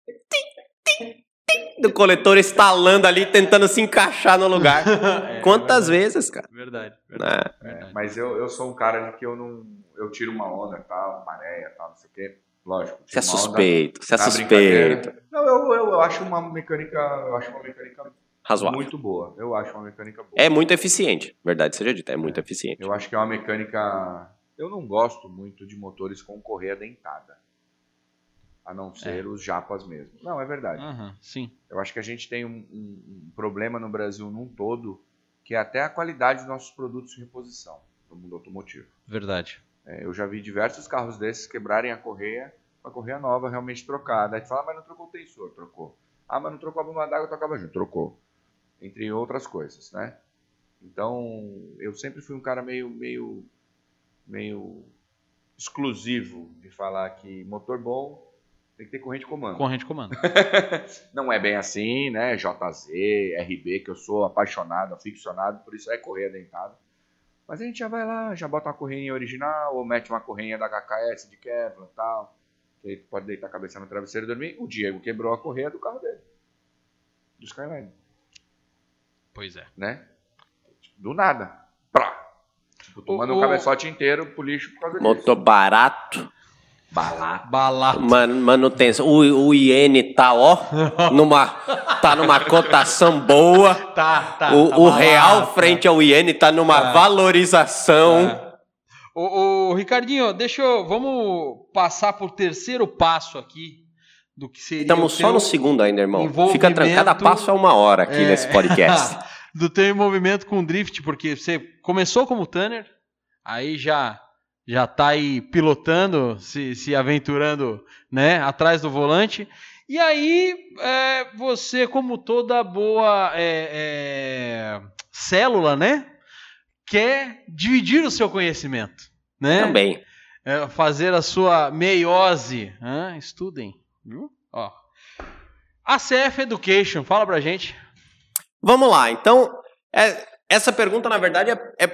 do coletor estalando ali, tentando se encaixar no lugar. Quantas vezes, cara? Verdade. Mas eu sou um cara de que eu tiro uma onda, tal, maré, tal, não sei o quê. Lógico. Você é suspeito, você é suspeito. Não, eu acho uma mecânica razoável. Muito boa. Eu acho uma mecânica boa. É muito eficiente, verdade seja dita, é muito eficiente. Eu acho que é uma mecânica... Eu não gosto muito de motores com correia dentada. A não ser os japas mesmo. Não, é verdade. Sim. Eu acho que a gente tem um problema no Brasil num todo, que é até a qualidade dos nossos produtos de reposição no mundo automotivo. Verdade. Eu já vi diversos carros desses quebrarem a correia, uma correia nova realmente trocada. Aí tu fala, mas não trocou o tensor? Trocou. Ah, mas não trocou a bomba d'água, trocava junto. Trocou. Entre outras coisas, né? Então, eu sempre fui um cara meio exclusivo de falar que motor bom tem que ter corrente de comando. Corrente de comando. Não é bem assim, né? JZ, RB, que eu sou apaixonado, aficionado, por isso é correia dentada. Mas a gente já vai lá, já bota uma correinha original, ou mete uma correinha da HKS de Kevlar e tal, que aí pode deitar a cabeça no travesseiro e dormir. O Diego quebrou a correia do carro dele, do Skyline. Pois é. Né? Do nada. Tipo, tomando um cabeçote inteiro pro lixo por causa disso. Motor barato. Balato. Manutenção. O iene tá, tá numa cotação boa. Tá. O real frente ao iene tá numa valorização. Ô, Ricardinho, vamos passar pro terceiro passo aqui do que seria. Estamos só no segundo ainda, irmão. Fica tranquilo. Cada passo é 1 hora aqui nesse podcast. Do teu envolvimento com o drift, porque você começou como tanner, aí já tá aí pilotando, se aventurando, né, atrás do volante. E aí, você, como toda boa célula, né, quer dividir o seu conhecimento, né? Também. Fazer a sua meiose. Estudem, viu? Ó. ACF Education, fala pra gente. Vamos lá, então, essa pergunta, na verdade,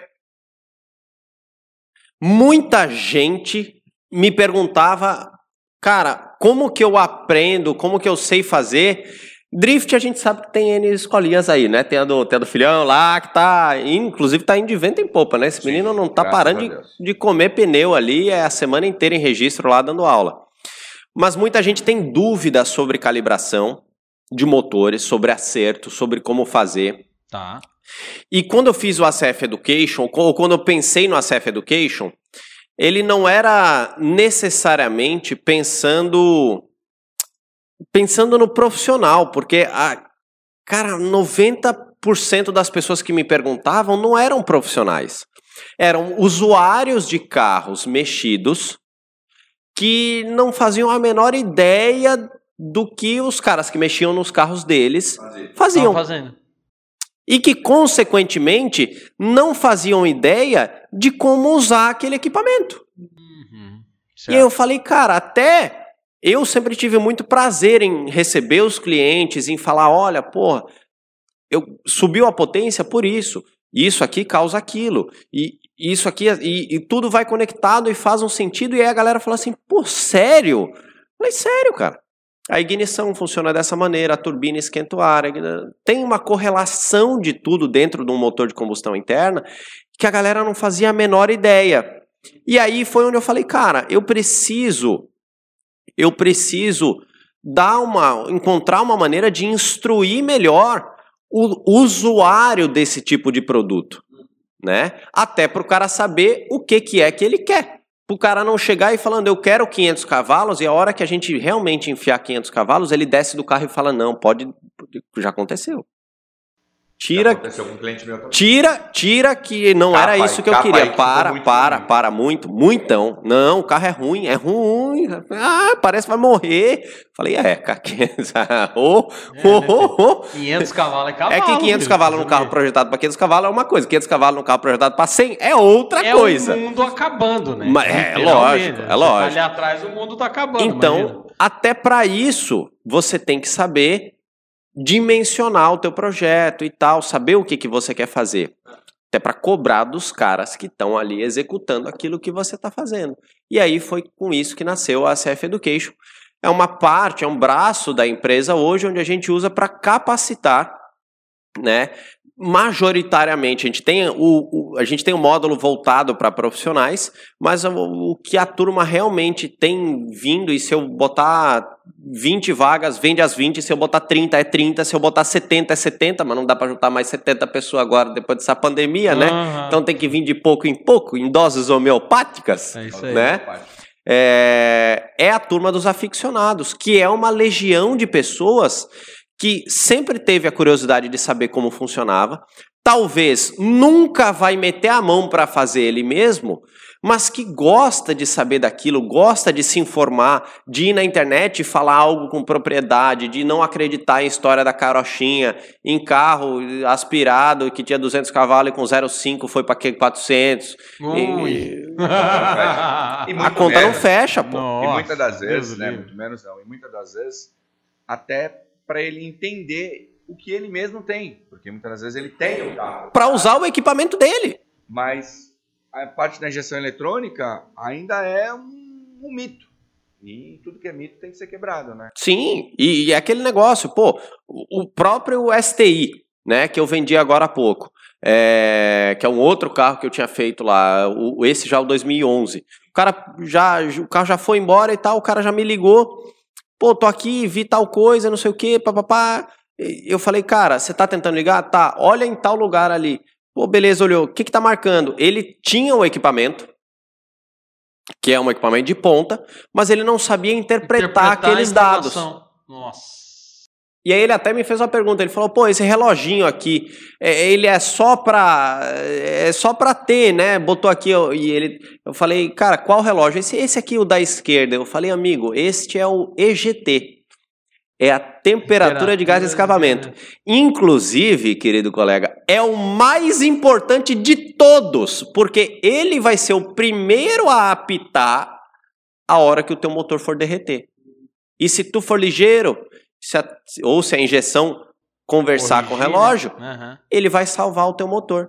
muita gente me perguntava, cara, como que eu aprendo, como que eu sei fazer? Drift a gente sabe que tem N escolinhas aí, né? Tem a do filhão lá, que inclusive tá indo de vento em popa, né? Esse menino não tá parando de comer pneu ali, a semana inteira em registro lá dando aula. Mas muita gente tem dúvidas sobre calibração de motores, sobre acerto, sobre como fazer. Tá. E quando eu fiz o ACF Education, ou quando eu pensei no ACF Education, ele não era necessariamente pensando no profissional, porque, cara, 90% das pessoas que me perguntavam não eram profissionais. Eram usuários de carros mexidos que não faziam a menor ideia do que os caras que mexiam nos carros deles faziam. E que, consequentemente, não faziam ideia de como usar aquele equipamento. E aí eu falei, cara, até eu sempre tive muito prazer em receber os clientes, em falar, olha, subiu a potência por isso aqui causa aquilo. isso aqui, e tudo vai conectado e faz um sentido, e aí a galera fala assim, pô, sério? Eu falei, sério, cara. A ignição funciona dessa maneira, a turbina esquenta o ar, tem uma correlação de tudo dentro de um motor de combustão interna que a galera não fazia a menor ideia. E aí foi onde eu falei, cara, eu preciso encontrar uma maneira de instruir melhor o usuário desse tipo de produto, né? Até para o cara saber o que é que ele quer. Para o cara não chegar e falando, eu quero 500 cavalos, e a hora que a gente realmente enfiar 500 cavalos, ele desce do carro e fala, não, pode, já aconteceu. Tira, já aconteceu com um cliente meu também. Tira que não era isso que eu queria. Para, muitão. Não, o carro é ruim. Parece que vai morrer. Falei, cara, 500 cavalos é cavalo. É que 500 cavalos num carro projetado para 500 cavalos é uma coisa, 500 cavalos num carro projetado para 100 é outra coisa. É o mundo acabando, né? Mas é lógico. Ali atrás o mundo tá acabando. Então, imagina. Até para isso, você tem que saber dimensionar o teu projeto e tal, saber o que você quer fazer. Até para cobrar dos caras que estão ali executando aquilo que você está fazendo. E aí foi com isso que nasceu a ACF Education. É uma parte, é um braço da empresa hoje onde a gente usa para capacitar, né? Majoritariamente, a gente tem um módulo voltado para profissionais, mas o que a turma realmente tem vindo, e se eu botar 20 vagas, vende as 20, se eu botar 30 é 30, se eu botar 70 é 70, mas não dá para juntar mais 70 pessoas agora depois dessa pandemia, né? Então tem que vir de pouco em pouco, em doses homeopáticas, é isso aí, né? É a turma dos aficionados, que é uma legião de pessoas que sempre teve a curiosidade de saber como funcionava, talvez nunca vai meter a mão para fazer ele mesmo, mas que gosta de saber daquilo, gosta de se informar, de ir na internet e falar algo com propriedade, de não acreditar em história da carochinha, em carro aspirado que tinha 200 cavalos e com 0,5 foi para 400. A conta não fecha, pô. Nossa, e muitas das vezes, né, muito menos não, e muitas das vezes até para ele entender o que ele mesmo tem, porque muitas das vezes ele tem o carro. Para usar o equipamento dele. Mas a parte da injeção eletrônica ainda é um mito. E tudo que é mito tem que ser quebrado, né? Sim, e é aquele negócio, pô, o próprio STI, né, que eu vendi agora há pouco, que é um outro carro que eu tinha feito lá, esse já é o 2011. O carro já foi embora e tal, o cara já me ligou, pô, tô aqui, vi tal coisa, não sei o que, papapá. Eu falei, cara, você tá tentando ligar? Tá, olha em tal lugar ali. Pô, beleza, olhou, o que tá marcando? Ele tinha o equipamento, que é um equipamento de ponta, mas ele não sabia interpretar aqueles dados. Nossa. E aí ele até me fez uma pergunta, ele falou, pô, esse reloginho aqui, ele é só pra ter, né, botou aqui, eu falei, cara, qual relógio? Esse aqui, o da esquerda. Eu falei, amigo, este é o EGT, é a temperatura de gás de escapamento. Inclusive, querido colega, é o mais importante de todos, porque ele vai ser o primeiro a apitar a hora que o teu motor for derreter. E se tu for ligeiro, ou se a injeção conversar com o relógio, ele vai salvar o teu motor.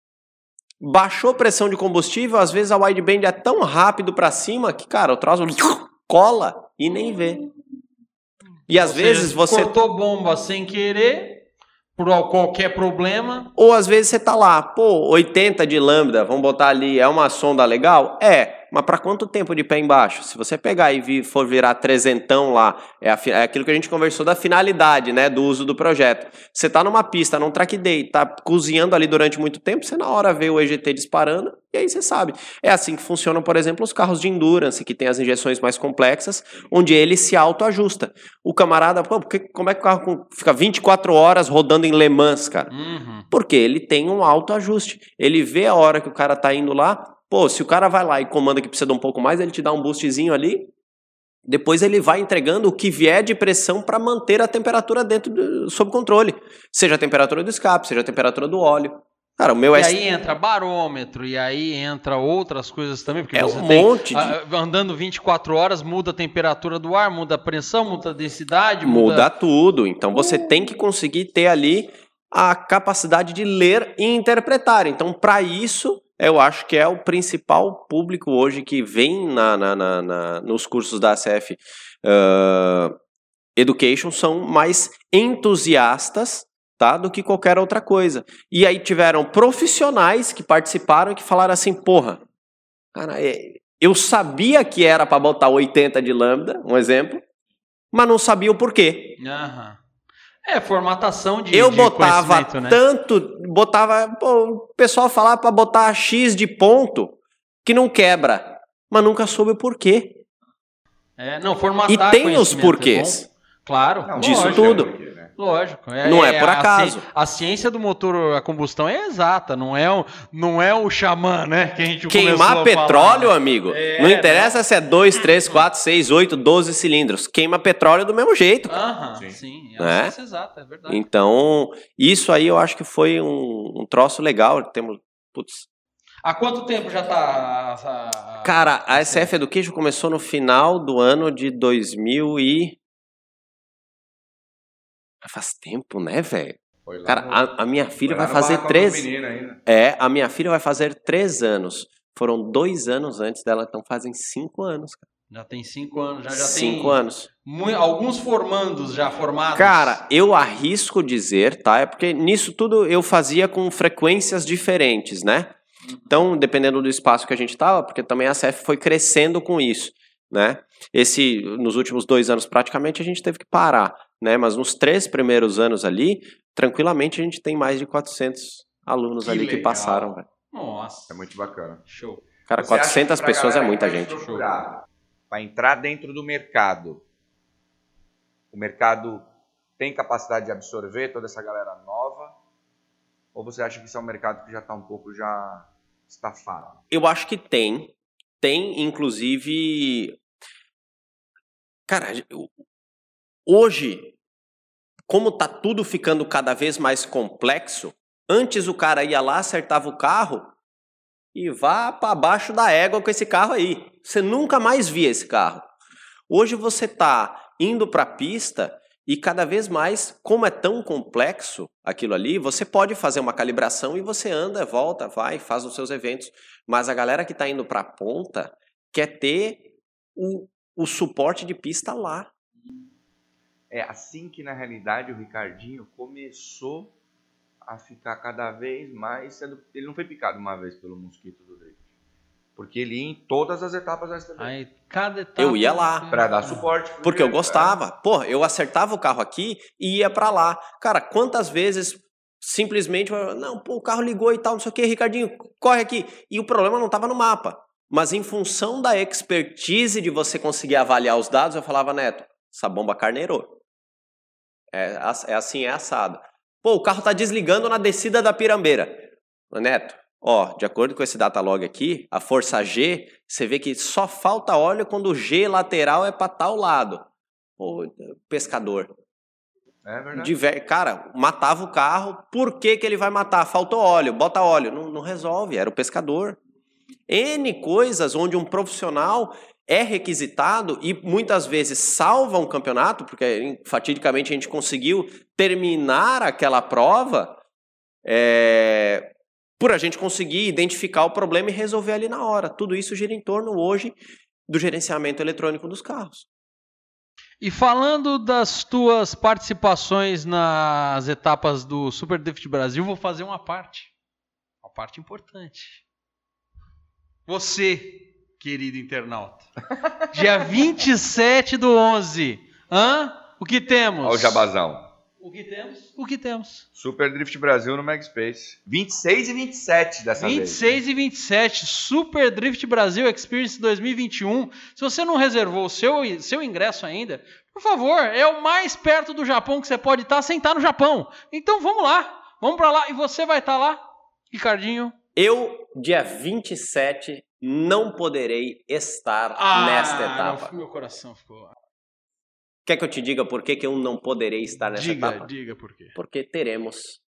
Baixou pressão de combustível, às vezes a wideband é tão rápido para cima que, cara, o troço cola e nem vê. E às vezes você cortou bomba sem querer, por qualquer problema. Ou às vezes você tá lá, pô, 80 de lambda, vamos botar ali, é uma sonda legal? Mas para quanto tempo de pé embaixo? Se você pegar e for virar trezentão lá, é aquilo que a gente conversou da finalidade, né, do uso do projeto. Você tá numa pista, num track day, tá cozinhando ali durante muito tempo, você na hora vê o EGT disparando, e aí você sabe. É assim que funcionam, por exemplo, os carros de endurance, que tem as injeções mais complexas, onde ele se autoajusta. O camarada, pô, como é que o carro fica 24 horas rodando em Le Mans, cara? Porque ele tem um autoajuste. Ele vê a hora que o cara tá indo lá. Pô, se o cara vai lá e comanda que precisa de um pouco mais, ele te dá um boostzinho ali, depois ele vai entregando o que vier de pressão para manter a temperatura sob controle. Seja a temperatura do escape, seja a temperatura do óleo. Cara, o meu aí entra barômetro, e aí entra outras coisas também, porque você monte andando 24 horas, muda a temperatura do ar, muda a pressão, muda a densidade. Muda tudo, então você tem que conseguir ter ali a capacidade de ler e interpretar. Então, para isso, eu acho que é o principal público hoje que vem nos cursos da ACF Education, são mais entusiastas, tá, do que qualquer outra coisa. E aí tiveram profissionais que participaram e que falaram assim, porra, cara, eu sabia que era para botar 80 de lambda, um exemplo, mas não sabia o porquê. Aham. Formatação de eu botava né? O pessoal falava para botar X de ponto que não quebra, mas nunca soube o porquê. Formatar e tem os porquês. Claro. Não, disso tudo. Lógico. Não é por acaso. A ciência do motor a combustão é exata, não é o xamã, né? Que a gente queimar petróleo, amigo, não interessa se é 2, 3, 4, 6, 8, 12 cilindros. Queima petróleo do mesmo jeito. Sim. É a ciência exata, é verdade. Então, isso aí eu acho que foi um troço legal. Há quanto tempo já tá... Cara, a SF Education começou no final do ano de 2000 e... Faz tempo, né, velho? Cara, a minha filha vai fazer 3... a minha filha vai fazer 3 anos. Foram 2 anos antes dela, então fazem 5 anos, cara. Já tem 5 anos. Já 5 tem anos. Alguns formandos já formados. Cara, eu arrisco dizer, tá? É porque nisso tudo eu fazia com frequências diferentes, né? Então, dependendo do espaço que a gente tava, porque também a CF foi crescendo com isso, né? Nos últimos 2 anos, praticamente, a gente teve que parar, né? Mas nos 3 primeiros anos ali, tranquilamente, a gente tem mais de 400 alunos ali que passaram, velho. Nossa. É muito bacana. Show. Cara, 400 pessoas é muita gente. Para entrar dentro do mercado, o mercado tem capacidade de absorver toda essa galera nova? Ou você acha que isso é um mercado que já está um pouco estafado? Eu acho que tem. Tem, inclusive... Cara, hoje, como tá tudo ficando cada vez mais complexo, antes o cara ia lá, acertava o carro e vá para baixo da égua com esse carro aí. Você nunca mais via esse carro. Hoje você tá indo para a pista e cada vez mais, como é tão complexo aquilo ali, você pode fazer uma calibração e você anda, volta, vai, faz os seus eventos. Mas a galera que está indo para a ponta quer ter o suporte de pista lá. É assim que, na realidade, o Ricardinho começou a ficar cada vez mais... Ele não foi picado uma vez pelo mosquito do drift. Porque ele ia em todas as etapas da STB. Aí, cada etapa... Eu ia lá. Pra dar suporte. Porque eu gostava. Porra, eu acertava o carro aqui e ia pra lá. Cara, quantas vezes simplesmente... Não, pô, o carro ligou e tal, não sei o que, Ricardinho, corre aqui. E o problema não tava no mapa. Mas em função da expertise de você conseguir avaliar os dados, eu falava, Neto, essa bomba carneirou. É assim, é assado. Pô, o carro tá desligando na descida da Pirambeira. Neto, ó, de acordo com esse datalog aqui, a força G, você vê que só falta óleo quando o G lateral é para tal lado. Pô, pescador. É verdade. Cara, matava o carro, por que ele vai matar? Faltou óleo, bota óleo. Não resolve, era o pescador. N coisas onde um profissional é requisitado e muitas vezes salva um campeonato, porque fatidicamente a gente conseguiu terminar aquela prova por a gente conseguir identificar o problema e resolver ali na hora. Tudo isso gira em torno hoje do gerenciamento eletrônico dos carros. E falando das tuas participações nas etapas do Super Drift Brasil, vou fazer uma parte importante. Você, querido internauta, dia 27/11, o que temos? Olha o jabazão. O que temos? Super Drift Brasil no Magspace. 26 e 27 dessa vez. 26 e 27, Super Drift Brasil Experience 2021. Se você não reservou o seu ingresso ainda, por favor, é o mais perto do Japão que você pode estar sem estar no Japão. Então vamos lá, vamos pra lá. E você vai estar lá, Ricardinho? Eu, dia 27, não poderei estar nesta etapa. Meu coração ficou... Quer que eu te diga por que eu não poderei estar nessa etapa? Diga por quê. Porque teremos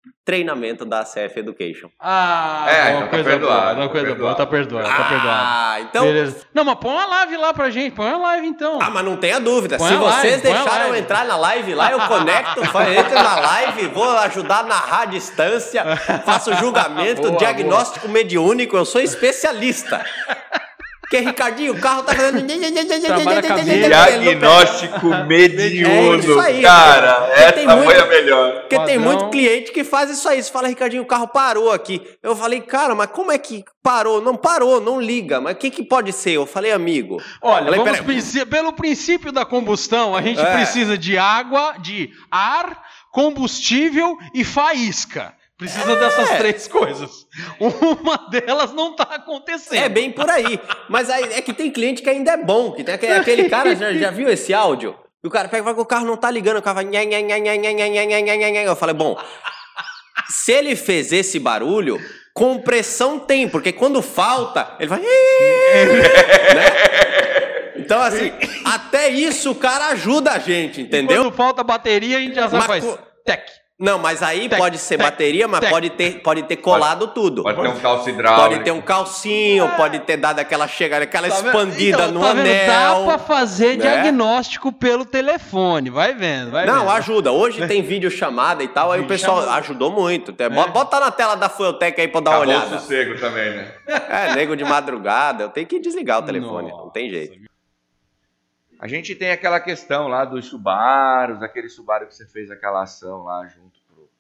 treinamento da CF Education. então tá perdoado. Tá perdoado. Então... Beleza. Não, mas põe uma live lá pra gente. Põe uma live, então. Mas não tenha dúvida. Põe Se a live, vocês põe a deixaram eu live. entrar na live lá, eu conecto, entro na live, vou ajudar a narrar à distância, faço julgamento, diagnóstico mediúnico, eu sou especialista. Porque, Ricardinho, o carro tá fazendo... Diagnóstico mediúnico, isso aí, cara. Essa muito, foi a melhor. Porque tem muito cliente que faz isso aí. Você fala, Ricardinho, o carro parou aqui. Eu falei, cara, mas como é que parou? Não parou, não liga. Mas o que pode ser? Eu falei, amigo... Olha, pelo princípio da combustão, a gente precisa de água, de ar, combustível e faísca. Precisa dessas 3 coisas. Uma delas não tá acontecendo. É bem por aí. Mas aí, é que tem cliente que ainda é bom. Que tem aquele cara, já viu esse áudio? E o cara pega e fala que o carro não tá ligando. O carro vai... Eu falei, bom, se ele fez esse barulho, compressão tem. Porque quando falta, ele vai... né? Então, assim, até isso o cara ajuda a gente, entendeu? Quando falta bateria, a gente já sabe faz... Tec. Não, mas aí pode ser bateria, mas pode ter colado tudo. Pode ter um calço hidráulico. Pode ter um calcinho, pode ter dado aquela chegada, aquela expandida no anel. Dá pra fazer diagnóstico pelo telefone, vai vendo. Não, ajuda. Hoje tem videochamada e tal, aí o pessoal ajudou muito. Bota na tela da Fueltec aí pra dar uma olhada. Acabou o sossego também, né? Nego de madrugada, eu tenho que desligar o telefone, não tem jeito. A gente tem aquela questão lá dos Subarus, aquele Subaru que você fez aquela ação lá junto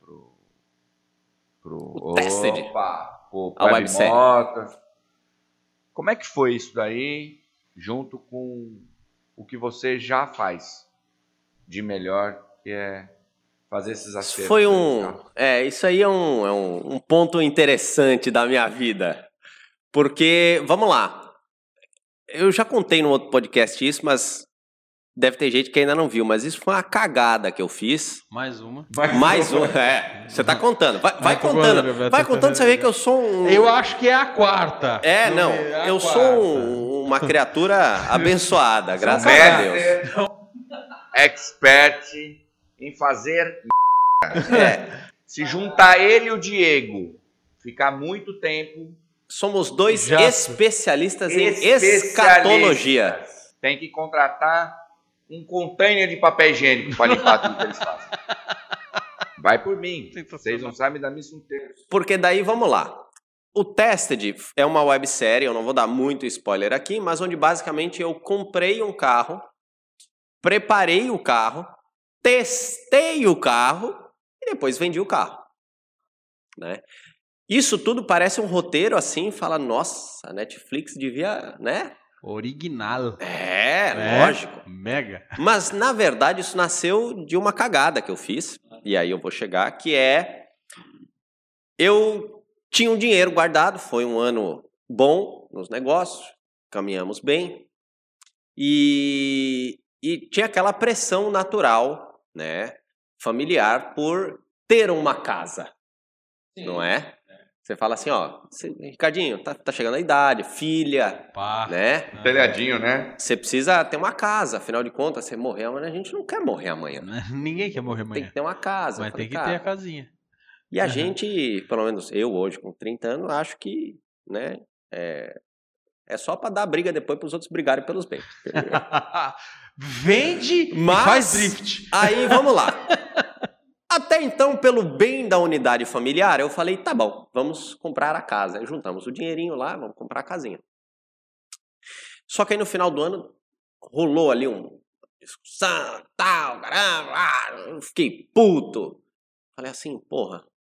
pro Tested. Pro A Web websérie. Motors. Como é que foi isso daí, junto com o que você já faz de melhor, que é fazer esses acertos? Isso aí é um ponto interessante da minha vida. Porque, vamos lá, eu já contei no outro podcast isso, mas deve ter gente que ainda não viu, mas isso foi uma cagada que eu fiz. Mais uma. Você tá contando. Vai contando. Vai contando, você vê que eu sou um... Eu acho que é a 4ª. Eu sou uma criatura abençoada, graças a Deus. Expert em fazer... Se juntar ele e o Diego, ficar muito tempo... Somos 2 especialistas em escatologia. Tem que contratar um container de papel higiênico para limpar tudo que eles fazem. Vai por mim. Vocês não sabem da missa um terço. Porque daí, vamos lá. O Tested é uma websérie, eu não vou dar muito spoiler aqui, mas onde basicamente eu comprei um carro, preparei o carro, testei o carro e depois vendi o carro. Né? Isso tudo parece um roteiro assim, fala, nossa, a Netflix devia, né? Original. Lógico. Mega. Mas, na verdade, isso nasceu de uma cagada que eu fiz, e aí eu vou chegar, que é... Eu tinha um dinheiro guardado, foi um ano bom nos negócios, caminhamos bem, e tinha aquela pressão natural, né, familiar, por ter uma casa, não é? Você fala assim, Ricardinho, tá chegando a idade, filha, né? Telhadinho, né? Você precisa ter uma casa, afinal de contas, você morrer amanhã, a gente não quer morrer amanhã. Ninguém quer morrer amanhã. Tem que ter uma casa. Mas tem que ter a casinha. E a gente, pelo menos eu hoje, com 30 anos, acho que, né, é só pra dar briga depois pros outros brigarem pelos bens. Vende e faz drift. Aí, vamos lá. Até então, pelo bem da unidade familiar, eu falei, tá bom, vamos comprar a casa. Aí juntamos o dinheirinho lá, vamos comprar a casinha. Só que aí no final do ano, rolou ali uma discussão, tal, caramba, eu fiquei puto. Falei assim, porra,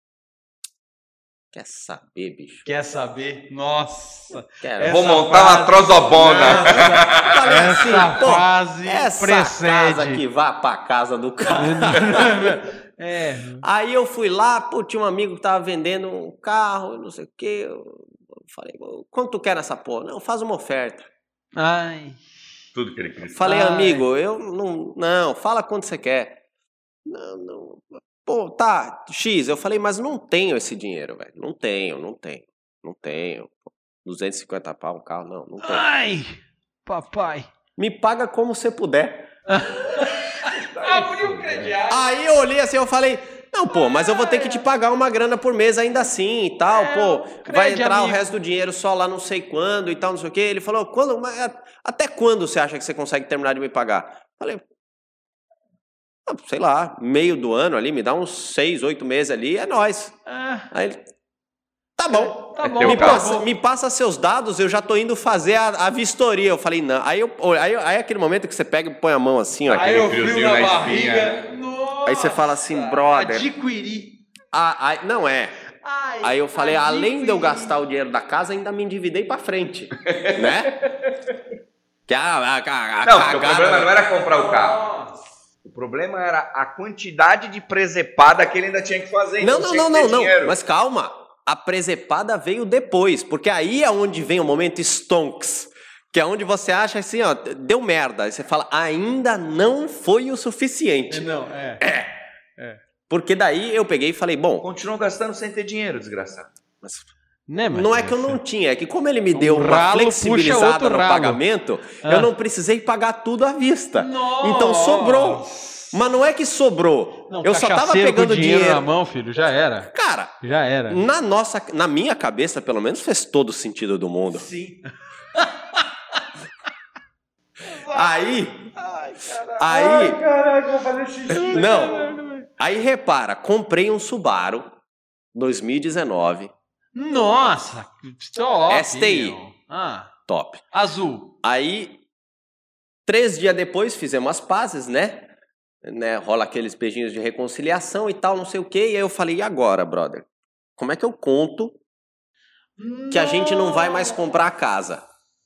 quer saber, bicho? Quer saber? Nossa. Vou montar uma trozobona. Falei assim, fase essa precede. casa aqui, vá pra casa do cara. Aí eu fui lá, tinha um amigo que tava vendendo um carro, não sei o quê. Eu falei, quanto tu quer nessa porra? Não, faz uma oferta. Ai. Tudo que ele quis. Falei, amigo, eu não, fala quanto você quer. Não. Pô, tá, X. Eu falei, mas não tenho esse dinheiro, velho. Não tenho. 250 pau um carro, não tenho. Ai, papai. Me paga como você puder. Abriu o crediário. Aí eu olhei assim, eu falei, Não, pô, mas eu vou ter que te pagar uma grana por mês ainda assim e tal, pô. Vai entrar o resto do dinheiro só lá não sei quando e tal, não sei o quê. Ele falou, até quando você acha que você consegue terminar de me pagar? Falei, sei lá, meio do ano ali, me dá uns 6, 8 meses ali, é nóis. Aí ele, tá bom. Tá bom. Me passa seus dados, eu já tô indo fazer a vistoria. Eu falei, não. Aí aquele momento que você pega e põe a mão assim, ó. Aí eu friozinho frio na na barriga. espinha. Aí você fala assim, brother. Adquiri. Não é. Aí eu falei, além de eu gastar o dinheiro da casa, ainda me endividei pra frente. Né? Que Não, porque o problema não era comprar o carro. O problema era a quantidade de presepada que ele ainda tinha que fazer. Não. Dinheiro. Mas calma. A presepada veio depois. Porque aí é onde vem o momento stonks. Que é onde você acha assim, ó, deu merda. Aí você fala, ainda não foi o suficiente. Não, Porque daí eu peguei e falei, bom... Continuou gastando sem ter dinheiro, desgraçado. Não é que eu não tinha, é que como ele me deu uma flexibilizada no pagamento, eu não precisei pagar tudo à vista. Nossa. Então sobrou. Mas não é que sobrou. Não, eu só tava pegando dinheiro na mão, filho, já era. Cara, já era. Na minha cabeça, pelo menos, fez todo o sentido do mundo. Sim. Aí, caraca, vou fazer xixi. Não. Aí repara, comprei um Subaru 2019. Nossa, top. STI. Top. Azul. Aí 3 dias depois fizemos as pazes, né? Rola aqueles beijinhos de reconciliação e tal, não sei o quê. E aí eu falei, e agora, brother? Como é que eu conto que a gente não vai mais comprar a casa?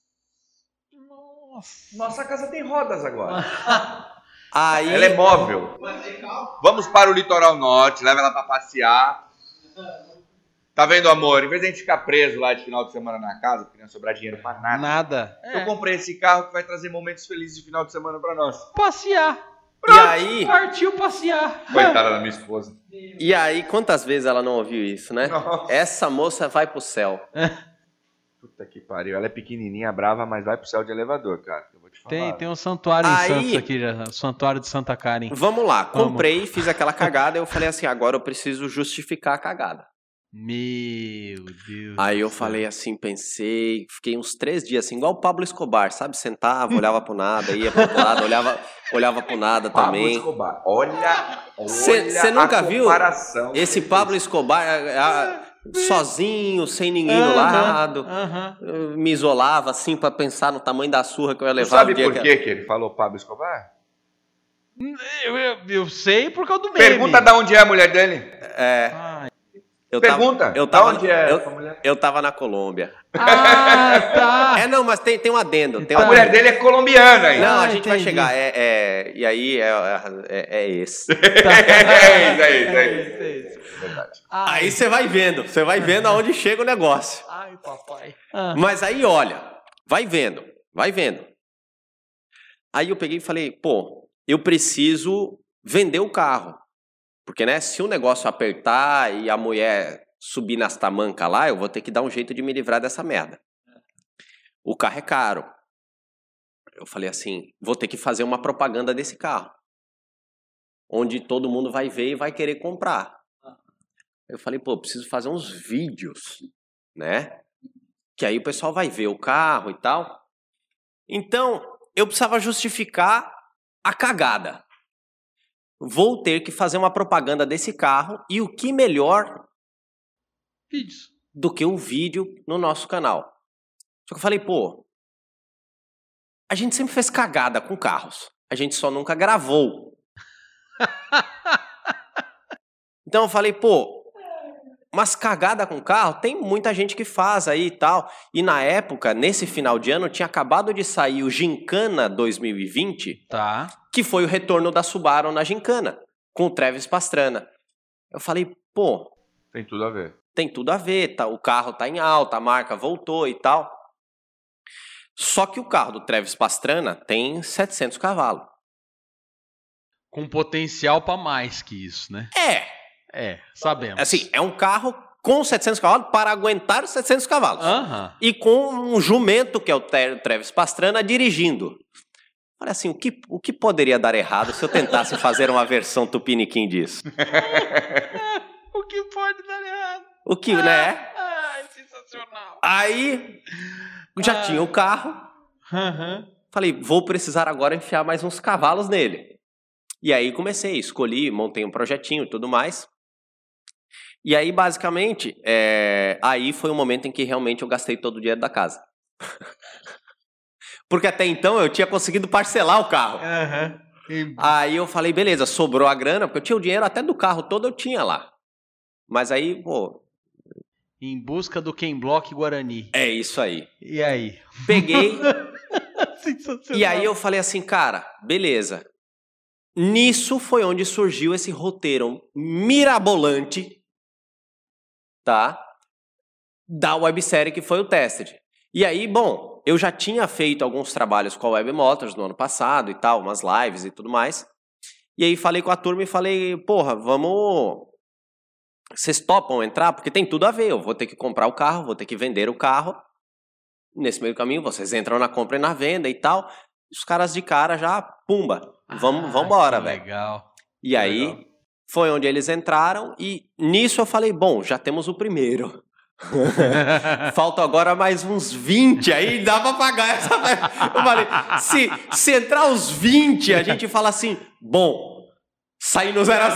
Nossa casa tem rodas agora. Aí... Ela é móvel. Vamos para o litoral norte, leva ela para passear. Tá vendo, amor? Em vez de a gente ficar preso lá de final de semana na casa, porque não ia sobrar dinheiro para nada. Eu comprei esse carro que vai trazer momentos felizes de final de semana para nós. Passear. Pronto, e aí... Partiu passear. Coitada da minha esposa. E aí, quantas vezes ela não ouviu isso, né? Nossa. Essa moça vai pro céu. Puta que pariu. Ela é pequenininha, brava, mas vai pro céu de elevador, cara. Eu vou te falar. Tem um santuário em Santos aqui, já. Santuário de Santa Karen. Vamos lá. Comprei, fiz aquela cagada. Eu falei assim, agora eu preciso justificar a cagada. Meu Deus. Aí eu falei assim, pensei, fiquei uns 3 dias assim, igual o Pablo Escobar, sabe? Sentava, olhava pro nada, ia pro lado, olhava pro nada também. Pablo Escobar, olha Você nunca viu esse Pablo fez. Escobar sozinho, sem ninguém do lado? Me isolava assim pra pensar no tamanho da surra que eu ia levar. Sabe por que ele falou Pablo Escobar? Eu sei por causa do meme. Pergunta de onde é a mulher dele. Pergunta. Onde é eu tava na Colômbia. Tá. Não, mas tem um adendo. A mulher dele é colombiana ainda. Não, a gente vai chegar. E aí é esse. É isso. Verdade. Aí você vai vendo aonde chega o negócio. Ai, papai. Mas aí, olha, vai vendo. Aí eu peguei e falei, pô, eu preciso vender o carro. Porque, né, se o negócio apertar e a mulher subir nas tamancas lá, eu vou ter que dar um jeito de me livrar dessa merda. O carro é caro. Eu falei assim, vou ter que fazer uma propaganda desse carro. Onde todo mundo vai ver e vai querer comprar. Eu falei, pô, preciso fazer uns vídeos, né? Que aí o pessoal vai ver o carro e tal. Então, eu precisava justificar a cagada. Vou ter que fazer uma propaganda desse carro e o que melhor Vídeos. do que o vídeo no nosso canal. Só que eu falei, pô, a gente sempre fez cagada com carros. A gente só nunca gravou. Então eu falei, pô, mas cagada com carro tem muita gente que faz aí e tal. E na época, nesse final de ano, tinha acabado de sair o Gincana 2020. Tá. Que foi o retorno da Subaru na Gincana, com o Travis Pastrana. Eu falei, pô... Tem tudo a ver. Tem tudo a ver, tá, o carro tá em alta, a marca voltou e tal. Só que o carro do Travis Pastrana tem 700 cavalos. Com potencial pra mais que isso, né? Sabemos. Assim, é um carro com 700 cavalos para aguentar os 700 cavalos. Aham. E com um jumento, que é o Travis Pastrana, dirigindo. Falei assim, o que poderia dar errado se eu tentasse fazer uma versão tupiniquim disso? O que pode dar errado? O que, né? Sensacional. Aí, já tinha o carro. Uhum. Falei, vou precisar agora enfiar mais uns cavalos nele. E aí comecei, escolhi, montei um projetinho e tudo mais. E aí, basicamente, aí foi o momento em que realmente eu gastei todo o dinheiro da casa. Porque até então eu tinha conseguido parcelar o carro. Uhum. Aí eu falei, beleza, sobrou a grana, porque eu tinha o dinheiro até do carro todo, eu tinha lá. Mas aí, pô... Em busca do Ken Block Guarani. É isso aí. E aí? Peguei... Sensacional. E aí eu falei assim, cara, beleza. Nisso foi onde surgiu esse roteiro mirabolante, tá? Da websérie que foi o Tested. E aí, bom, eu já tinha feito alguns trabalhos com a Web Motors no ano passado e tal, umas lives e tudo mais. E aí falei com a turma e falei, porra, vamos... Vocês topam entrar? Porque tem tudo a ver, eu vou ter que comprar o carro, vou ter que vender o carro. Nesse meio caminho, vocês entram na compra e na venda e tal. Os caras de cara já, pumba, vamos embora, velho. Legal. E aí, foi onde eles entraram e nisso eu falei, bom, já temos o primeiro. Faltam agora mais uns 20, aí dá pra pagar essa... Eu falei, se entrar os 20, a gente fala assim, bom, saí no 0-0.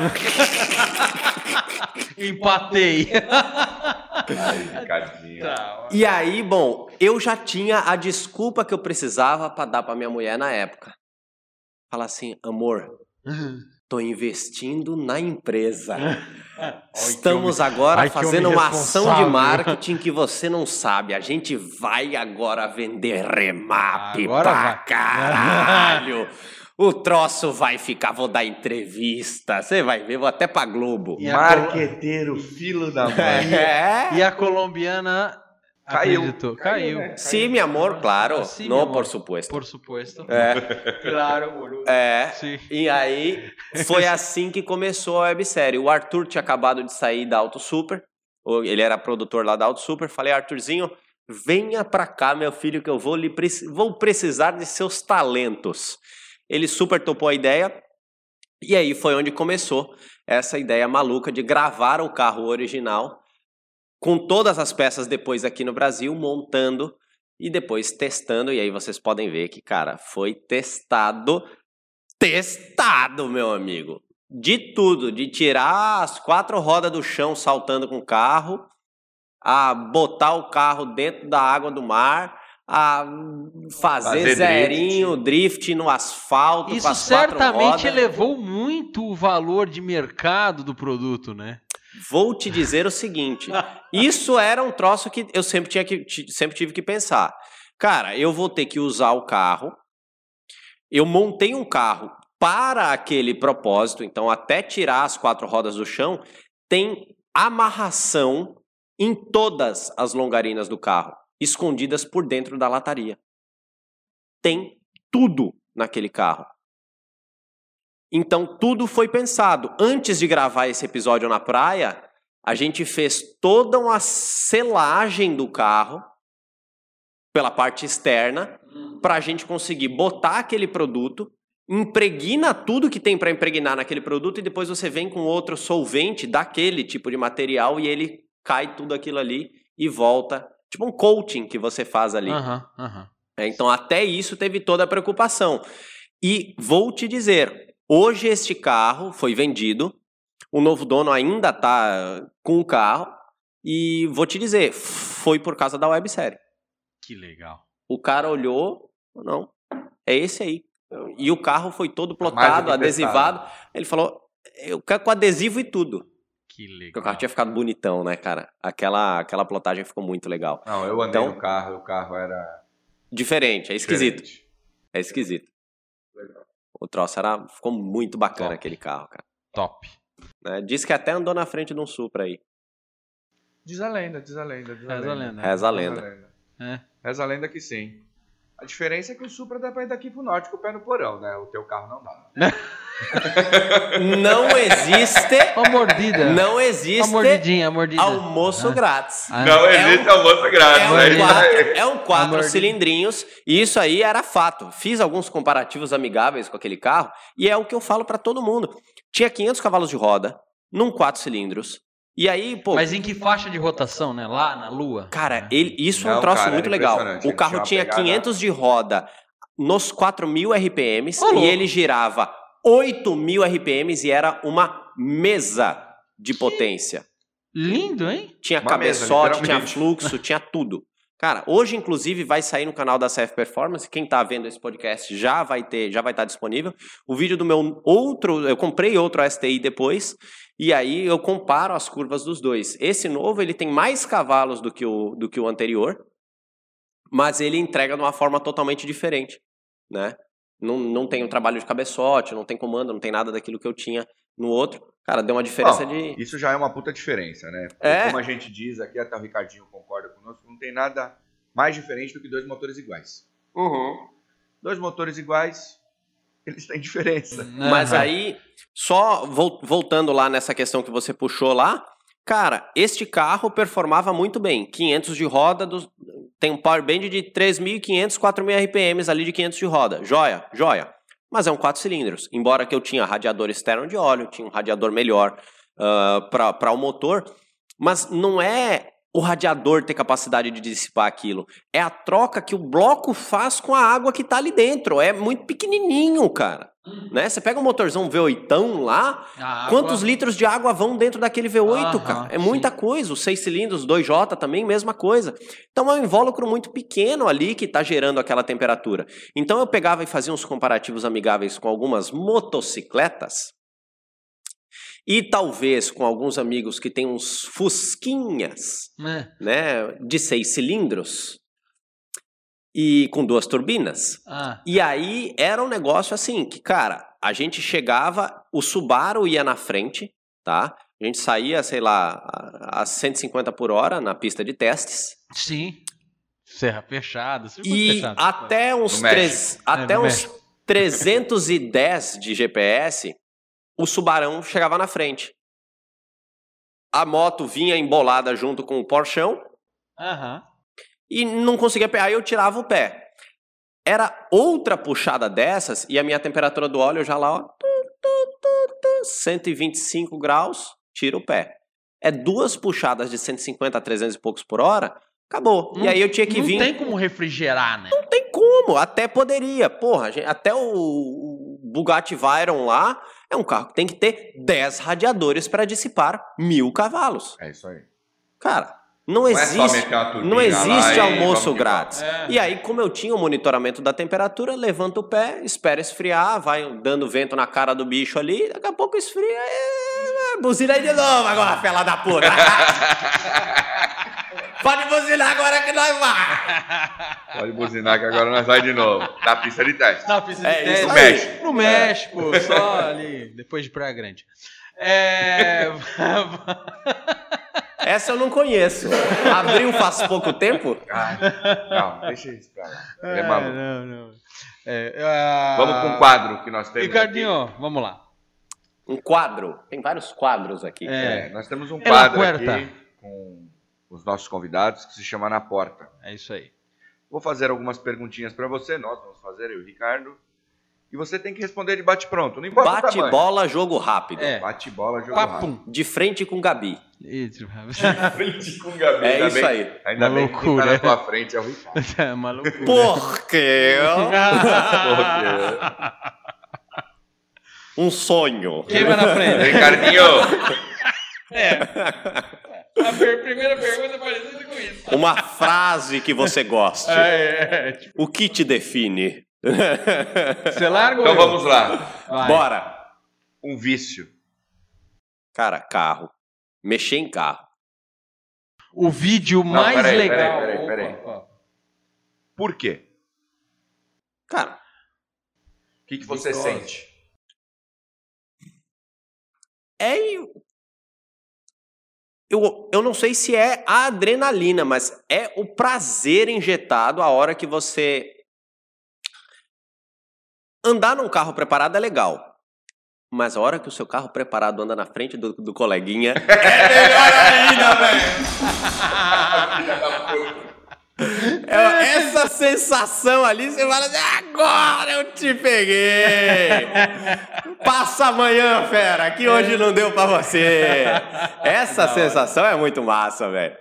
Empatei. Ai, Ricardinho. E aí, bom, eu já tinha a desculpa que eu precisava pra dar pra minha mulher na época. Falar assim, amor, tô investindo na empresa. Estamos agora fazendo uma ação de marketing que você não sabe. A gente vai agora vender remap pra caralho. O troço vai ficar, vou dar entrevista, você vai ver, vou até pra Globo. Marqueteiro, filho da mãe. E a colombiana acreditou. Caiu. Né? Sim, meu amor, claro. Sim, Não, meu amor. por supuesto. Por supuesto. Claro, boludo. Sim. E aí, foi assim que começou a websérie. O Arthur tinha acabado de sair da Auto Super, ele era produtor lá da Auto Super. Falei, Arthurzinho, venha pra cá, meu filho, que eu vou precisar de seus talentos. Ele super topou a ideia, e aí foi onde começou essa ideia maluca de gravar o carro original, com todas as peças depois aqui no Brasil, montando e depois testando, e aí vocês podem ver que, cara, foi testado, meu amigo. De tudo, de tirar as 4 rodas do chão saltando com o carro, a botar o carro dentro da água do mar, a fazer zerinho, drift no asfalto. Isso com as 4 certamente rodas. elevou muito o valor de mercado do produto, né? Vou te dizer o seguinte, isso era um troço que eu sempre tive que pensar. Cara, eu vou ter que usar o carro, eu montei um carro para aquele propósito, então até tirar as 4 rodas do chão, tem amarração em todas as longarinas do carro, escondidas por dentro da lataria. Tem tudo naquele carro. Então, tudo foi pensado. Antes de gravar esse episódio na praia, a gente fez toda uma selagem do carro pela parte externa para a gente conseguir botar aquele produto, impregna tudo que tem para impregnar naquele produto e depois você vem com outro solvente daquele tipo de material e ele cai tudo aquilo ali e volta. Tipo um coating que você faz ali. Então, até isso teve toda a preocupação. E vou te dizer, hoje este carro foi vendido, o novo dono ainda está com o carro, e vou te dizer, foi por causa da websérie. Que legal. O cara olhou, não, é esse aí. E o carro foi todo plotado, adesivado. Ele falou, eu quero com adesivo e tudo. Que legal. Porque o carro tinha ficado bonitão, né, cara? Aquela plotagem ficou muito legal. Não, eu andei no carro e o carro era... Diferente, é esquisito. Diferente. É esquisito. O troço ficou muito bacana, aquele carro, cara. Top. Né? Diz que até andou na frente de um Supra aí. Diz a lenda. Reza a lenda. Reza a lenda. Reza a lenda que sim. A diferença é que o Supra dá pra ir daqui pro norte com o pé no porão, né? O teu carro não dá. Não existe... Uma mordida. Não existe... Uma mordidinha, almoço grátis. Não existe almoço grátis. É um 4 cilindrinhos, e isso aí era fato. Fiz alguns comparativos amigáveis com aquele carro, e é o que eu falo pra todo mundo. Tinha 500 cavalos de roda, num 4 cilindros, e aí, pô... Mas em que faixa de rotação, né? Lá na Lua? Cara, isso é um troço muito legal. O carro tinha 500 de roda nos 4.000 RPMs, e ele girava 8.000 RPMs, e era uma mesa de potência. Lindo, hein? Tinha Uma cabeçote, mesa, tinha fluxo, tinha tudo. Cara, hoje, inclusive, vai sair no canal da CF Performance. Quem tá vendo esse podcast já vai estar disponível. O vídeo do meu eu comprei outro STI depois, e aí eu comparo as curvas dos dois. Esse novo, ele tem mais cavalos do que o anterior, mas ele entrega de uma forma totalmente diferente, né? Não tem o trabalho de cabeçote, não tem comando, não tem nada daquilo que eu tinha no outro. Cara, deu uma diferença de... Isso já é uma puta diferença, né? Porque como a gente diz aqui, até o Ricardinho concorda conosco, não tem nada mais diferente do que dois motores iguais. Dois motores iguais, eles têm diferença. Mas aí, só voltando lá nessa questão que você puxou lá, cara, este carro performava muito bem. 500 de roda, tem um power band de 3.500, 4.000 RPMs ali de 500 de roda. Joia, joia. Mas é um 4 cilindros. Embora que eu tinha radiador externo de óleo, tinha um radiador melhor para o motor, mas não é o radiador ter capacidade de dissipar aquilo. É a troca que o bloco faz com a água que tá ali dentro. É muito pequenininho, cara. Né? Você pega um motorzão V8 lá, quantos litros de água vão dentro daquele V8, cara? É muita coisa. Os 6 cilindros, 2J também, mesma coisa. Então é um invólucro muito pequeno ali que tá gerando aquela temperatura. Então eu pegava e fazia uns comparativos amigáveis com algumas motocicletas, e talvez com alguns amigos que têm uns fusquinhas, né, de 6 cilindros e com 2 turbinas. E aí era um negócio assim, que, cara, a gente chegava, o Subaru ia na frente, tá? A gente saía, sei lá, a 150 por hora na pista de testes. Sim. Serra fechada. E até uns 310 de GPS... o Subarão chegava na frente. A moto vinha embolada junto com o Porschão. E não conseguia pegar. Aí eu tirava o pé. Era outra puxada dessas e a minha temperatura do óleo já lá, ó, 125 graus, tira o pé. É 2 puxadas de 150 a 300 e poucos por hora, acabou. E aí eu tinha que vir... Não tem como refrigerar, né? Não tem como. Até poderia. Porra, até o Bugatti Veyron lá... é um carro que tem que ter 10 radiadores para dissipar 1.000 cavalos. É isso aí. Cara, não existe almoço grátis. E aí, como eu tinha o monitoramento da temperatura, levanta o pé, espera esfriar, vai dando vento na cara do bicho ali, daqui a pouco esfria, buzina aí de novo agora, fela da puta. Pode buzinar agora que nós vai. Pode buzinar que agora nós vai de novo. Na pista de teste. Na pista de teste. No México. No México, só ali, depois de Praia Grande. Essa eu não conheço. Abriu faz pouco tempo? Não, deixa isso pra lá. Ele é maluco. Não. Vamos com um quadro que nós temos. Ricardinho, aqui. Vamos lá. Um quadro? Tem vários quadros aqui. Nós temos um quadro aqui com os nossos convidados que se chama Na Porta. É isso aí. Vou fazer algumas perguntinhas para você, nós vamos fazer, eu e o Ricardo. E você tem que responder de bate-pronto, não importa o tamanho. Bate-bola, jogo rápido. Bate-bola, jogo rápido. De frente com o Gabi. De frente com o Gabi. É isso aí. Ainda bem que quem tá na tua frente é o Ricardo. É uma loucura. Por quê? Um sonho. Quem vai na frente? Ricardinho. A primeira pergunta é parecida com isso. Uma frase que você goste. O que te define? Você larga? Então vamos lá. Vai. Bora. Um vício. Cara, carro. Mexer em carro. O vídeo mais legal. Peraí. Por quê? Cara. O que você sente? Eu não sei se é a adrenalina, mas é o prazer injetado a hora que você andar num carro preparado é legal. Mas a hora que o seu carro preparado anda na frente do coleguinha, é melhor ainda, velho. Essa sensação ali, você fala assim, agora eu te peguei. Passa amanhã, fera, que hoje não deu pra você. Essa sensação é muito massa, velho.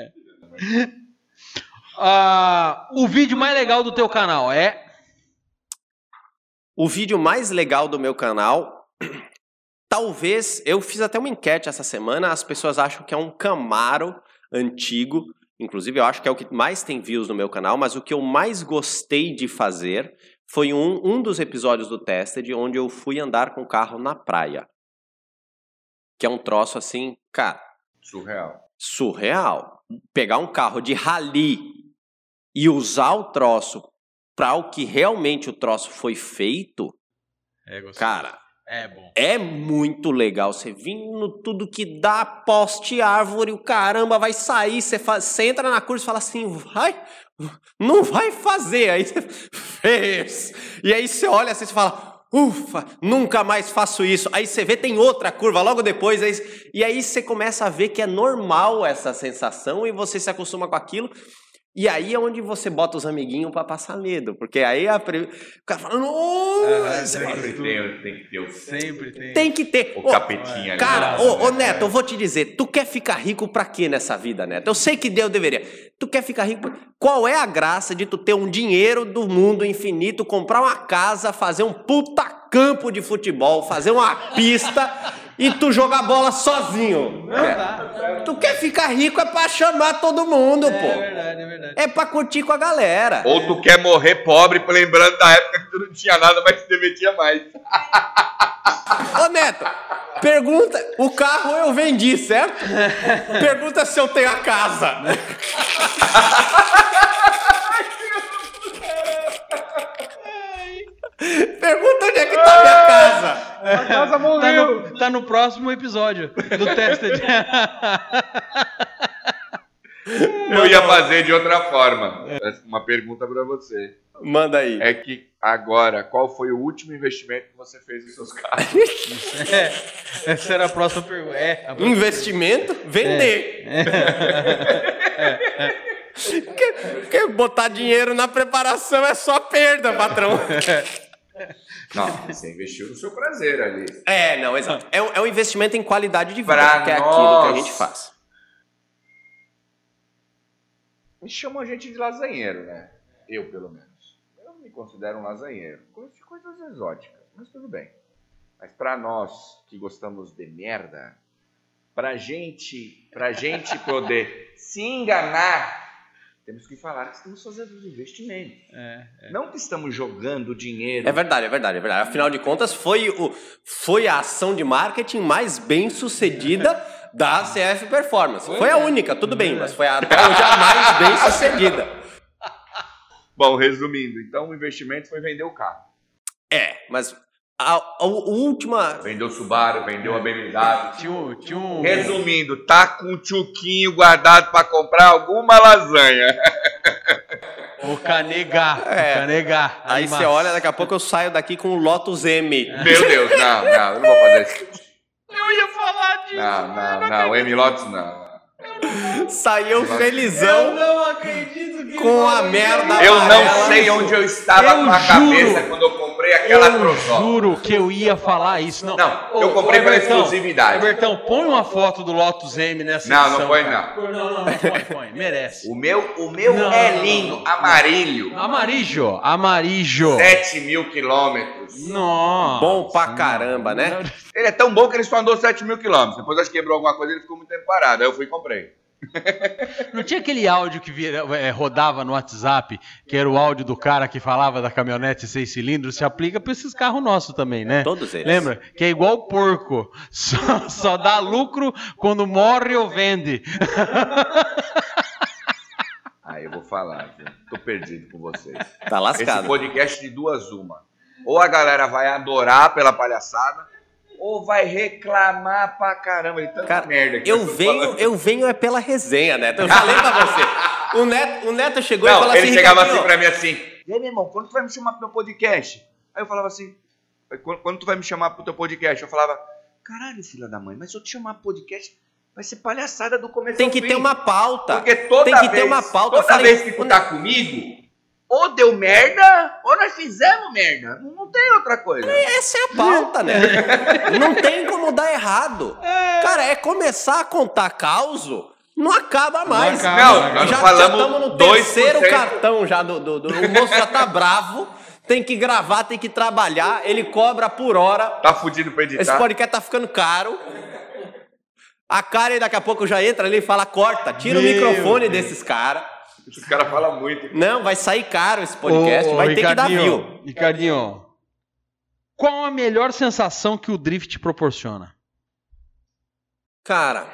O vídeo mais legal do teu canal é? O vídeo mais legal do meu canal... Talvez, eu fiz até uma enquete essa semana, as pessoas acham que é um Camaro antigo, inclusive eu acho que é o que mais tem views no meu canal, mas o que eu mais gostei de fazer foi um dos episódios do Tested, onde eu fui andar com o carro na praia. Que é um troço assim, cara... Surreal. Pegar um carro de rally e usar o troço para o que realmente o troço foi feito, cara... É bom. É muito legal. Você vindo tudo que dá, poste, árvore, o caramba vai sair. Você entra na curva e fala assim, não vai fazer. Aí você fez. E aí você olha assim e fala, ufa, nunca mais faço isso. Aí você vê, tem outra curva logo depois. E aí você começa a ver que é normal essa sensação e você se acostuma com aquilo. E aí é onde você bota os amiguinhos pra passar medo. Porque aí o cara fala, nossa! Sempre tem que ter. Sempre tem. Tem que ter. O capetinha ali. Cara, Neto, eu vou te dizer, tu quer ficar rico pra quê nessa vida, Neto? Eu sei que Deus deveria. Tu quer ficar rico... Qual é a graça de tu ter um dinheiro do mundo infinito, comprar uma casa, fazer um puta campo de futebol, fazer uma pista... E tu jogar bola sozinho. Tu quer ficar rico é pra chamar todo mundo, pô. É verdade. É pra curtir com a galera. Ou tu quer morrer pobre, lembrando da época que tu não tinha nada, mas te divertia mais. Ô, Neto, pergunta... O carro eu vendi, certo? Pergunta se eu tenho a casa. Pergunta onde é que tá a minha casa. A casa morreu. Tá no próximo episódio do Tested. Eu ia fazer de outra forma. Uma pergunta pra você. Manda aí. É que agora, qual foi o último investimento que você fez em seus carros? Essa era a próxima pergunta. Investimento? Vender. Porque botar dinheiro na preparação é só perda, patrão. Não, você investiu no seu prazer ali. Não, exato. É um investimento em qualidade de vida, que é aquilo que a gente faz. Me chamam a gente de lasanheiro, né? Eu, pelo menos. Eu me considero um lasanheiro. Gosto de coisas exóticas, mas tudo bem. Mas pra nós que gostamos de merda, pra gente poder se enganar, temos que falar que estamos fazendo os investimentos. Não que estamos jogando dinheiro. É verdade. Afinal de contas, foi a ação de marketing mais bem sucedida da CF Performance. Foi a única, tudo bem, mas foi a mais bem sucedida. Bom, resumindo, então o investimento foi vender o carro. Mas a última... Vendeu o Subaru, vendeu a BMW. Tinha um... Resumindo, tá com o tchuquinho guardado pra comprar alguma lasanha. O canegar. Aí você olha, daqui a pouco eu saio daqui com o Lotus M. Meu Deus, não, eu não vou fazer isso. Eu ia falar disso. Não, o M Lotus não. Saiu felizão. Eu não acredito que... Com a merda. Eu não sei onde eu estava com a cabeça quando eu comprei aquela Crossover. Eu juro que eu ia falar isso. Não, eu comprei pela exclusividade. Bertão, põe uma foto do Lotus M nessa edição. Não põe, cara. Não, põe. Merece. O meu é lindo, amarillo. Amarillo. 7 mil quilômetros. Nossa. Bom pra caramba, né? Ele é tão bom que ele só andou 7 mil quilômetros. Depois acho que quebrou alguma coisa e ele ficou muito tempo parado. Aí eu fui e comprei. Não tinha aquele áudio que rodava no WhatsApp, que era o áudio do cara que falava da caminhonete 6 cilindros? Se aplica para esses carros nossos também, né? Todos eles. Lembra? Que é igual o porco. Só dá lucro quando morre ou vende. Aí eu vou falar, viu? Tô perdido com vocês. Tá lascado. Esse podcast de duas uma. Ou a galera vai adorar pela palhaçada, ou vai reclamar pra caramba de tanta merda que eu venho é pela resenha, Neto. Eu falei pra você. O Neto chegou e falou assim... Ele chegava assim pra mim assim... E aí, meu irmão, quando tu vai me chamar pro meu podcast? Aí eu falava assim, quando tu vai me chamar pro teu podcast? Eu falava, caralho, filha da mãe, mas se eu te chamar pro podcast, vai ser palhaçada do começo Tem ao que fim. ter uma pauta. Porque toda vez que tu tá comigo, ou deu merda, ou nós fizemos merda. Não tem outra coisa. Essa é a pauta, né? Não tem como dar errado. Cara, é começar a contar causo, não acaba mais. Não, nós já falamos estamos no 2%. terceiro cartão já o moço já tá bravo, tem que gravar, tem que trabalhar, ele cobra por hora. Tá fudido pra editar. Esse podcast tá ficando caro. A Karen daqui a pouco já entra ali e fala, corta, tira o microfone desses caras. Os caras falam muito. Não, vai sair caro esse podcast, vai ter que dar view. Ricardinho, qual a melhor sensação que o drift proporciona? Cara,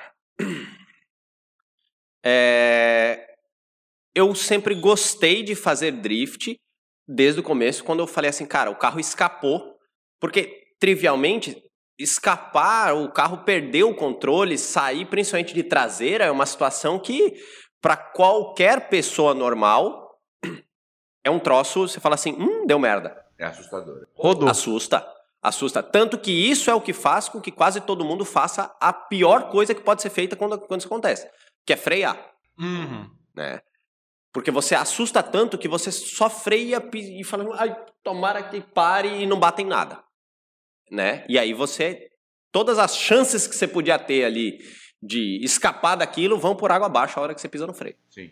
eu sempre gostei de fazer drift desde o começo, quando eu falei assim, cara, o carro escapou, porque, trivialmente, escapar, o carro perder o controle, sair principalmente de traseira, é uma situação que, para qualquer pessoa normal, é um troço, você fala assim, deu merda. É assustador. Rodou. Assusta. Tanto que isso é o que faz com que quase todo mundo faça a pior coisa que pode ser feita quando isso acontece, que é frear. Né? Porque você assusta tanto que você só freia e fala, ai, tomara que pare e não bate em nada. Né? E aí todas as chances que você podia ter ali de escapar daquilo vão por água abaixo a hora que você pisa no freio. Sim.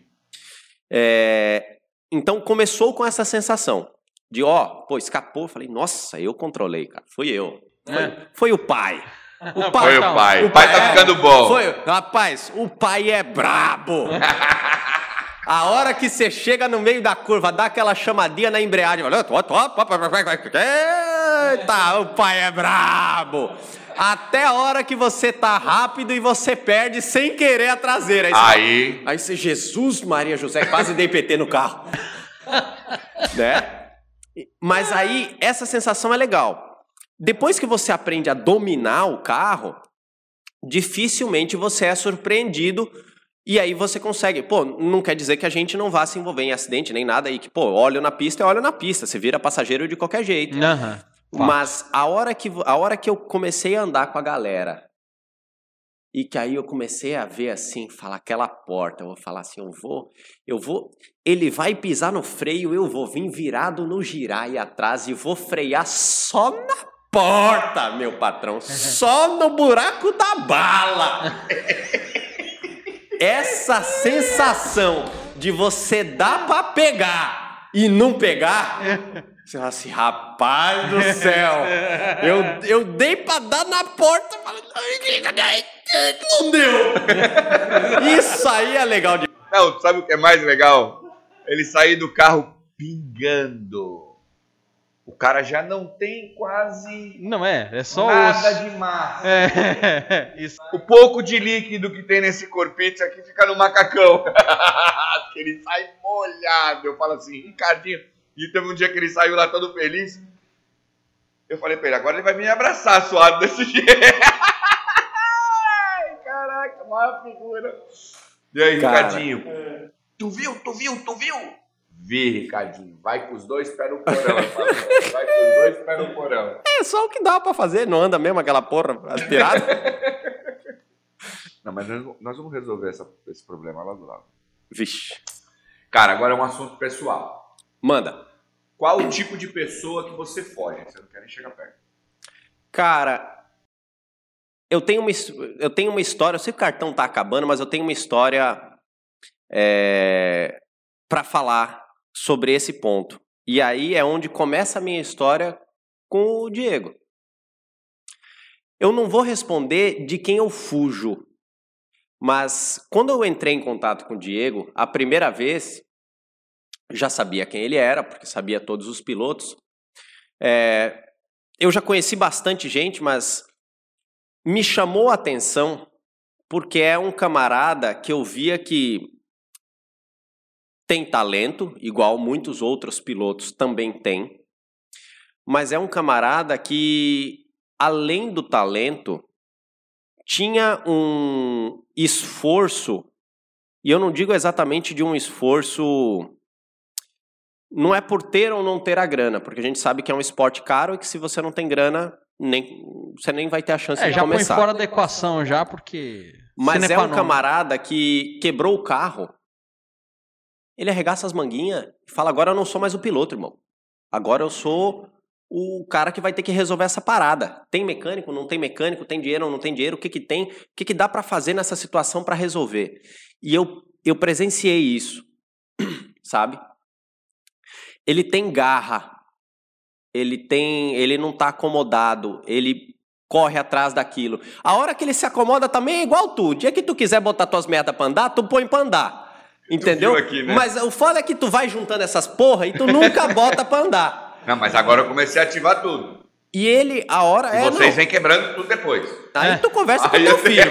Então começou com essa sensação de, escapou. Eu falei, nossa, eu controlei, cara. Fui eu. Foi o pai. Foi o pai. O pai tá ficando bom. Rapaz, o pai é brabo. A hora que você chega no meio da curva, dá aquela chamadinha na embreagem. Eita, o pai é brabo. Até a hora que você tá rápido e você perde sem querer a traseira. Aí você, Jesus, Maria José, quase dei PT no carro. Né? Mas aí, essa sensação é legal. Depois que você aprende a dominar o carro, dificilmente você é surpreendido. E aí você consegue, não quer dizer que a gente não vá se envolver em acidente nem nada, e que, óleo na pista é óleo na pista, você vira passageiro de qualquer jeito. Mas a hora que eu comecei a andar com a galera, e que aí eu comecei a ver assim, falar aquela porta, eu vou falar assim, ele vai pisar no freio, eu vou vir virado no girar e atrás e vou frear só na porta, meu patrão, só no buraco da bala. Essa sensação de você dar pra pegar e não pegar, você fala assim, rapaz do céu, eu dei pra dar na porta, não deu. Isso aí é legal de... Não, sabe o que é mais legal? Ele sair do carro pingando. O cara já não tem quase... Não é só nada de massa. Isso. O pouco de líquido que tem nesse corpite aqui fica no macacão. Ele sai molhado. Eu falo assim, Ricardinho. E teve um dia que ele saiu lá todo feliz. Eu falei pra ele, agora ele vai me abraçar suado desse jeito. Caraca, maior figura. E aí, cara, Ricardinho? Tu viu? Vi, Ricardinho. Vai com os dois pés no porão. Vai com os dois pés no porão. É só o que dá pra fazer. Não anda mesmo aquela porra aspirada. Não, mas nós vamos resolver esse problema lá do lado. Vixe. Cara, agora é um assunto pessoal. Manda. Qual o tipo de pessoa que você foge? Você não quer nem chegar perto. Cara, eu tenho uma história. Eu sei que o cartão tá acabando, mas eu tenho uma história pra falar sobre esse ponto. E aí é onde começa a minha história com o Diego. Eu não vou responder de quem eu fujo, mas quando eu entrei em contato com o Diego, a primeira vez, já sabia quem ele era, porque sabia todos os pilotos. Eu já conheci bastante gente, mas me chamou a atenção porque é um camarada que eu via que tem talento, igual muitos outros pilotos também têm, mas é um camarada que, além do talento, tinha um esforço, e eu não digo exatamente de um esforço não é por ter ou não ter a grana, porque a gente sabe que é um esporte caro e que se você não tem grana, você nem vai ter a chance de já começar. Põe fora da equação já, porque... Mas é um camarada que quebrou o carro, ele arregaça as manguinhas e fala, agora eu não sou mais o piloto, irmão. Agora eu sou o cara que vai ter que resolver essa parada. Tem mecânico, não tem mecânico, tem dinheiro ou não tem dinheiro, o que que tem, o que que dá pra fazer nessa situação pra resolver? E eu presenciei isso, sabe? Ele tem garra, ele não tá acomodado, ele corre atrás daquilo. A hora que ele se acomoda também é igual tu. O dia que tu quiser botar tuas merdas pra andar, tu põe pra andar. Entendeu? Aqui, né? Mas o foda é que tu vai juntando essas porra e tu nunca bota pra andar. Não, mas agora eu comecei a ativar tudo. E ele, a hora e vocês vêm quebrando tudo depois. Aí tu conversa com teu filho.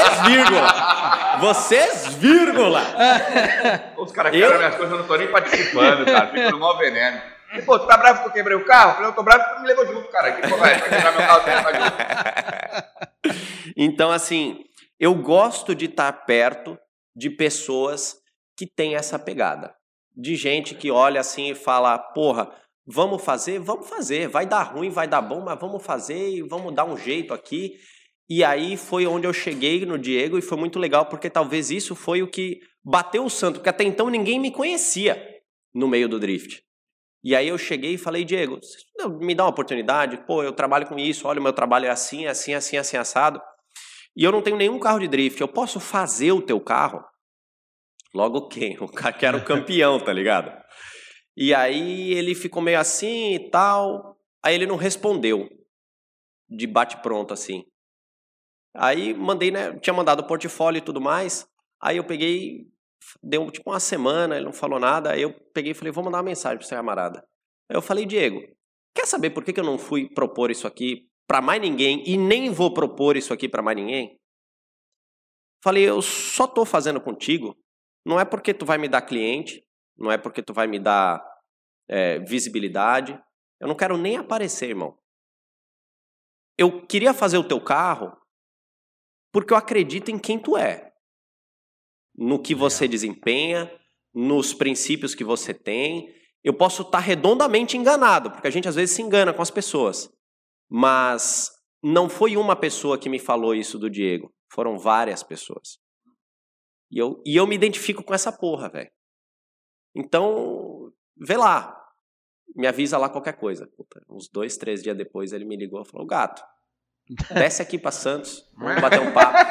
Vocês, vírgula. Os caras quebram minhas coisas, eu não tô nem participando, cara. Fico no mau veneno. E, pô, tu tá bravo que eu quebrei o carro? Eu falei, eu tô bravo que tu me levou junto, cara. Que porra, vai quebrar meu carro, vai junto. Então, assim, eu gosto de estar perto de pessoas que têm essa pegada. De gente que olha assim e fala, porra, vamos fazer, vai dar ruim, vai dar bom, mas vamos fazer e vamos dar um jeito aqui. E aí foi onde eu cheguei no Diego e foi muito legal, porque talvez isso foi o que bateu o santo, porque até então ninguém me conhecia no meio do drift. E aí eu cheguei e falei, Diego, me dá uma oportunidade, pô, eu trabalho com isso, olha, o meu trabalho é assim, assim, assim, assim, assado, e eu não tenho nenhum carro de drift, eu posso fazer o teu carro? Logo quem? O cara que era o campeão, tá ligado? E aí ele ficou meio assim e tal, aí ele não respondeu, de bate-pronto assim. Aí mandei, né, tinha mandado o portfólio e tudo mais, aí eu peguei, deu tipo uma semana, ele não falou nada, aí eu peguei e falei, vou mandar uma mensagem pro seu camarada. Aí eu falei, Diego, quer saber por que eu não fui propor isso aqui pra mais ninguém e nem vou propor isso aqui pra mais ninguém? Falei, eu só tô fazendo contigo, não é porque tu vai me dar cliente, não é porque tu vai me dar visibilidade, eu não quero nem aparecer, irmão. Eu queria fazer o teu carro porque eu acredito em quem tu é. No que você desempenha, nos princípios que você tem. Eu posso estar redondamente enganado, porque a gente às vezes se engana com as pessoas. Mas não foi uma pessoa que me falou isso do Diego. Foram várias pessoas. E eu me identifico com essa porra, velho. Então, vê lá. Me avisa lá qualquer coisa. Puta, uns 2, 3 dias depois ele me ligou e falou, gato, desce aqui pra Santos, vamos bater um papo.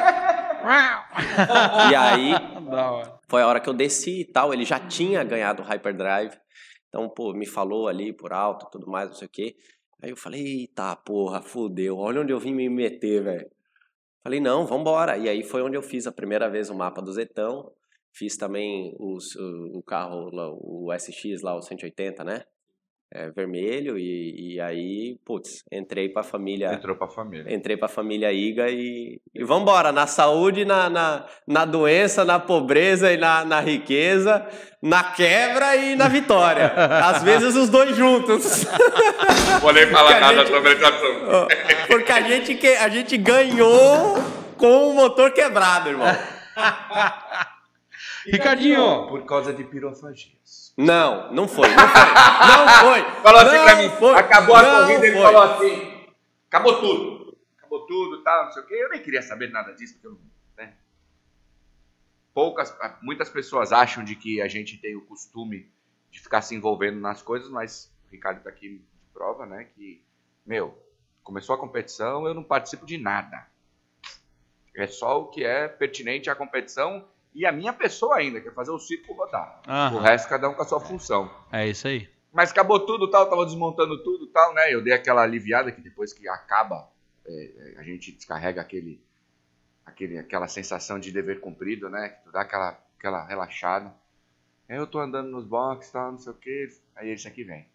E aí, foi a hora que eu desci e tal, ele já tinha ganhado o Hyperdrive, então, pô, me falou ali por alto, tudo mais, não sei o quê. Aí eu falei, eita porra, fudeu, olha onde eu vim me meter, velho. Falei, não, vambora. E aí foi onde eu fiz a primeira vez o mapa do Zetão, fiz também o carro, o SX lá, o 180, né? Vermelho, e aí, putz, entrei pra família. Entrou pra família. Entrei pra família Iga e vambora, na saúde, na doença, na pobreza e na riqueza, na quebra e na vitória. Às vezes os dois juntos. Vou nem falar nada sobre esse assunto. Porque a gente ganhou com o motor quebrado, irmão. Ricardinho! Por causa de pirofagias. Não foi. Falou assim pra mim, acabou a corrida, ele falou assim, acabou tudo, tal, não sei o quê. Eu nem queria saber nada disso, porque né? Muitas pessoas acham de que a gente tem o costume de ficar se envolvendo nas coisas, mas o Ricardo tá aqui de prova, né, que, começou a competição, eu não participo de nada. É só o que é pertinente à competição e a minha pessoa ainda, que é fazer o circo rodar. O resto, cada um com a sua função. É isso aí. Mas acabou tudo, tal, tava desmontando tudo, tal, né? Eu dei aquela aliviada que depois que acaba, a gente descarrega aquela sensação de dever cumprido, né? Que tu dá aquela relaxada. Aí eu tô andando nos boxes, tal, não sei o quê. Aí esse aqui vem.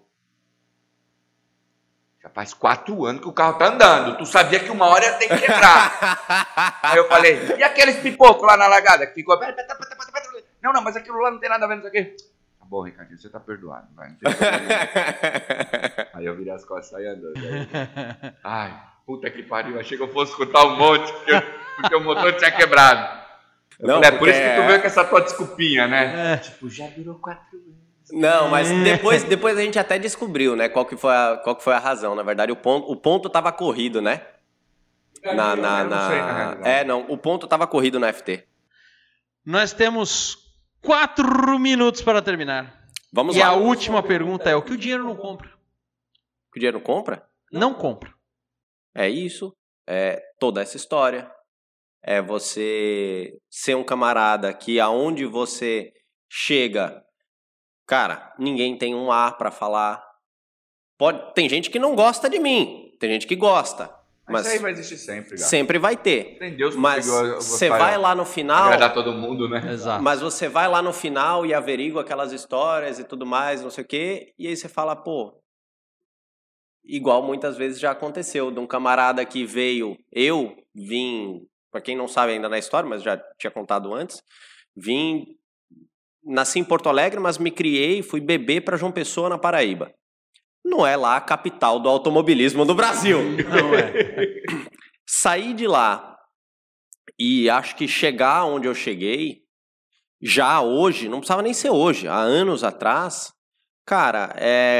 Já faz 4 anos que o carro tá andando. Tu sabia que uma hora ia ter que quebrar. Aí eu falei, e aqueles pipocos lá na largada que ficou... Não, mas aquilo lá não tem nada a ver, não sei o quê. Tá bom, Ricardinho, você tá perdoado. Vai, não tem problema. Aí eu virei as costas e saí andando. Ai, puta que pariu. Achei que eu fosse escutar um monte, porque o motor tinha quebrado. Não, falei, por isso que tu veio com essa tua desculpinha, né? Tipo, já virou 4 anos. Não, mas depois a gente até descobriu, né, qual que foi a razão. Na verdade, o ponto tava corrido, né? O ponto tava corrido na FT. Nós temos 4 minutos para terminar. Vamos lá. E a última pergunta é: o que o dinheiro não compra? O que o dinheiro não compra? Não compra. É isso. É toda essa história. É você ser um camarada que aonde você chega, cara, ninguém tem um A pra falar. Tem gente que não gosta de mim, tem gente que gosta. Mas isso aí vai existir sempre, cara. Sempre vai ter. Tem Deus que mas você vai lá no final... Agradar todo mundo, né? Exato. Mas você vai lá no final e averigua aquelas histórias e tudo mais, não sei o quê, e aí você fala, pô... Igual muitas vezes já aconteceu, de um camarada que veio... Eu vim... Pra quem não sabe ainda na história, mas já tinha contado antes, nasci em Porto Alegre, mas me criei, fui bebê para João Pessoa, na Paraíba. Não é lá a capital do automobilismo do Brasil. Não é. Saí de lá e acho que chegar onde eu cheguei, já hoje, não precisava nem ser hoje, há anos atrás, cara,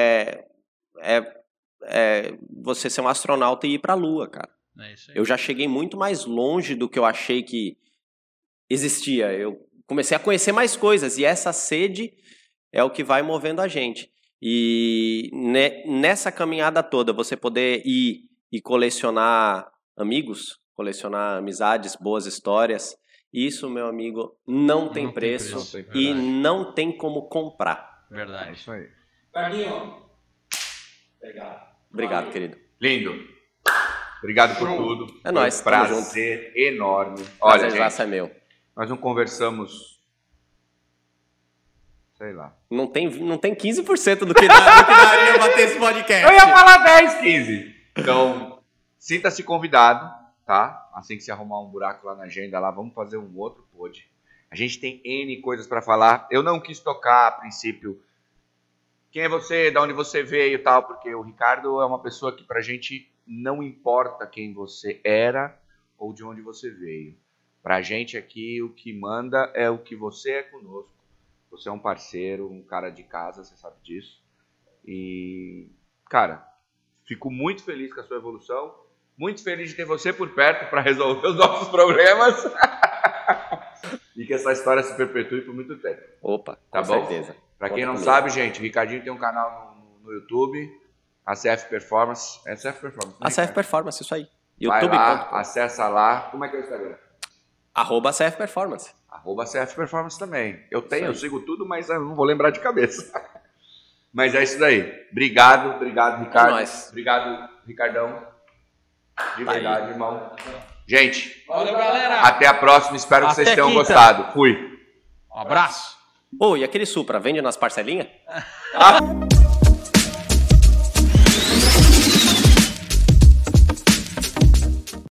você ser um astronauta e ir pra Lua, cara. É isso aí. Eu já cheguei muito mais longe do que eu achei que existia. Eu comecei a conhecer mais coisas e essa sede é o que vai movendo a gente. E nessa caminhada toda, você poder ir e colecionar amigos, colecionar amizades, boas histórias, isso, meu amigo, não tem preço e não tem como comprar. Verdade. É isso aí. Carlinho. Obrigado, querido. Lindo. Obrigado por tudo. É nóis, Foi um prazer enorme. Olha, gente, é meu. nós não conversamos... Sei lá. Não tem 15% do que daria bater esse podcast. Eu ia falar 10, 15. Então, sinta-se convidado, tá? Assim que se arrumar um buraco lá na agenda, lá, vamos fazer um outro pod. A gente tem N coisas pra falar. Eu não quis tocar, a princípio, quem é você, de onde você veio e tal, porque o Ricardo é uma pessoa que pra gente não importa quem você era ou de onde você veio. Pra gente aqui, o que manda é o que você é conosco. Você é um parceiro, um cara de casa, você sabe disso. E, cara, fico muito feliz com a sua evolução. Muito feliz de ter você por perto para resolver os nossos problemas. E que essa história se perpetue por muito tempo. Opa, tá com bom? certeza. Para quem não sabe, gente, o Ricardinho tem um canal no YouTube, a CF Performance. É CF Performance. A CF Performance, isso aí. Vai lá, acessa lá. Como é que é o Instagram? @CF Performance. @CF Performance também. Eu tenho, eu sigo tudo, mas eu não vou lembrar de cabeça. Mas é isso daí. Obrigado, Ricardo. É nóis. Obrigado, Ricardão. De verdade, irmão. Gente, valeu, galera. Até a próxima. Espero que Até vocês tenham quinta. gostado. Fui. Um abraço. E aquele Supra, vende nas parcelinhas?